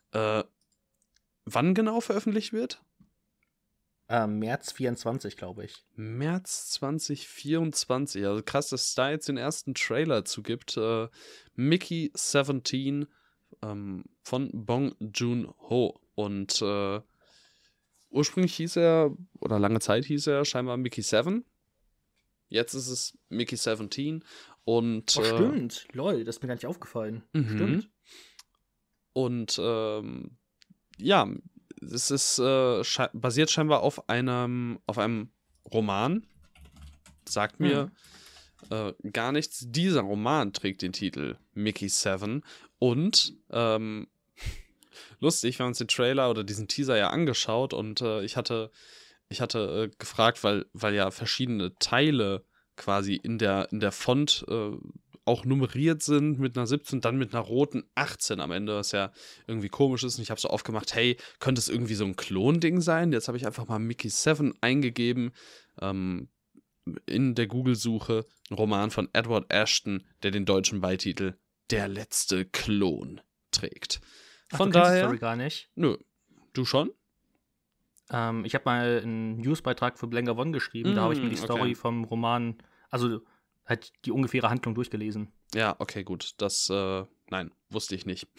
[SPEAKER 1] wann genau veröffentlicht wird?
[SPEAKER 2] März 24, glaube ich.
[SPEAKER 1] März 2024. Also krass, dass es da jetzt den ersten Trailer zu gibt. Mickey 17 von Bong Joon-ho. Und ursprünglich hieß er, oder lange Zeit hieß er scheinbar Mickey 7. Jetzt ist es Mickey 17. Und,
[SPEAKER 2] stimmt. Lol, das ist mir gar nicht aufgefallen. Stimmt.
[SPEAKER 1] Und es ist basiert scheinbar auf einem Roman. Sagt mir gar nichts. Dieser Roman trägt den Titel Mickey 7. Und lustig, wir haben uns den Trailer oder diesen Teaser ja angeschaut und ich hatte gefragt, weil ja verschiedene Teile quasi in der Font auch nummeriert sind mit einer 17, dann mit einer roten 18 am Ende, was ja irgendwie komisch ist. Und ich habe so aufgemacht, hey, könnte es irgendwie so ein Klon-Ding sein? Jetzt habe ich einfach mal Mickey 7 eingegeben in der Google-Suche. Ein Roman von Edward Ashton, der den deutschen Beititel Der letzte Klon trägt. Von
[SPEAKER 2] daher.
[SPEAKER 1] Die
[SPEAKER 2] Story gar nicht.
[SPEAKER 1] Nö. Du schon?
[SPEAKER 2] Ich habe mal einen Newsbeitrag für Blanker One geschrieben. Da habe ich mir die Story vom Roman, also halt die ungefähre Handlung durchgelesen.
[SPEAKER 1] Ja, okay, gut. Das, nein, wusste ich nicht.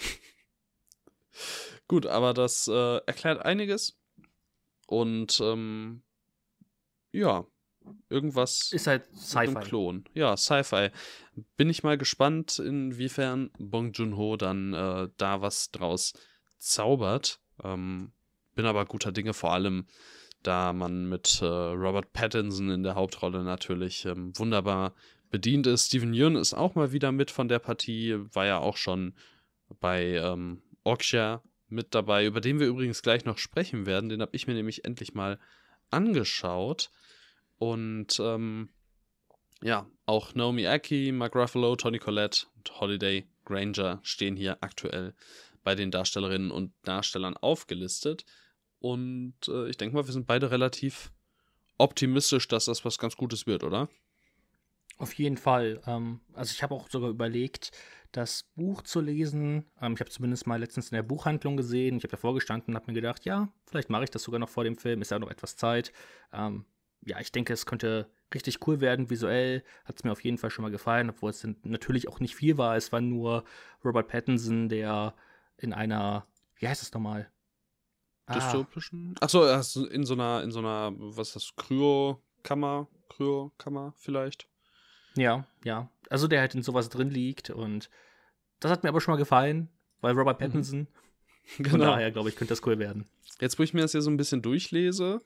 [SPEAKER 1] Gut, aber das erklärt einiges. Und, ja, Irgendwas
[SPEAKER 2] Ist halt
[SPEAKER 1] mit einem
[SPEAKER 2] Sci-Fi.
[SPEAKER 1] Klon. Ja, Sci-Fi. Bin ich mal gespannt, inwiefern Bong Joon-ho dann da was draus zaubert. Bin aber guter Dinge, vor allem da man mit Robert Pattinson in der Hauptrolle natürlich wunderbar bedient ist. Steven Yeun ist auch mal wieder mit von der Partie, war ja auch schon bei Okja mit dabei, über den wir übrigens gleich noch sprechen werden. Den habe ich mir nämlich endlich mal angeschaut. Und ja, auch Naomi Ackie, Mark Ruffalo, Toni Collette und Holliday Granger stehen hier aktuell bei den Darstellerinnen und Darstellern aufgelistet. Und ich denke mal, wir sind beide relativ optimistisch, dass das was ganz Gutes wird, oder?
[SPEAKER 2] Auf jeden Fall. Also ich habe auch sogar überlegt, das Buch zu lesen. Ich habe zumindest mal letztens in der Buchhandlung gesehen. Ich habe davor gestanden und habe mir gedacht, ja, vielleicht mache ich das sogar noch vor dem Film. Ist ja noch etwas Zeit. Ja, ich denke, es könnte richtig cool werden. Visuell hat es mir auf jeden Fall schon mal gefallen, obwohl es natürlich auch nicht viel war. Es war nur Robert Pattinson, der in einer, wie heißt es nochmal?
[SPEAKER 1] Dystopischen? Achso, in so einer, was ist das, Kryokammer vielleicht?
[SPEAKER 2] Ja. Also der halt in sowas drin liegt und das hat mir aber schon mal gefallen, weil Robert Pattinson.
[SPEAKER 1] Genau.
[SPEAKER 2] Von daher, glaube ich, könnte das cool werden.
[SPEAKER 1] Jetzt, wo ich mir das hier so ein bisschen durchlese,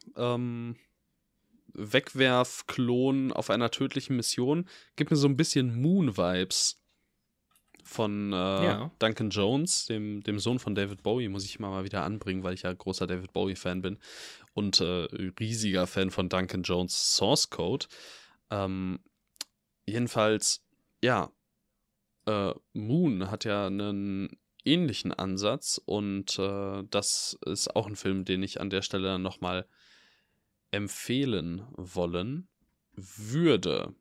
[SPEAKER 1] Wegwerf-Klon auf einer tödlichen Mission, gibt mir so ein bisschen Moon-Vibes von Duncan Jones, dem Sohn von David Bowie, muss ich mal wieder anbringen, weil ich ja großer David Bowie-Fan bin und riesiger Fan von Duncan Jones' Source Code. Jedenfalls, ja, Moon hat ja einen ähnlichen Ansatz und das ist auch ein Film, den ich an der Stelle nochmal empfehlen wollen würde.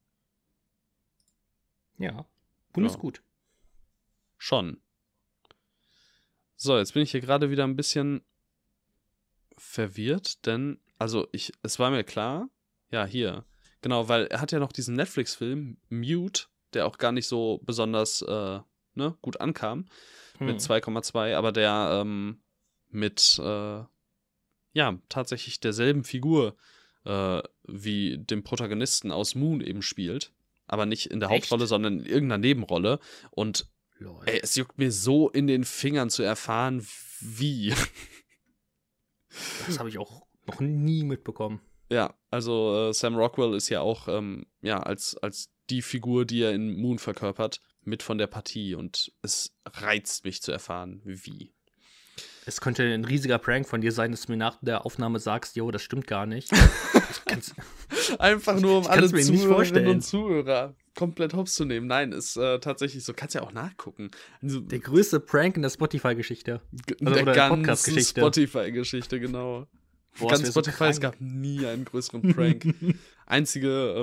[SPEAKER 2] Ja, Moon ist gut.
[SPEAKER 1] Schon. So, jetzt bin ich hier gerade wieder ein bisschen verwirrt, denn, also es war mir klar, ja, hier, genau, weil er hat ja noch diesen Netflix-Film Mute, der auch gar nicht so besonders gut ankam, mit 2,2, aber der mit tatsächlich derselben Figur wie dem Protagonisten aus Moon eben spielt, aber nicht in der Hauptrolle, sondern in irgendeiner Nebenrolle und ey, es juckt mir so in den Fingern zu erfahren, wie.
[SPEAKER 2] Das habe ich auch noch nie mitbekommen.
[SPEAKER 1] Ja, also Sam Rockwell ist ja auch als die Figur, die er in Moon verkörpert, mit von der Partie und es reizt mich zu erfahren, wie.
[SPEAKER 2] Es könnte ein riesiger Prank von dir sein, dass du mir nach der Aufnahme sagst, jo, das stimmt gar nicht.
[SPEAKER 1] Einfach nur, um alle
[SPEAKER 2] Zuhörerinnen
[SPEAKER 1] und Zuhörer komplett hops zu nehmen. Nein, ist tatsächlich so. Kannst ja auch nachgucken. Also,
[SPEAKER 2] der größte Prank in der Spotify-Geschichte.
[SPEAKER 1] Der ganzen Spotify-Geschichte, genau.
[SPEAKER 2] Boah,
[SPEAKER 1] Ganz Spotify, es gab nie einen größeren Prank. Einzige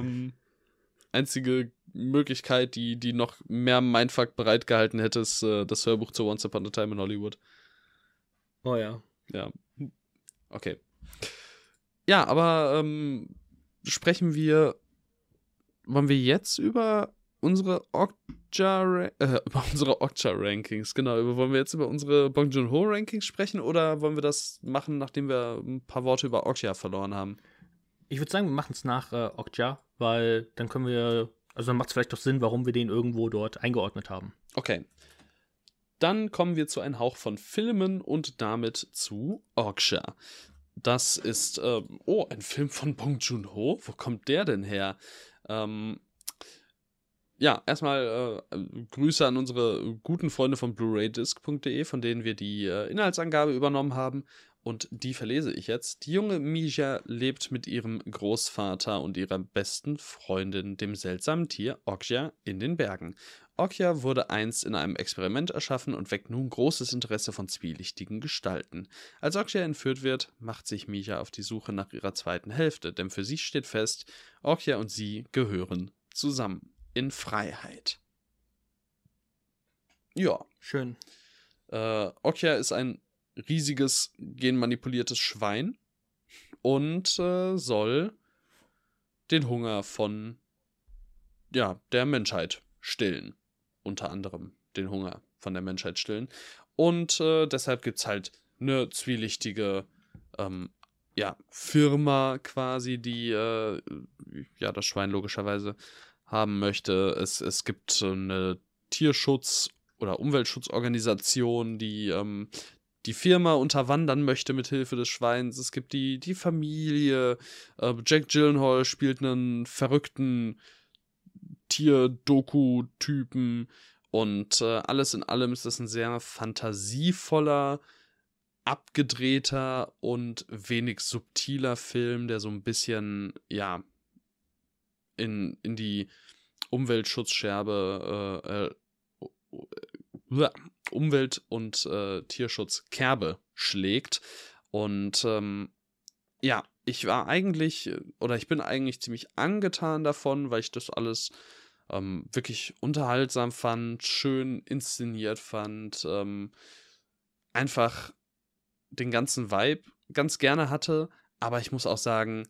[SPEAKER 1] Möglichkeit, die noch mehr Mindfuck bereitgehalten hätte, ist das Hörbuch zu Once Upon a Time in Hollywood.
[SPEAKER 2] Oh ja.
[SPEAKER 1] Ja. Okay. Ja, aber wollen wir jetzt über unsere Okja-Rankings, genau, wollen wir jetzt über unsere Bong Joon-ho-Rankings sprechen oder wollen wir das machen, nachdem wir ein paar Worte über Okja verloren haben?
[SPEAKER 2] Ich würde sagen, wir machen es nach Okja, weil dann können wir, also dann macht es vielleicht doch Sinn, warum wir den irgendwo dort eingeordnet haben.
[SPEAKER 1] Okay. Dann kommen wir zu einem Hauch von Filmen und damit zu Okja. Das ist, ein Film von Bong Joon-ho. Wo kommt der denn her? Erstmal Grüße an unsere guten Freunde von blu-raydisc.de, von denen wir die Inhaltsangabe übernommen haben. Und die verlese ich jetzt. Die junge Mija lebt mit ihrem Großvater und ihrer besten Freundin, dem seltsamen Tier Okja, in den Bergen. Okja wurde einst in einem Experiment erschaffen und weckt nun großes Interesse von zwielichtigen Gestalten. Als Okja entführt wird, macht sich Mija auf die Suche nach ihrer zweiten Hälfte, denn für sie steht fest, Okja und sie gehören zusammen in Freiheit. Ja.
[SPEAKER 2] Schön.
[SPEAKER 1] Okja ist ein riesiges, genmanipuliertes Schwein und soll den Hunger von der Menschheit stillen. Unter anderem den Hunger von der Menschheit stillen. Und deshalb gibt es halt eine zwielichtige Firma quasi, die das Schwein logischerweise haben möchte. Es gibt eine Tierschutz- oder Umweltschutzorganisation, die die Firma unterwandern möchte mit Hilfe des Schweins. Es gibt die Familie. Jack Gyllenhaal spielt einen verrückten Tier-Doku-Typen. Und alles in allem ist das ein sehr fantasievoller, abgedrehter und wenig subtiler Film, der so ein bisschen, in die Umweltschutzscherbe, Umwelt- und Tierschutzkerbe schlägt. Und ich bin eigentlich ziemlich angetan davon, weil ich das alles wirklich unterhaltsam fand, schön inszeniert fand, einfach den ganzen Vibe ganz gerne hatte. Aber ich muss auch sagen,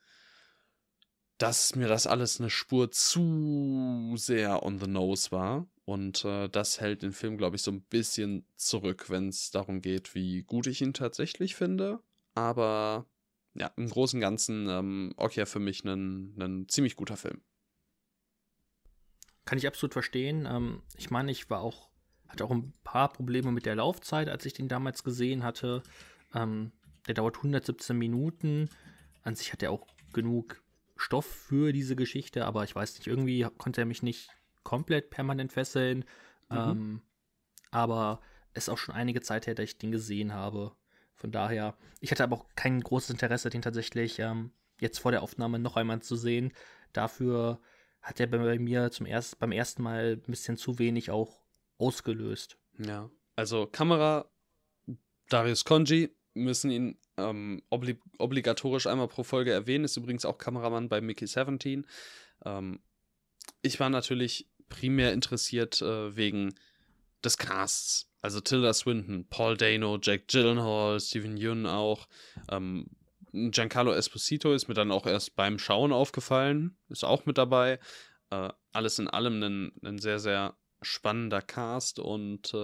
[SPEAKER 1] dass mir das alles eine Spur zu sehr on the nose war. Und das hält den Film, glaube ich, so ein bisschen zurück, wenn es darum geht, wie gut ich ihn tatsächlich finde. Aber ja, im Großen und Ganzen für mich ein ziemlich guter Film.
[SPEAKER 2] Kann ich absolut verstehen. Ich meine, hatte auch ein paar Probleme mit der Laufzeit, als ich den damals gesehen hatte. Der dauert 117 Minuten. An sich hat er auch genug Stoff für diese Geschichte, aber ich weiß nicht, irgendwie konnte er mich nicht komplett permanent fesseln. Aber es ist auch schon einige Zeit her, dass ich den gesehen habe. Von daher, ich hatte aber auch kein großes Interesse, den tatsächlich jetzt vor der Aufnahme noch einmal zu sehen. Dafür hat er bei mir beim ersten Mal ein bisschen zu wenig auch ausgelöst.
[SPEAKER 1] Ja, also Kamera, Darius Khondji, müssen ihn obligatorisch einmal pro Folge erwähnen, ist übrigens auch Kameramann bei Mickey 17. Ich war natürlich primär interessiert wegen des Casts. Also Tilda Swinton, Paul Dano, Jack Gyllenhaal, Steven Yeun auch. Giancarlo Esposito ist mir dann auch erst beim Schauen aufgefallen, ist auch mit dabei. Alles in allem ein sehr, sehr spannender Cast und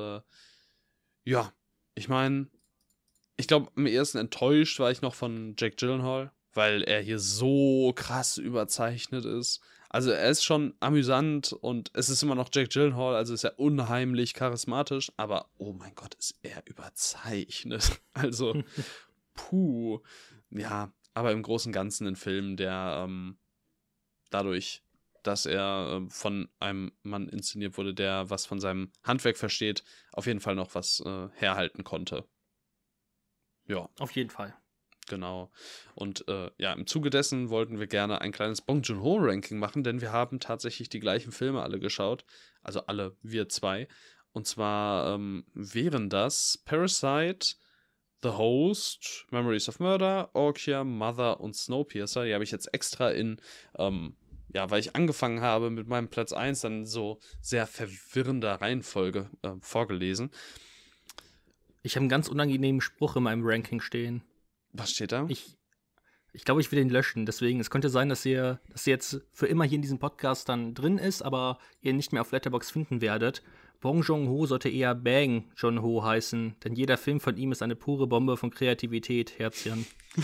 [SPEAKER 1] ich meine, ich glaube, am ehesten enttäuscht war ich noch von Jack Gyllenhaal, weil er hier so krass überzeichnet ist. Also er ist schon amüsant und es ist immer noch Jack Gyllenhaal, also ist er unheimlich charismatisch, aber oh mein Gott, ist er überzeichnet. Also, puh. Ja, aber im Großen und Ganzen ein Film, der dadurch, dass er von einem Mann inszeniert wurde, der was von seinem Handwerk versteht, auf jeden Fall noch was herhalten konnte. Ja.
[SPEAKER 2] Auf jeden Fall.
[SPEAKER 1] Genau. Und im Zuge dessen wollten wir gerne ein kleines Bong Joon-ho-Ranking machen, denn wir haben tatsächlich die gleichen Filme alle geschaut. Also alle, wir zwei. Und zwar wären das Parasite, The Host, Memories of Murder, Okja, Mother und Snowpiercer. Die habe ich jetzt extra weil ich angefangen habe mit meinem Platz 1 dann so sehr verwirrender Reihenfolge vorgelesen.
[SPEAKER 2] Ich habe einen ganz unangenehmen Spruch in meinem Ranking stehen.
[SPEAKER 1] Was steht da?
[SPEAKER 2] Ich glaube, ich will den löschen. Deswegen, es könnte sein, dass ihr jetzt für immer hier in diesem Podcast dann drin ist, aber ihr ihn nicht mehr auf Letterboxd finden werdet. Bong Joon-ho sollte eher Bang Joon-ho heißen, denn jeder Film von ihm ist eine pure Bombe von Kreativität, Herzchen.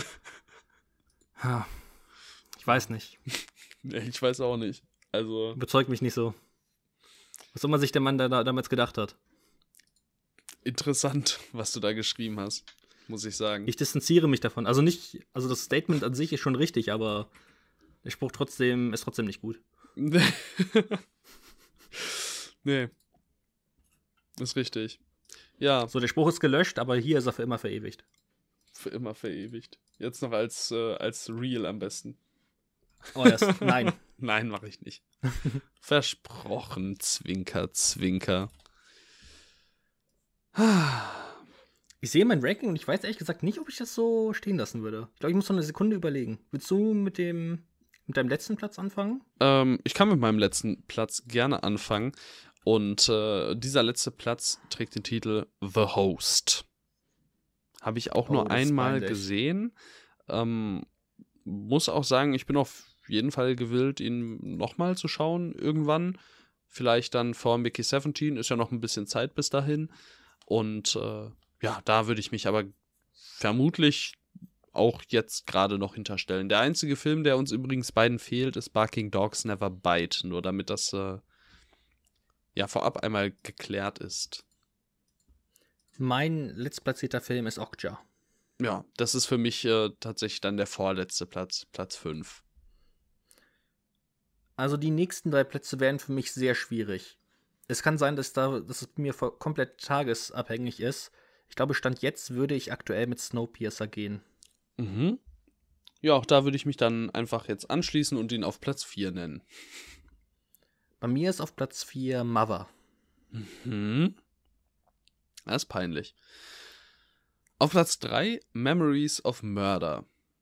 [SPEAKER 2] Ich weiß nicht.
[SPEAKER 1] Ich weiß auch nicht. Also.
[SPEAKER 2] Überzeugt mich nicht so. Was soll man sich der Mann da damals gedacht hat?
[SPEAKER 1] Interessant, was du da geschrieben hast, muss ich sagen.
[SPEAKER 2] Ich distanziere mich davon. Also das Statement an sich ist schon richtig, aber der Spruch ist trotzdem nicht gut.
[SPEAKER 1] Nee. Ist richtig. Ja.
[SPEAKER 2] So, der Spruch ist gelöscht, aber hier ist er für immer verewigt.
[SPEAKER 1] Für immer verewigt. Jetzt noch als Real am besten.
[SPEAKER 2] Oh, nein.
[SPEAKER 1] Nein, mache ich nicht. Versprochen, Zwinker, Zwinker.
[SPEAKER 2] Ich sehe mein Ranking und ich weiß ehrlich gesagt nicht, ob ich das so stehen lassen würde. Ich glaube, ich muss noch eine Sekunde überlegen. Willst du mit deinem letzten Platz anfangen?
[SPEAKER 1] Ich kann mit meinem letzten Platz gerne anfangen. Und dieser letzte Platz trägt den Titel The Host. Habe ich auch nur einmal gesehen. Muss auch sagen, ich bin auf jeden Fall gewillt, ihn nochmal zu schauen irgendwann. Vielleicht dann vor Mickey 17, ist ja noch ein bisschen Zeit bis dahin. Und da würde ich mich aber vermutlich auch jetzt gerade noch hinterstellen. Der einzige Film, der uns übrigens beiden fehlt, ist Barking Dogs Never Bite. Nur damit das vorab einmal geklärt ist.
[SPEAKER 2] Mein letztplatzierter Film ist Okja.
[SPEAKER 1] Ja, das ist für mich tatsächlich dann der vorletzte Platz, Platz 5.
[SPEAKER 2] Also die nächsten 3 Plätze wären für mich sehr schwierig. Es kann sein, dass es mir komplett tagesabhängig ist. Ich glaube, Stand jetzt würde ich aktuell mit Snowpiercer gehen.
[SPEAKER 1] Mhm. Ja, auch da würde ich mich dann einfach jetzt anschließen und ihn auf Platz 4 nennen.
[SPEAKER 2] Bei mir ist auf Platz 4 Mother.
[SPEAKER 1] Mhm. Das ist peinlich. Auf Platz 3 Memories of Murder.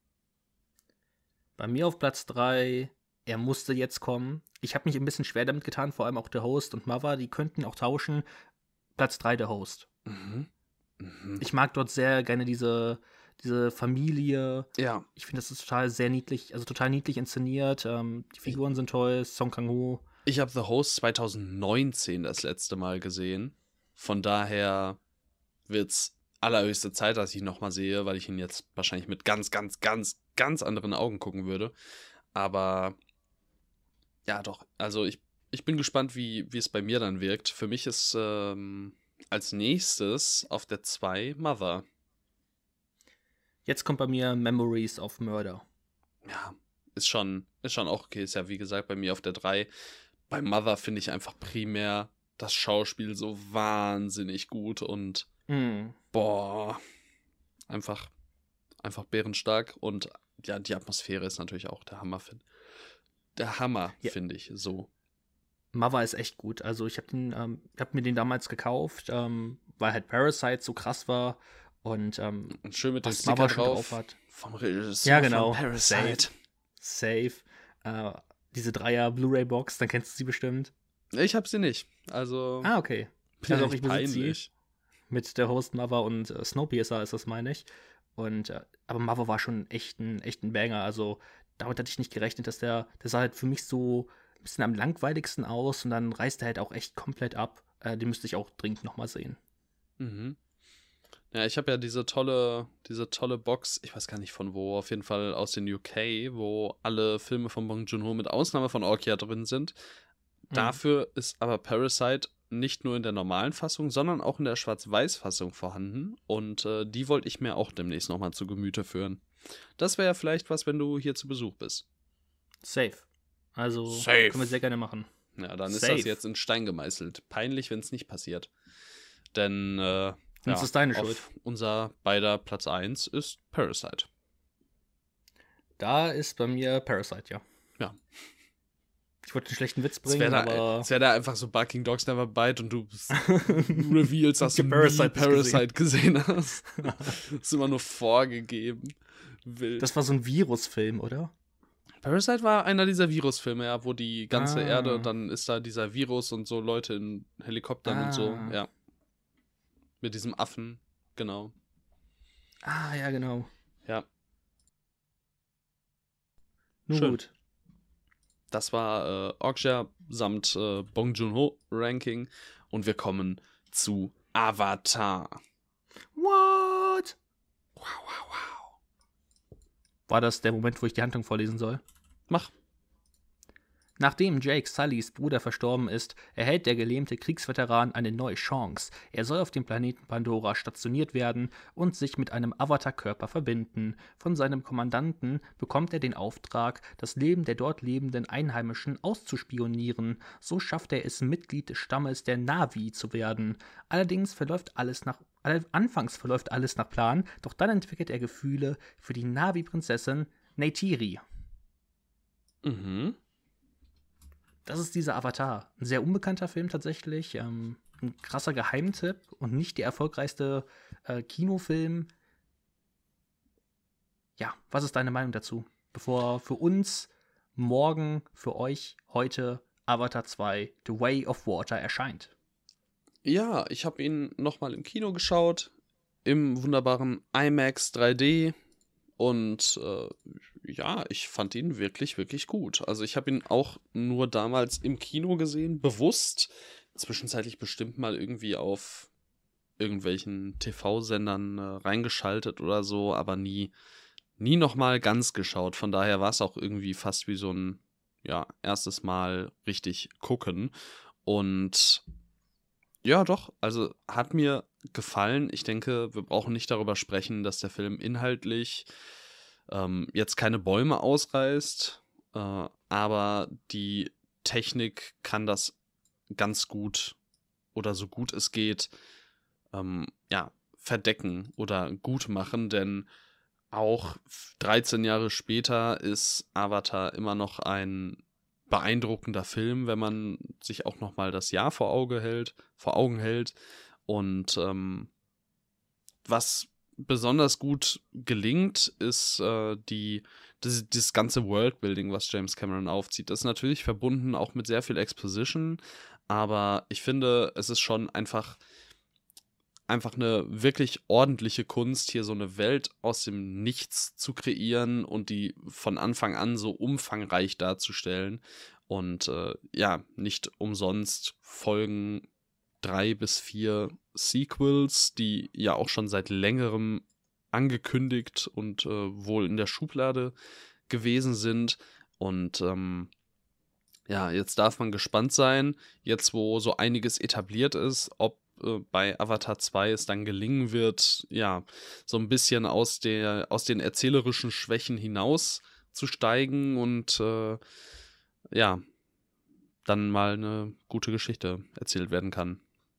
[SPEAKER 2] Bei mir auf Platz 3, er musste jetzt kommen. Ich habe mich ein bisschen schwer damit getan, vor allem auch der Host und Mother, die könnten auch tauschen. Platz 3 der Host.
[SPEAKER 1] Mhm. Mhm.
[SPEAKER 2] Ich mag dort sehr gerne diese Familie.
[SPEAKER 1] Ja.
[SPEAKER 2] Ich finde, das ist total niedlich inszeniert. Die Figuren sind toll, Song Kang-ho.
[SPEAKER 1] Ich habe The Host 2019 das letzte Mal gesehen. Von daher wird's allerhöchste Zeit, dass ich ihn nochmal sehe, weil ich ihn jetzt wahrscheinlich mit ganz, ganz, ganz, ganz anderen Augen gucken würde. Aber ja, doch. Also ich bin gespannt, wie es bei mir dann wirkt. Für mich ist als nächstes auf der 2 Mother.
[SPEAKER 2] Jetzt kommt bei mir Memories of Murder.
[SPEAKER 1] Ja, ist schon auch okay. Ist ja, wie gesagt, bei mir auf der 3. Bei Mother finde ich einfach primär das Schauspiel so wahnsinnig gut und boah, einfach bärenstark. Und ja, die Atmosphäre ist natürlich auch der Hammer, finde ich, so.
[SPEAKER 2] Mother ist echt gut. Also ich hab mir den damals gekauft, weil halt Parasite so krass war und
[SPEAKER 1] Und schön mit dem
[SPEAKER 2] was
[SPEAKER 1] Sticker
[SPEAKER 2] Mother schon
[SPEAKER 1] drauf
[SPEAKER 2] hat.
[SPEAKER 1] vom Regisseur
[SPEAKER 2] Ja, genau.
[SPEAKER 1] von Parasite.
[SPEAKER 2] Safe. Diese 3er Blu-ray-Box, dann kennst du sie bestimmt.
[SPEAKER 1] Ich hab sie nicht, also
[SPEAKER 2] Okay. Also auch ich besitze sie.
[SPEAKER 1] peinlich.
[SPEAKER 2] Mit der Host Mother und Snowpiercer ist das, meine ich. Und aber Mother war schon echt ein Banger. Also damit hatte ich nicht gerechnet, dass der sah halt für mich so ein bisschen am langweiligsten aus und dann reißt er halt auch echt komplett ab. Den müsste ich auch dringend nochmal sehen.
[SPEAKER 1] Mhm. Ja, ich habe ja diese tolle Box, ich weiß gar nicht von wo, auf jeden Fall aus den UK, wo alle Filme von Bong Joon-ho mit Ausnahme von Okja drin sind. Dafür ist aber Parasite nicht nur in der normalen Fassung, sondern auch in der Schwarz-Weiß-Fassung vorhanden. Und die wollte ich mir auch demnächst nochmal zu Gemüte führen. Das wäre ja vielleicht was, wenn du hier zu Besuch bist.
[SPEAKER 2] Safe. Also
[SPEAKER 1] Safe.
[SPEAKER 2] können wir sehr gerne machen.
[SPEAKER 1] Ja, dann ist
[SPEAKER 2] Safe.
[SPEAKER 1] das jetzt in Stein gemeißelt. Peinlich, wenn es nicht passiert. Denn
[SPEAKER 2] Das ist deine Schuld.
[SPEAKER 1] Unser beider Platz 1 ist Parasite.
[SPEAKER 2] Da ist bei mir Parasite, ja.
[SPEAKER 1] Ja.
[SPEAKER 2] Ich wollte einen schlechten Witz bringen, aber
[SPEAKER 1] es wäre da einfach so Barking Dogs Never Bite und du reveals, dass du
[SPEAKER 2] Parasite
[SPEAKER 1] nie Parasite gesehen hast. Das ist immer nur vorgegeben. Wild.
[SPEAKER 2] das war so ein Virusfilm, oder?
[SPEAKER 1] Parasite war einer dieser Virusfilme, ja, wo die ganze Erde, dann ist da dieser Virus und so Leute in Helikoptern und so, ja. Mit diesem Affen, genau.
[SPEAKER 2] Ja, genau.
[SPEAKER 1] Ja.
[SPEAKER 2] Nur
[SPEAKER 1] Schön.
[SPEAKER 2] gut.
[SPEAKER 1] Das war Okja samt Bong Joon-ho Ranking und wir kommen zu Avatar.
[SPEAKER 2] What?
[SPEAKER 1] Wow.
[SPEAKER 2] War das der Moment, wo ich die Handlung vorlesen soll?
[SPEAKER 1] Mach.
[SPEAKER 2] Nachdem Jake Sullys Bruder verstorben ist, erhält der gelähmte Kriegsveteran eine neue Chance. Er soll auf dem Planeten Pandora stationiert werden und sich mit einem Avatar-Körper verbinden. Von seinem Kommandanten bekommt er den Auftrag, das Leben der dort lebenden Einheimischen auszuspionieren. So schafft er es, Mitglied des Stammes der Na'vi zu werden. Anfangs verläuft alles nach Plan, doch dann entwickelt er Gefühle für die Na'vi-Prinzessin Neytiri.
[SPEAKER 1] Mhm.
[SPEAKER 2] Das ist dieser Avatar. Ein sehr unbekannter Film tatsächlich. Ein krasser Geheimtipp und nicht der erfolgreichste Kinofilm. Ja, was ist deine Meinung dazu? Bevor für uns morgen, für euch heute Avatar 2 The Way of Water erscheint.
[SPEAKER 1] Ja, ich habe ihn nochmal im Kino geschaut, im wunderbaren IMAX 3D und ja, ich fand ihn wirklich, wirklich gut. Also ich habe ihn auch nur damals im Kino gesehen, bewusst, zwischenzeitlich bestimmt mal irgendwie auf irgendwelchen TV-Sendern reingeschaltet oder so, aber nie nie nochmal ganz geschaut. Von daher war es auch irgendwie fast wie so ein, ja, erstes Mal richtig gucken. Und ja, doch, also hat mir gefallen. Ich denke, wir brauchen nicht darüber sprechen, dass der Film inhaltlich jetzt keine Bäume ausreißt, aber die Technik kann das ganz gut oder so gut es geht, ja, verdecken oder gut machen, denn auch 13 Jahre später ist Avatar immer noch ein beeindruckender Film, wenn man sich auch nochmal das Jahr vor Augen hält. Und was besonders gut gelingt, ist dieses ganze Worldbuilding, was James Cameron aufzieht. Das ist natürlich verbunden auch mit sehr viel Exposition, aber ich finde, es ist schon einfach eine wirklich ordentliche Kunst, hier so eine Welt aus dem Nichts zu kreieren und die von Anfang an so umfangreich darzustellen. Und ja, nicht umsonst folgen 3 bis 4 Sequels, die ja auch schon seit längerem angekündigt und wohl in der Schublade gewesen sind. Und ja, jetzt darf man gespannt sein, jetzt wo so einiges etabliert ist, ob bei Avatar 2 es dann gelingen wird, ja, so ein bisschen aus den erzählerischen Schwächen hinaus zu steigen und ja, dann mal eine gute Geschichte erzählt werden kann.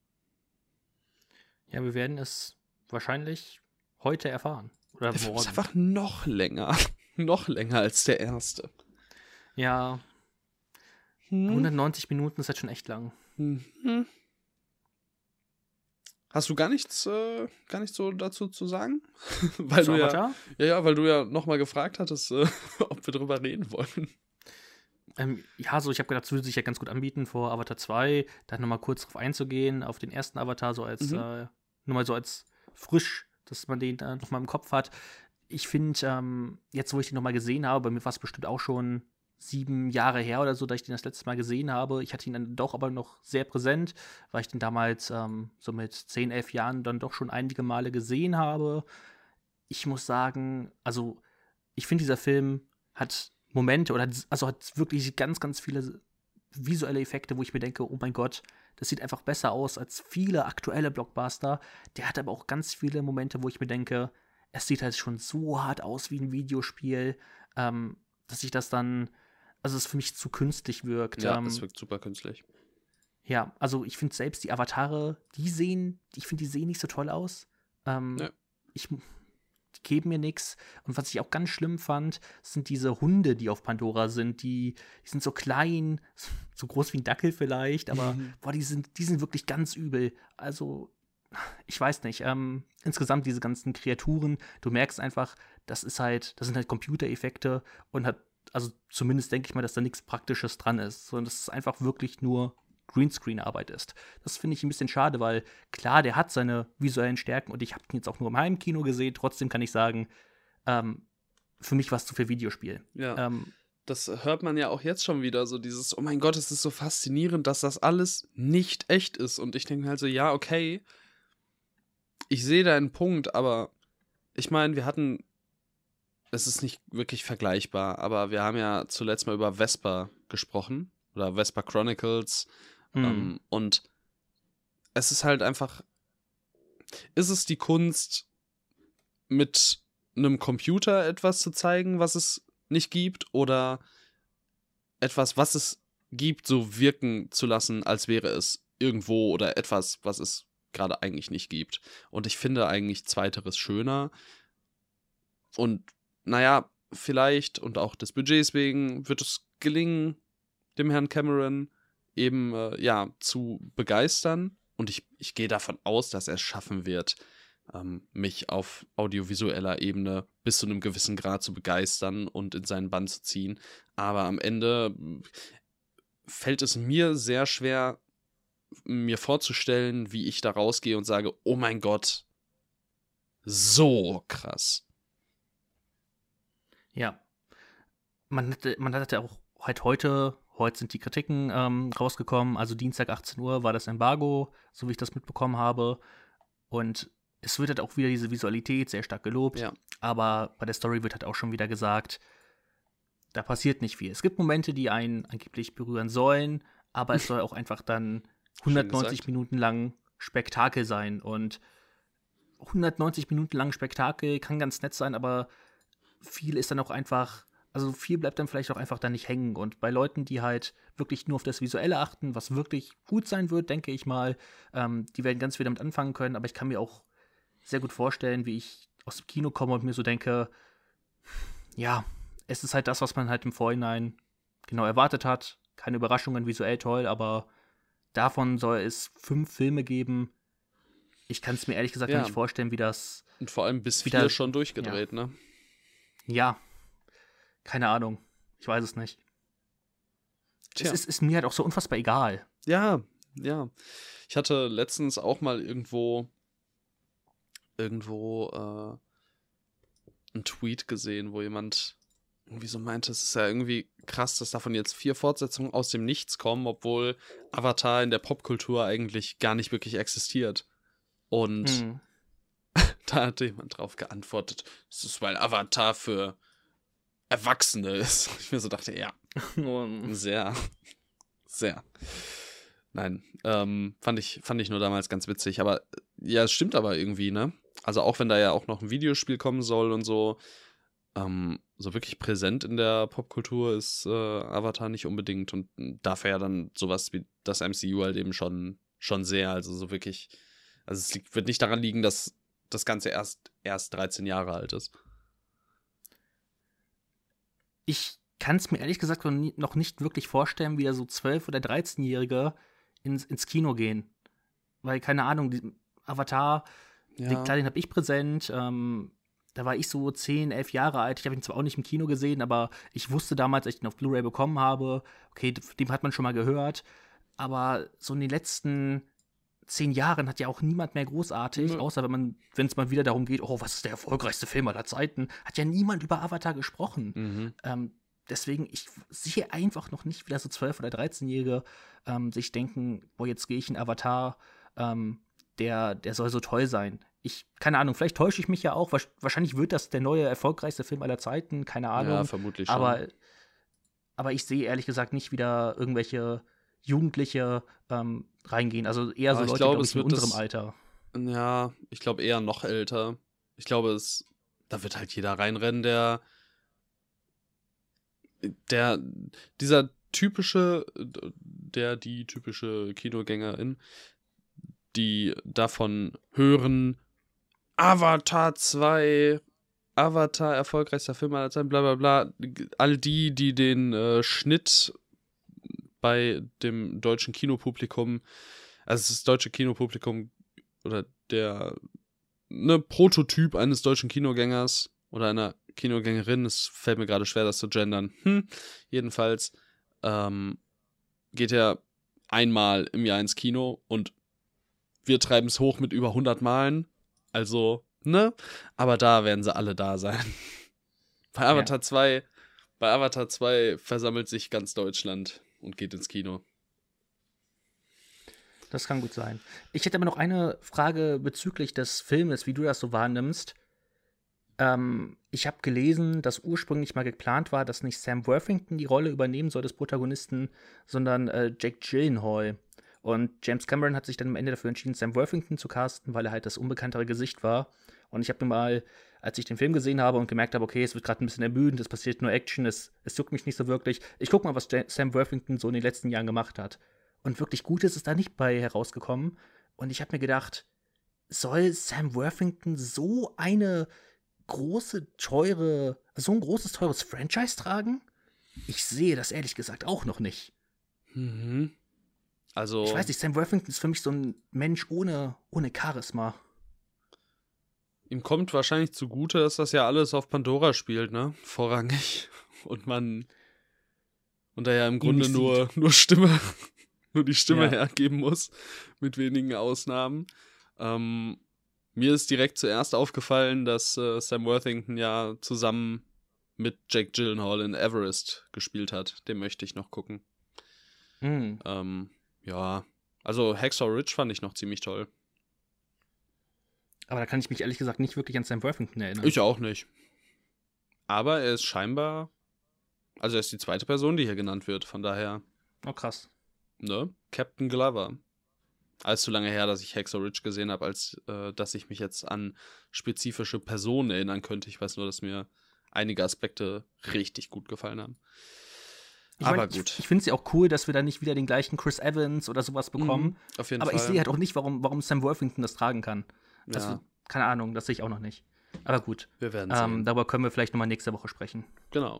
[SPEAKER 2] Ja, wir werden es wahrscheinlich heute erfahren. Oder
[SPEAKER 1] Der Film
[SPEAKER 2] morgen.
[SPEAKER 1] ist einfach noch länger. Noch länger als der erste.
[SPEAKER 2] Ja, 190 Minuten ist halt schon echt lang.
[SPEAKER 1] Mhm. Hast du gar nichts so dazu zu sagen? Weil
[SPEAKER 2] Zu
[SPEAKER 1] du
[SPEAKER 2] Avatar?
[SPEAKER 1] weil du ja nochmal gefragt hattest, ob wir drüber reden wollen.
[SPEAKER 2] Ja, so ich habe gedacht, es würde sich ja ganz gut anbieten, vor Avatar 2 dann nochmal kurz drauf einzugehen, auf den ersten Avatar, so als, nur mal so als frisch, dass man den nochmal im Kopf hat. Ich finde, jetzt, wo ich den nochmal gesehen habe, bei mir war es bestimmt auch schon 7 Jahre her oder so, da ich den das letzte Mal gesehen habe. Ich hatte ihn dann doch aber noch sehr präsent, weil ich den damals so mit 10, 11 Jahren dann doch schon einige Male gesehen habe. Ich muss sagen, also ich finde, dieser Film hat Momente oder hat wirklich ganz, ganz viele visuelle Effekte, wo ich mir denke, oh mein Gott, das sieht einfach besser aus als viele aktuelle Blockbuster. Der hat aber auch ganz viele Momente, wo ich mir denke, es sieht halt schon so hart aus wie ein Videospiel, dass ich das dann, also es für mich zu künstlich wirkt.
[SPEAKER 1] Ja, es wirkt super künstlich.
[SPEAKER 2] Ja, also ich finde selbst die Avatare, die sehen nicht so toll aus.
[SPEAKER 1] Ja.
[SPEAKER 2] Die geben mir nichts. Und was ich auch ganz schlimm fand, sind diese Hunde, die auf Pandora sind. Die sind so klein, so groß wie ein Dackel vielleicht, aber boah, die sind wirklich ganz übel. Also, ich weiß nicht. Insgesamt diese ganzen Kreaturen, du merkst einfach, das sind halt Computereffekte und also zumindest denke ich mal, dass da nichts Praktisches dran ist, sondern dass es einfach wirklich nur Greenscreen-Arbeit ist. Das finde ich ein bisschen schade, weil klar, der hat seine visuellen Stärken und ich habe ihn jetzt auch nur im Heimkino gesehen. Trotzdem kann ich sagen, für mich war es zu viel Videospiel.
[SPEAKER 1] Ja, das hört man ja auch jetzt schon wieder, so dieses, oh mein Gott, es ist so faszinierend, dass das alles nicht echt ist. Und ich denke halt so, ja, okay, ich sehe deinen Punkt, aber ich meine, es ist nicht wirklich vergleichbar, aber wir haben ja zuletzt mal über Vesper gesprochen oder Vesper Chronicles. Und es ist halt einfach, ist es die Kunst, mit einem Computer etwas zu zeigen, was es nicht gibt, oder etwas, was es gibt, so wirken zu lassen, als wäre es irgendwo oder etwas, was es gerade eigentlich nicht gibt. Und ich finde eigentlich Zweiteres schöner. Und naja, vielleicht und auch des Budgets wegen wird es gelingen, dem Herrn Cameron eben zu begeistern. Und ich gehe davon aus, dass er es schaffen wird, mich auf audiovisueller Ebene bis zu einem gewissen Grad zu begeistern und in seinen Bann zu ziehen. Aber am Ende fällt es mir sehr schwer, mir vorzustellen, wie ich da rausgehe und sage, oh mein Gott, so krass.
[SPEAKER 2] Ja. Man hatte auch heute sind die Kritiken rausgekommen, also Dienstag 18 Uhr war das Embargo, so wie ich das mitbekommen habe. Und es wird halt auch wieder diese Visualität sehr stark gelobt.
[SPEAKER 1] Ja.
[SPEAKER 2] aber bei der Story wird halt auch schon wieder gesagt, da passiert nicht viel. Es gibt Momente, die einen angeblich berühren sollen, aber es soll auch einfach dann 190 Minuten lang Spektakel sein. Und 190 Minuten lang Spektakel kann ganz nett sein, aber viel ist dann auch einfach, also viel bleibt dann vielleicht auch einfach da nicht hängen. Und bei Leuten, die halt wirklich nur auf das Visuelle achten, was wirklich gut sein wird, denke ich mal, die werden ganz viel damit anfangen können. Aber ich kann mir auch sehr gut vorstellen, wie ich aus dem Kino komme und mir so denke, ja, es ist halt das, was man halt im Vorhinein genau erwartet hat. Keine Überraschungen, visuell toll, aber davon soll es 5 Filme geben. Ich kann es mir ehrlich gesagt noch nicht vorstellen, wie das.
[SPEAKER 1] Und vor allem bis 4 schon durchgedreht, ne?
[SPEAKER 2] Ja, keine Ahnung. Ich weiß es nicht.
[SPEAKER 1] Tja.
[SPEAKER 2] Es ist mir halt auch so unfassbar egal.
[SPEAKER 1] Ja. Ich hatte letztens auch mal irgendwo einen Tweet gesehen, wo jemand irgendwie so meinte, es ist ja irgendwie krass, dass davon jetzt 4 Fortsetzungen aus dem Nichts kommen, obwohl Avatar in der Popkultur eigentlich gar nicht wirklich existiert. Und da hat jemand drauf geantwortet, es ist, weil Avatar für Erwachsene ist. Ich mir so dachte, ja, sehr. Nein, fand ich nur damals ganz witzig. Aber ja, es stimmt aber irgendwie, ne? Also auch wenn da ja auch noch ein Videospiel kommen soll und so, so wirklich präsent in der Popkultur ist Avatar nicht unbedingt. Und dafür ja dann sowas wie das MCU halt eben schon sehr. Also so wirklich, also es wird nicht daran liegen, dass das Ganze erst 13 Jahre alt ist.
[SPEAKER 2] Ich kann es mir ehrlich gesagt noch nicht wirklich vorstellen, wie da so 12- oder 13-Jährige ins Kino gehen. Weil, keine Ahnung, Avatar, klar, den habe ich präsent. Da war ich so 10, 11 Jahre alt. Ich habe ihn zwar auch nicht im Kino gesehen, aber ich wusste damals, als ich ihn auf Blu-ray bekommen habe, okay, dem hat man schon mal gehört. Aber so in den letzten 10 Jahren hat ja auch niemand mehr großartig, außer wenn es mal wieder darum geht, oh, was ist der erfolgreichste Film aller Zeiten, hat ja niemand über Avatar gesprochen. Deswegen, ich sehe einfach noch nicht, wie da so 12- oder 13-Jährige sich denken, boah, jetzt gehe ich in Avatar, der soll so toll sein. Keine Ahnung, vielleicht täusche ich mich ja auch. Wahrscheinlich wird das der neue, erfolgreichste Film aller Zeiten, keine Ahnung.
[SPEAKER 1] Ja, vermutlich schon.
[SPEAKER 2] Aber ich sehe ehrlich gesagt nicht, wie da irgendwelche Jugendliche reingehen. Also eher so Leute, glaube ich, in unserem Alter.
[SPEAKER 1] Ja, ich glaube eher noch älter. Ich glaube, da wird halt jeder reinrennen, die typische Kinogängerin, die davon hören, Avatar 2, Avatar, erfolgreichster Film aller Zeiten, bla bla bla. All die den Schnitt bei dem deutschen Kinopublikum, also das deutsche Kinopublikum oder der Prototyp eines deutschen Kinogängers oder einer Kinogängerin, es fällt mir gerade schwer, das zu gendern. Jedenfalls geht er einmal im Jahr ins Kino und wir treiben es hoch mit über 100 Malen. Also, ne? Aber da werden sie alle da sein. Bei Avatar 2 versammelt sich ganz Deutschland und geht ins Kino.
[SPEAKER 2] Das kann gut sein. Ich hätte aber noch eine Frage bezüglich des Filmes, wie du das so wahrnimmst. Ich habe gelesen, dass ursprünglich mal geplant war, dass nicht Sam Worthington die Rolle übernehmen soll des Protagonisten, sondern Jake Gyllenhaal. Und James Cameron hat sich dann am Ende dafür entschieden, Sam Worthington zu casten, weil er halt das unbekanntere Gesicht war. Und ich habe mir mal, als ich den Film gesehen habe und gemerkt habe, okay, es wird gerade ein bisschen ermüdend, es passiert nur Action, es juckt mich nicht so wirklich. Ich guck mal, was Sam Worthington so in den letzten Jahren gemacht hat. Und wirklich Gutes ist da nicht bei herausgekommen. Und ich habe mir gedacht, soll Sam Worthington so ein großes, teures Franchise tragen? Ich sehe das ehrlich gesagt auch noch nicht.
[SPEAKER 1] Also,
[SPEAKER 2] ich weiß nicht, Sam Worthington ist für mich so ein Mensch ohne Charisma.
[SPEAKER 1] Ihm kommt wahrscheinlich zugute, dass das ja alles auf Pandora spielt, ne? Vorrangig. Und er ja im Grunde nur die Stimme hergeben muss, mit wenigen Ausnahmen. Mir ist direkt zuerst aufgefallen, dass Sam Worthington ja zusammen mit Jake Gyllenhaal in Everest gespielt hat. Den möchte ich noch gucken. Ja, also Hacksaw Ridge fand ich noch ziemlich toll.
[SPEAKER 2] Aber da kann ich mich ehrlich gesagt nicht wirklich an Sam Worthington erinnern.
[SPEAKER 1] Ich auch nicht. Aber er ist scheinbar, also er ist die zweite Person, die hier genannt wird, von daher,
[SPEAKER 2] Oh, krass.
[SPEAKER 1] ne? Captain Glover. Alles zu lange her, dass ich Hacksaw Ridge gesehen habe, als dass ich mich jetzt an spezifische Personen erinnern könnte. Ich weiß nur, dass mir einige Aspekte richtig gut gefallen haben. Aber gut.
[SPEAKER 2] Ich finde es ja auch cool, dass wir da nicht wieder den gleichen Chris Evans oder sowas bekommen.
[SPEAKER 1] Auf jeden
[SPEAKER 2] Aber
[SPEAKER 1] Fall.
[SPEAKER 2] ich sehe halt auch nicht, warum Sam Worthington das tragen kann.
[SPEAKER 1] Ja.
[SPEAKER 2] Keine Ahnung, das sehe ich auch noch nicht. Aber gut.
[SPEAKER 1] Wir werden sehen.
[SPEAKER 2] Darüber können wir vielleicht nochmal nächste Woche sprechen.
[SPEAKER 1] Genau.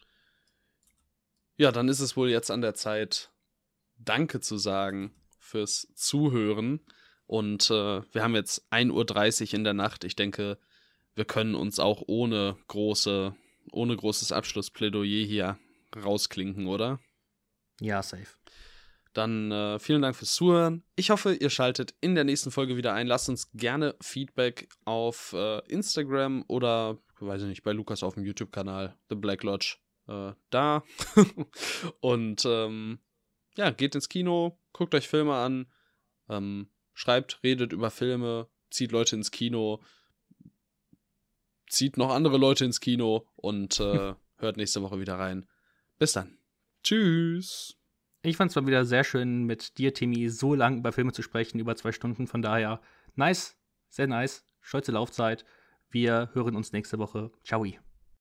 [SPEAKER 1] Ja, dann ist es wohl jetzt an der Zeit, Danke zu sagen fürs Zuhören. Und wir haben jetzt 1:30 Uhr in der Nacht. Ich denke, wir können uns auch ohne großes Abschlussplädoyer hier rausklinken, oder?
[SPEAKER 2] Ja, safe.
[SPEAKER 1] Dann vielen Dank fürs Zuhören. Ich hoffe, ihr schaltet in der nächsten Folge wieder ein. Lasst uns gerne Feedback auf Instagram oder, weiß ich nicht, bei Lukas auf dem YouTube-Kanal, The Black Lodge, da. Und ja, geht ins Kino, guckt euch Filme an, schreibt, redet über Filme, zieht Leute ins Kino, zieht noch andere Leute ins Kino und hört nächste Woche wieder rein. Bis dann. Tschüss.
[SPEAKER 2] Ich fand es mal wieder sehr schön, mit dir, Timmy, so lang über Filme zu sprechen, über 2 Stunden. Von daher, nice, sehr nice, stolze Laufzeit. Wir hören uns nächste Woche. Ciao.